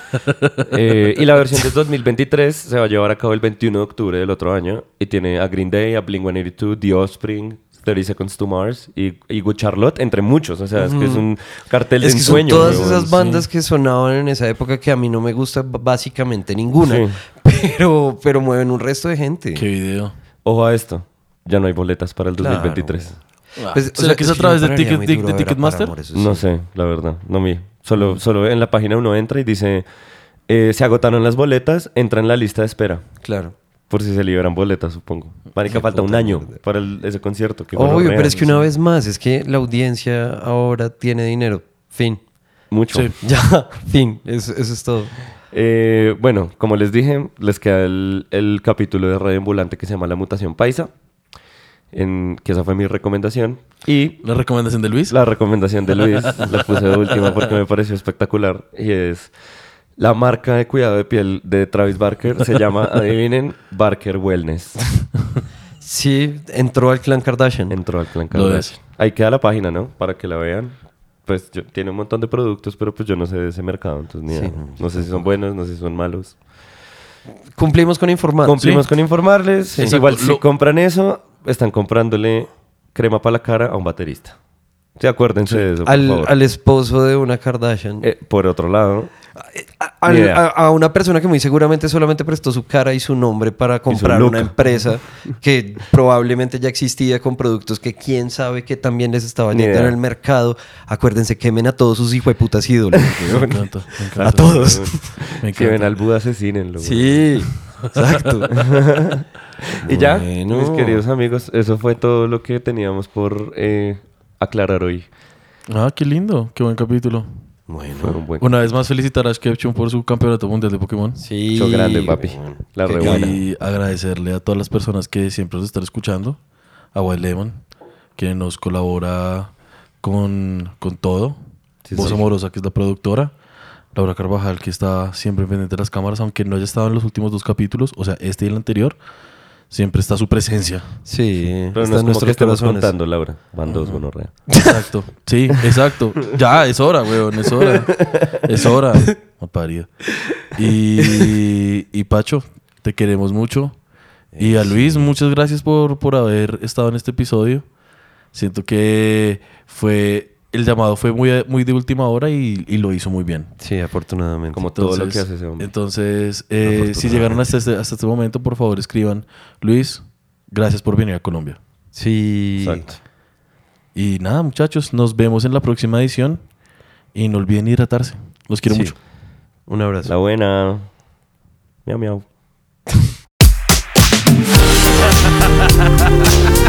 Eh, y la versión de dos mil veintitrés se va a llevar a cabo el veintiuno de octubre del otro año y tiene a Green Day, a Blink ciento ochenta y dos, The Offspring, thirty Seconds to Mars y, y Good Charlotte, entre muchos. O sea, es que es un cartel Es de que son ensueño. todas weón. esas bandas que sonaban en esa época que a mí no me gusta b- básicamente ninguna. Sí. Pero, pero mueven un resto de gente. Qué video. Ojo a esto. Ya no hay boletas para el Claro, dos mil veintitrés. Pues, o ¿Será sea, que es a que través me de, pararía ticket, muy de, duro de ver a Ticketmaster? Paramore, eso sí. No sé, la verdad. No vi. Solo, solo en la página uno entra y dice... eh, se agotaron las boletas, entra en la lista de espera. Claro. Por si se liberan boletas, supongo. Marica, Qué falta un puta año mierda. para el- ese concierto. Qué Obvio, gonorrea. pero es que una vez más, es que la audiencia ahora tiene dinero. Fin. Mucho. Sí. Ya, fin. Eso, eso es todo. Eh, bueno, como les dije, les queda el, el capítulo de Radio Ambulante que se llama La Mutación Paisa. En, que esa fue mi recomendación. Y ¿La recomendación de Luis? la recomendación de Luis, la puse de última porque me pareció espectacular. Y es La marca de cuidado de piel de Travis Barker se llama, adivinen, Barker Wellness. Sí, entró al clan Kardashian. Entró al clan Lo Kardashian. Ahí queda la página, ¿no? Para que la vean. Pues yo, tiene un montón de productos, pero pues yo no sé de ese mercado, entonces ni Sí. idea. No sé si son buenos, no sé si son malos. Cumplimos con informar. Cumplimos Sí. con informarles. Sí. Igual Exacto. si Lo- compran eso, están comprándole crema para la cara a un baterista. Sí, acuérdense de eso, por Al, favor. al esposo de una Kardashian. Eh, por otro lado, A- al- ni idea. a, a una persona que muy seguramente solamente prestó su cara y su nombre para comprar look. una empresa que probablemente ya existía con productos que quién sabe que también les estaba Ni yendo en idea. el mercado. Acuérdense, quemen a todos sus hijueputas ídolos. Me encanta, me encanta. A todos. Me si ven encanta. al Buda, asesínenlo. güey. Sí, exacto. Y ya, Bueno. mis queridos amigos, eso fue todo lo que teníamos por eh, aclarar hoy. Ah, qué lindo, qué buen capítulo. Bueno, Fue un buen Una vez más felicitar a Ash Ketchum por su campeonato mundial de Pokémon. sí. Mucho grande, papi. La Qué re buena. Y agradecerle a todas las personas que siempre nos están escuchando. A White Lemon, que nos colabora con, con todo. Sí, Voz sí. Amorosa, que es la productora. Laura Carvajal, que está siempre pendiente de las cámaras, aunque no haya estado en los últimos dos capítulos, o sea, este y el anterior, siempre está su presencia. Sí, Pero no está es en como que nuestros estemos corazones. contando, Laura. Van dos, gonorrea. Exacto. Sí, exacto. Ya, es hora, weón, es hora. Es hora. Me parido. Y, y Pacho, te queremos mucho. Y a Luis, muchas gracias por, por haber estado en este episodio. Siento que fue el llamado fue muy, muy de última hora y, y lo hizo muy bien. Sí, afortunadamente. Como todo lo que hace ese hombre. Entonces, eh, si llegaron hasta este, hasta este momento, por favor escriban: Luis, gracias por venir a Colombia. Sí. Exacto. Y nada, muchachos, nos vemos en la próxima edición. Y no olviden hidratarse. Los quiero Sí. mucho. Un abrazo. La buena. Miau, miau.